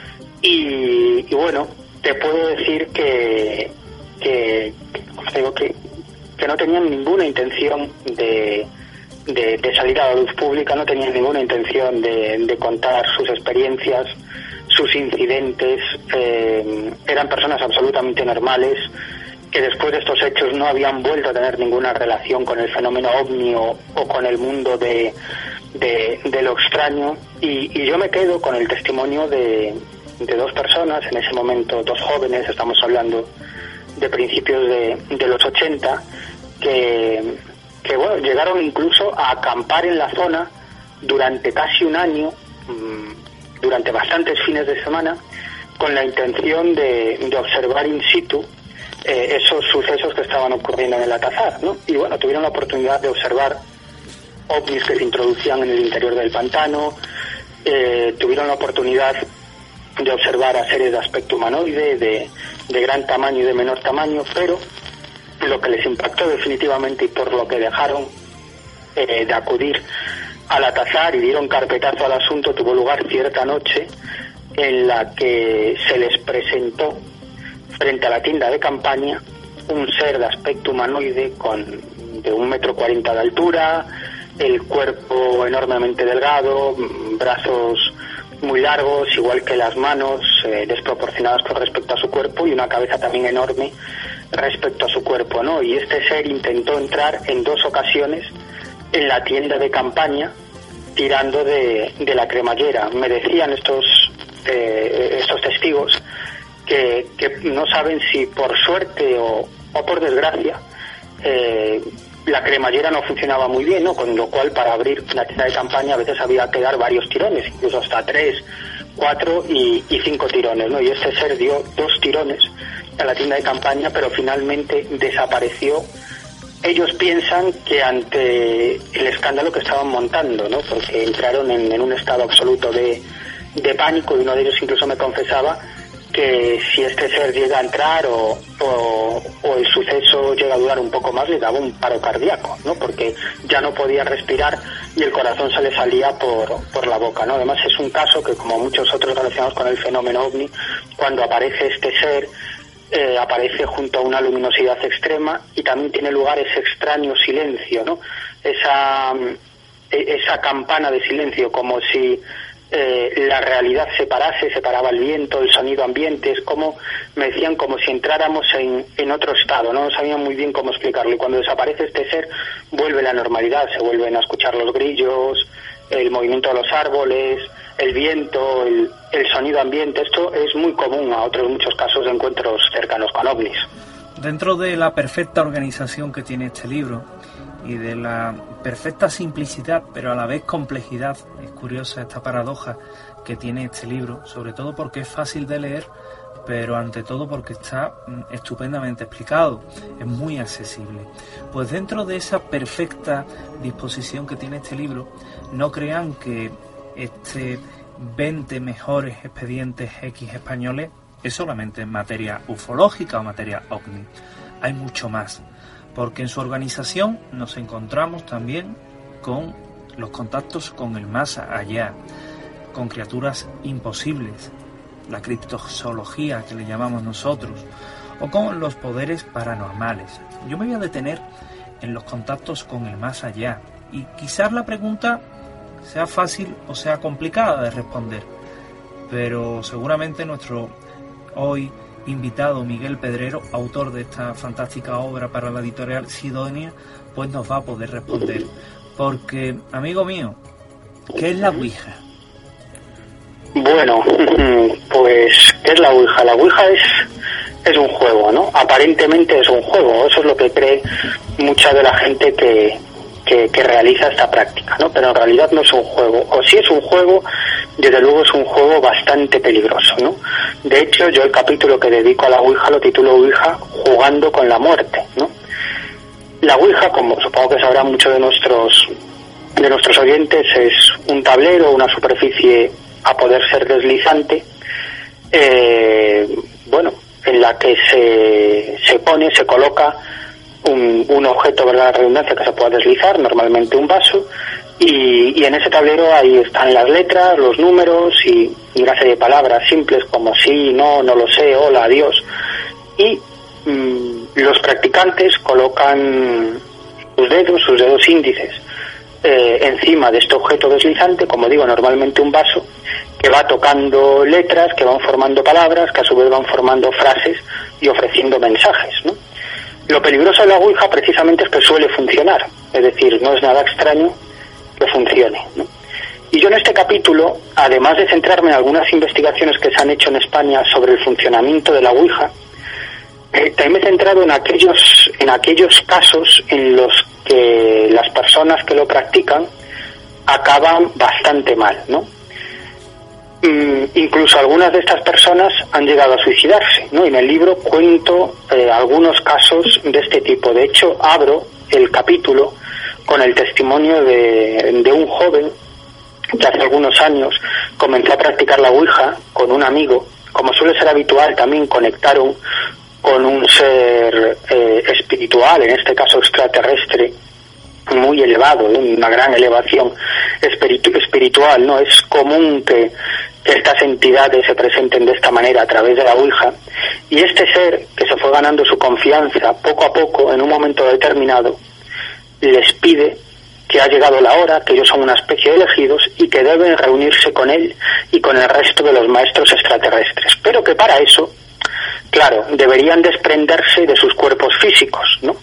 Y, y bueno, te puedo decir que, que, como te digo, que, que no tenían ninguna intención de, de, de salir a la luz pública, no tenían ninguna intención de, de contar sus experiencias, sus incidentes, eh, eran personas absolutamente normales, que después de estos hechos no habían vuelto a tener ninguna relación con el fenómeno ovni o, o con el mundo de, de, de lo extraño, y, y yo me quedo con el testimonio de de dos personas, en ese momento dos jóvenes, estamos hablando de principios de, de los ochenta, que, que bueno, llegaron incluso a acampar en la zona durante casi un año, durante bastantes fines de semana, con la intención de, de observar in situ eh, esos sucesos que estaban ocurriendo en el Atázar, ¿no? Y bueno, tuvieron la oportunidad de observar ovnis que se introducían en el interior del pantano, eh, tuvieron la oportunidad de observar a seres de aspecto humanoide, de, de gran tamaño y de menor tamaño, pero lo que les impactó definitivamente, y por lo que dejaron eh, de acudir al Atázar y dieron carpetazo al asunto, tuvo lugar cierta noche en la que se les presentó frente a la tienda de campaña un ser de aspecto humanoide con de un metro cuarenta de altura, el cuerpo enormemente delgado, brazos muy largos, igual que las manos, eh, desproporcionadas con respecto a su cuerpo, y una cabeza también enorme respecto a su cuerpo, ¿no? Y este ser intentó entrar en dos ocasiones en la tienda de campaña tirando de, de la cremallera. Me decían estos eh, estos testigos que, que no saben si por suerte o, o por desgracia eh, la cremallera no funcionaba muy bien, ¿no? Con lo cual, para abrir la tienda de campaña a veces había que dar varios tirones, incluso hasta tres, cuatro y, y cinco tirones, ¿no? Y este ser dio dos tirones a la tienda de campaña, pero finalmente desapareció. Ellos piensan que ante el escándalo que estaban montando, ¿no? Porque entraron en, en un estado absoluto de, de pánico, y uno de ellos incluso me confesaba que si este ser llega a entrar o, o, o el suceso llega a durar un poco más, le daba un paro cardíaco, ¿no? Porque ya no podía respirar y el corazón se le salía por, por la boca, ¿no? Además, es un caso que, como muchos otros relacionados con el fenómeno ovni, cuando aparece este ser, eh, aparece junto a una luminosidad extrema, y también tiene lugar ese extraño silencio, ¿no? Esa, esa campana de silencio, como si Eh, la realidad separase, separaba el viento, el sonido ambiente. Es como, me decían, como si entráramos en, en otro estado, no sabían muy bien cómo explicarlo, y cuando desaparece este ser vuelve la normalidad, se vuelven a escuchar los grillos, el movimiento de los árboles, el viento, el, el sonido ambiente. Esto es muy común a otros muchos casos de encuentros cercanos con ovnis. Dentro de la perfecta organización que tiene este libro y de la perfecta simplicidad, pero a la vez complejidad, es curiosa esta paradoja que tiene este libro, sobre todo porque es fácil de leer, pero ante todo porque está estupendamente explicado, es muy accesible. Pues dentro de esa perfecta disposición que tiene este libro, no crean que este veinte mejores expedientes X españoles es solamente en materia ufológica o materia ovni. Hay mucho más, porque en su organización nos encontramos también con los contactos con el más allá, con criaturas imposibles, la criptozoología que le llamamos nosotros, o con los poderes paranormales. Yo me voy a detener en los contactos con el más allá, y quizás la pregunta sea fácil o sea complicada de responder, pero seguramente nuestro hoy invitado Miguel Pedrero, autor de esta fantástica obra para la editorial Sidonia, pues nos va a poder responder. Porque, amigo mío, ¿qué es la Ouija? Bueno, pues ¿qué es la Ouija? La Ouija es, es un juego, ¿no? Aparentemente es un juego, eso es lo que cree mucha de la gente que, que, que realiza esta práctica, ¿no? Pero en realidad no es un juego, o si es un juego, desde luego es un juego bastante peligroso, ¿no? De hecho, yo el capítulo que dedico a la Ouija lo titulo Ouija jugando con la muerte, ¿no? La Ouija, como supongo que sabrán muchos de nuestros de nuestros oyentes, es un tablero, una superficie a poder ser deslizante, eh, bueno, en la que se, se pone, se coloca un, un objeto, ¿verdad?, la redundancia, que se pueda deslizar, normalmente un vaso, y, y en ese tablero ahí están las letras, los números y, y una serie de palabras simples como sí, no, no lo sé, hola, adiós, y mmm, los practicantes colocan sus dedos, sus dedos índices, eh, encima de este objeto deslizante, como digo, normalmente un vaso, que va tocando letras, que van formando palabras, que a su vez van formando frases y ofreciendo mensajes, ¿no? Lo peligroso de la Ouija precisamente es que suele funcionar, es decir, no es nada extraño que funcione, ¿no? Y yo en este capítulo, además de centrarme en algunas investigaciones que se han hecho en España sobre el funcionamiento de la Ouija, eh, también me he centrado en aquellos, en aquellos casos en los que las personas que lo practican acaban bastante mal, ¿no? Mm, incluso algunas de estas personas han llegado a suicidarse, ¿no? Y en el libro cuento eh, algunos casos de este tipo. De hecho, abro el capítulo con el testimonio de, de un joven que hace algunos años comenzó a practicar la Ouija con un amigo. Como suele ser habitual, también conectaron con un ser eh, espiritual, en este caso extraterrestre, muy elevado, ¿eh? Una gran elevación espiritu- espiritual, ¿no? Es común que, que estas entidades se presenten de esta manera a través de la Ouija, y este ser, que se fue ganando su confianza poco a poco, en un momento determinado les pide que ha llegado la hora, que ellos son una especie de elegidos y que deben reunirse con él y con el resto de los maestros extraterrestres. Pero que para eso, claro, deberían desprenderse de sus cuerpos físicos, ¿no?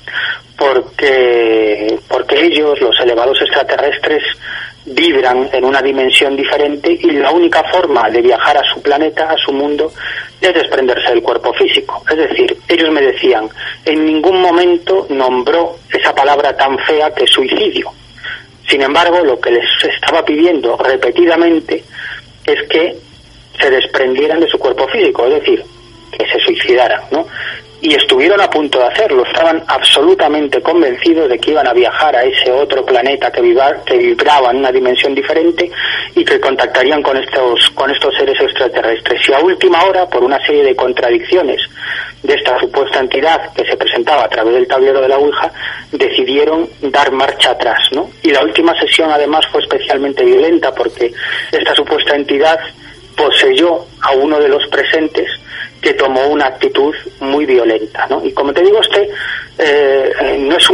Porque, porque ellos, los elevados extraterrestres, vibran en una dimensión diferente y la única forma de viajar a su planeta, a su mundo, es desprenderse del cuerpo físico. Es decir, ellos me decían, en ningún momento nombró esa palabra tan fea que es suicidio. Sin embargo, lo que les estaba pidiendo repetidamente es que se desprendieran de su cuerpo físico, es decir, que se suicidaran, ¿no? Y estuvieron a punto de hacerlo, estaban absolutamente convencidos de que iban a viajar a ese otro planeta que, vibra, que vibraba en una dimensión diferente y que contactarían con estos, con estos seres extraterrestres. Y a última hora, por una serie de contradicciones de esta supuesta entidad que se presentaba a través del tablero de la Ouija, decidieron dar marcha atrás, ¿no? Y la última sesión además fue especialmente violenta porque esta supuesta entidad poseyó a uno de los presentes, que tomó una actitud muy violenta, ¿no? Y como te digo, este eh, no es un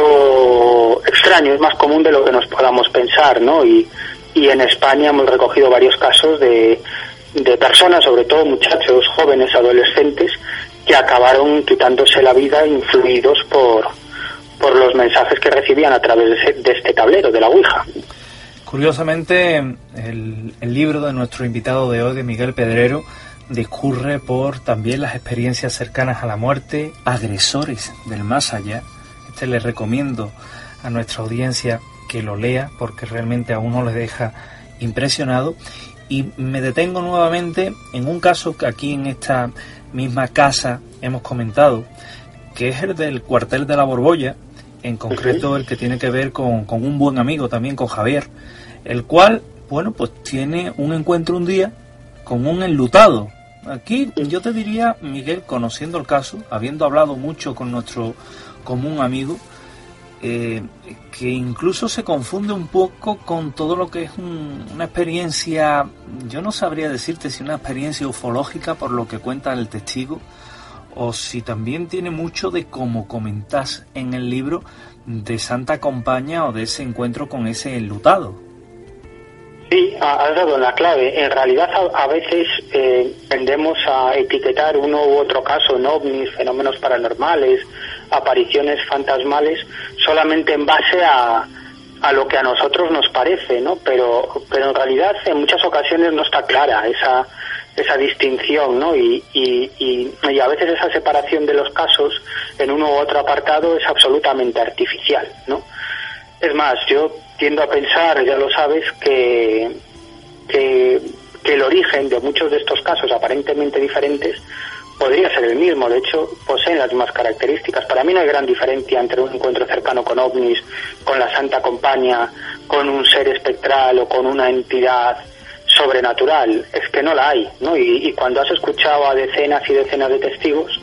caso extraño, es más común de lo que nos podamos pensar, ¿no? Y, y en España hemos recogido varios casos de, de personas, sobre todo muchachos, jóvenes, adolescentes, que acabaron quitándose la vida influidos por, por los mensajes que recibían a través de, ese, de este tablero, de la Ouija. Curiosamente, el, el libro de nuestro invitado de hoy, de Miguel Pedrero, discurre por también las experiencias cercanas a la muerte, agresores del más allá. Este le recomiendo a nuestra audiencia que lo lea porque realmente a uno le deja impresionado. Y me detengo nuevamente en un caso que aquí en esta misma casa hemos comentado, que es el del cuartel de la Borbolla, en concreto el que tiene que ver con, con un buen amigo también, con Javier, el cual, bueno, pues tiene un encuentro un día con un enlutado. Aquí yo te diría, Miguel, conociendo el caso, habiendo hablado mucho con nuestro común amigo, eh, que incluso se confunde un poco con todo lo que es un, una experiencia, yo no sabría decirte si una experiencia ufológica por lo que cuenta el testigo, o si también tiene mucho de, como comentás en el libro, de Santa Compaña o de ese encuentro con ese enlutado. Sí, has dado en la clave. En realidad a, a veces eh, tendemos a etiquetar uno u otro caso en ovnis, fenómenos paranormales, apariciones fantasmales, solamente en base a, a lo que a nosotros nos parece, ¿no? Pero, pero en realidad en muchas ocasiones no está clara esa esa distinción, ¿no? Y, y, y, y a veces esa separación de los casos en uno u otro apartado es absolutamente artificial, ¿no? Es más, yo tiendo a pensar, ya lo sabes, que, que, que el origen de muchos de estos casos aparentemente diferentes podría ser el mismo. De hecho, poseen las mismas características. Para mí no hay gran diferencia entre un encuentro cercano con ovnis, con la Santa Compaña, con un ser espectral o con una entidad sobrenatural. Es que no la hay, ¿no? Y, y cuando has escuchado a decenas y decenas de testigos,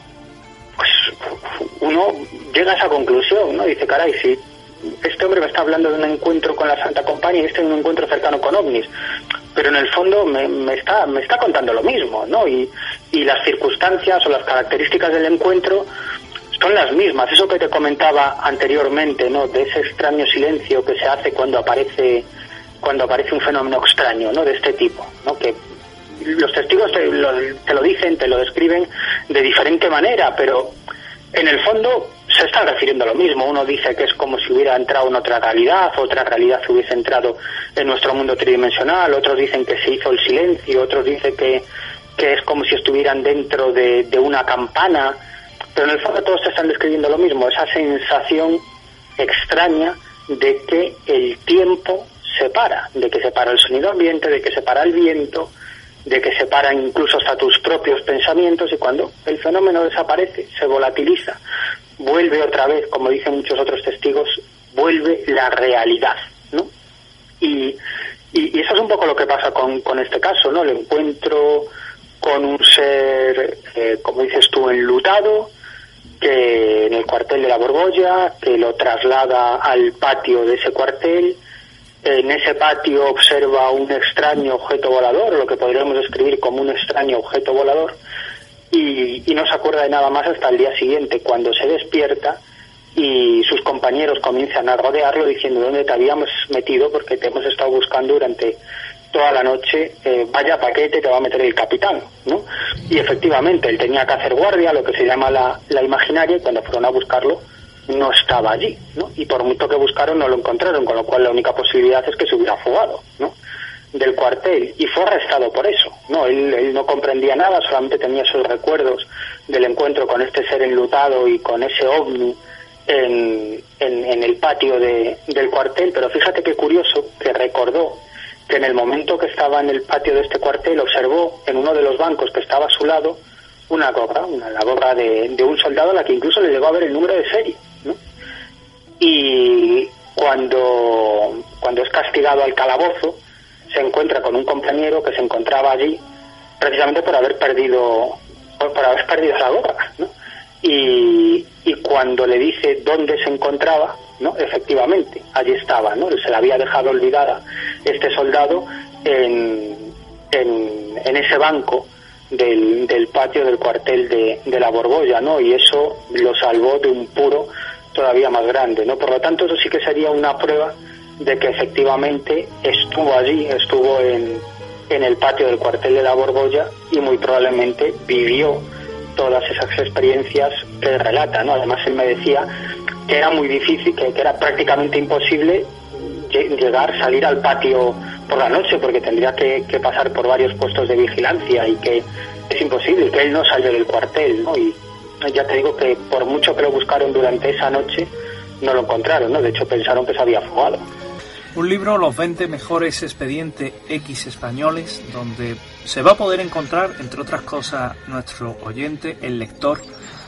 pues uno llega a esa conclusión, ¿no? Dice, caray, si este hombre me está hablando de un encuentro con la Santa Compañía y este es un encuentro cercano con ovnis, pero en el fondo me, me está me está contando lo mismo, ¿no? Y, y las circunstancias o las características del encuentro son las mismas. Eso que te comentaba anteriormente, ¿no? De ese extraño silencio que se hace cuando aparece cuando aparece un fenómeno extraño, ¿no? De este tipo, ¿no? Que los testigos te lo, te lo dicen, te lo describen de diferente manera, pero en el fondo se están refiriendo a lo mismo. Uno dice que es como si hubiera entrado en otra realidad, otra realidad se hubiese entrado en nuestro mundo tridimensional, otros dicen que se hizo el silencio, otros dicen que, que es como si estuvieran dentro de, de una campana, pero en el fondo todos te están describiendo lo mismo, esa sensación extraña de que el tiempo se para, de que se para el sonido ambiente, de que se para el viento, de que se paran incluso hasta tus propios pensamientos, y cuando el fenómeno desaparece, se volatiliza, vuelve otra vez, como dicen muchos otros testigos, vuelve la realidad, ¿no? Y, y, y eso es un poco lo que pasa con, con este caso, ¿no? El encuentro con un ser, eh, como dices tú, enlutado, que en el cuartel de la Borbolla, que lo traslada al patio de ese cuartel. En ese patio observa un extraño objeto volador, lo que podríamos describir como un extraño objeto volador, y, y no se acuerda de nada más hasta el día siguiente, cuando se despierta y sus compañeros comienzan a rodearlo diciendo: ¿dónde te habíamos metido? Porque te hemos estado buscando durante toda la noche, eh, vaya paquete te va a meter el capitán, ¿no? Y efectivamente, él tenía que hacer guardia, lo que se llama la, la imaginaria, y cuando fueron a buscarlo, no estaba allí, ¿no? Y por mucho que buscaron, no lo encontraron, con lo cual la única posibilidad es que se hubiera fugado, ¿no?, del cuartel, y fue arrestado por eso, ¿no? Él, él no comprendía nada, solamente tenía esos recuerdos del encuentro con este ser enlutado y con ese ovni en, en, en el patio de, del cuartel. Pero fíjate qué curioso, que recordó que en el momento que estaba en el patio de este cuartel observó en uno de los bancos que estaba a su lado una gorra, una, la gorra de, de un soldado a la que incluso le llegó a ver el número de serie, ¿no? Y cuando, cuando es castigado al calabozo, se encuentra con un compañero que se encontraba allí precisamente por haber perdido por, por haber perdido la gorra, ¿no? Y, y cuando le dice dónde se encontraba, ¿no?, efectivamente, allí estaba, ¿no? Se la había dejado olvidada este soldado en, en, en ese banco del, del patio del cuartel de, de la Borbolla, ¿no? Y eso lo salvó de un puro todavía más grande, ¿no? Por lo tanto, eso sí que sería una prueba de que efectivamente estuvo allí, estuvo en, en el patio del cuartel de la Borbolla y muy probablemente vivió todas esas experiencias que relata, ¿no? Además, él me decía que era muy difícil, que, que era prácticamente imposible llegar, salir al patio por la noche, porque tendría que, que pasar por varios puestos de vigilancia, y que es imposible, que él no salió del cuartel, ¿no? Y ya te digo que por mucho que lo buscaron durante esa noche, no lo encontraron, ¿no? De hecho, pensaron que se había fugado. Un libro, Los veinte mejores expedientes X españoles, donde se va a poder encontrar, entre otras cosas, nuestro oyente, el lector,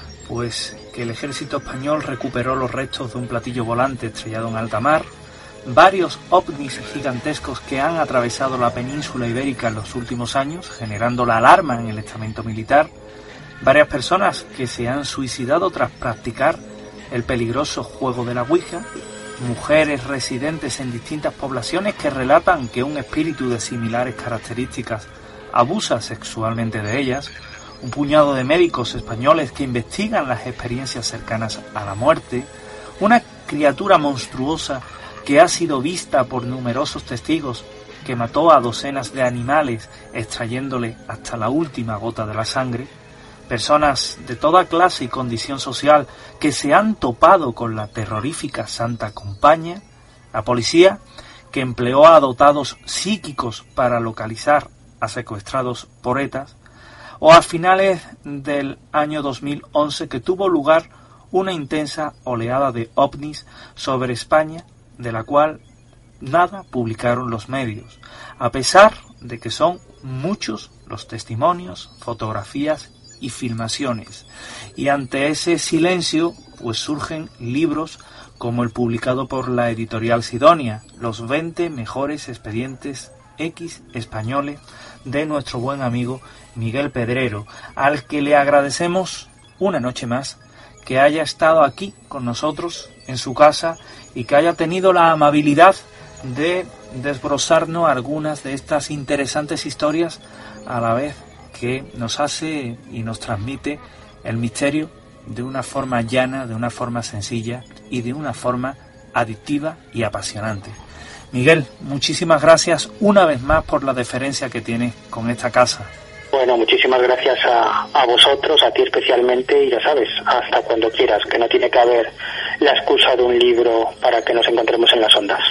pues que el ejército español recuperó los restos de un platillo volante estrellado en alta mar, varios ovnis gigantescos que han atravesado la península ibérica en los últimos años, generando la alarma en el estamento militar, varias personas que se han suicidado tras practicar el peligroso juego de la Ouija, mujeres residentes en distintas poblaciones que relatan que un espíritu de similares características abusa sexualmente de ellas, un puñado de médicos españoles que investigan las experiencias cercanas a la muerte, una criatura monstruosa que ha sido vista por numerosos testigos, que mató a docenas de animales extrayéndole hasta la última gota de la sangre, personas de toda clase y condición social que se han topado con la terrorífica Santa Compaña, la policía que empleó a dotados psíquicos para localizar a secuestrados por ETAs, o a finales del año dos mil once que tuvo lugar una intensa oleada de ovnis sobre España, de la cual nada publicaron los medios, a pesar de que son muchos los testimonios, fotografías y filmaciones. Y ante ese silencio, pues surgen libros como el publicado por la editorial Sidonia, Los veinte mejores expedientes X españoles, de nuestro buen amigo Miguel Pedrero, al que le agradecemos una noche más que haya estado aquí con nosotros en su casa y que haya tenido la amabilidad de desbrozarnos algunas de estas interesantes historias, a la vez que nos hace y nos transmite el misterio de una forma llana, de una forma sencilla y de una forma adictiva y apasionante. Miguel, muchísimas gracias una vez más por la deferencia que tienes con esta casa. Bueno, muchísimas gracias a, a vosotros, a ti especialmente, y ya sabes, hasta cuando quieras, que no tiene que haber la excusa de un libro para que nos encontremos en las ondas.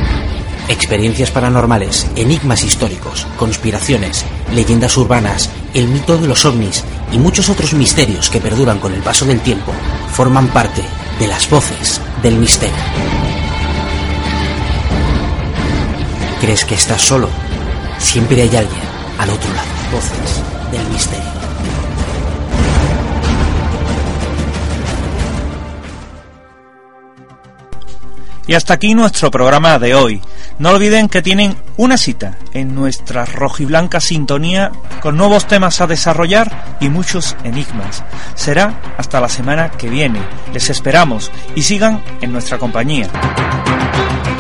Experiencias paranormales, enigmas históricos, conspiraciones, leyendas urbanas, el mito de los ovnis y muchos otros misterios que perduran con el paso del tiempo forman parte de las voces del misterio. ¿Crees que estás solo? Siempre hay alguien al otro lado. Voces del misterio. Y hasta aquí nuestro programa de hoy. No olviden que tienen una cita en nuestra rojiblanca sintonía con nuevos temas a desarrollar y muchos enigmas. Será hasta la semana que viene. Les esperamos y sigan en nuestra compañía.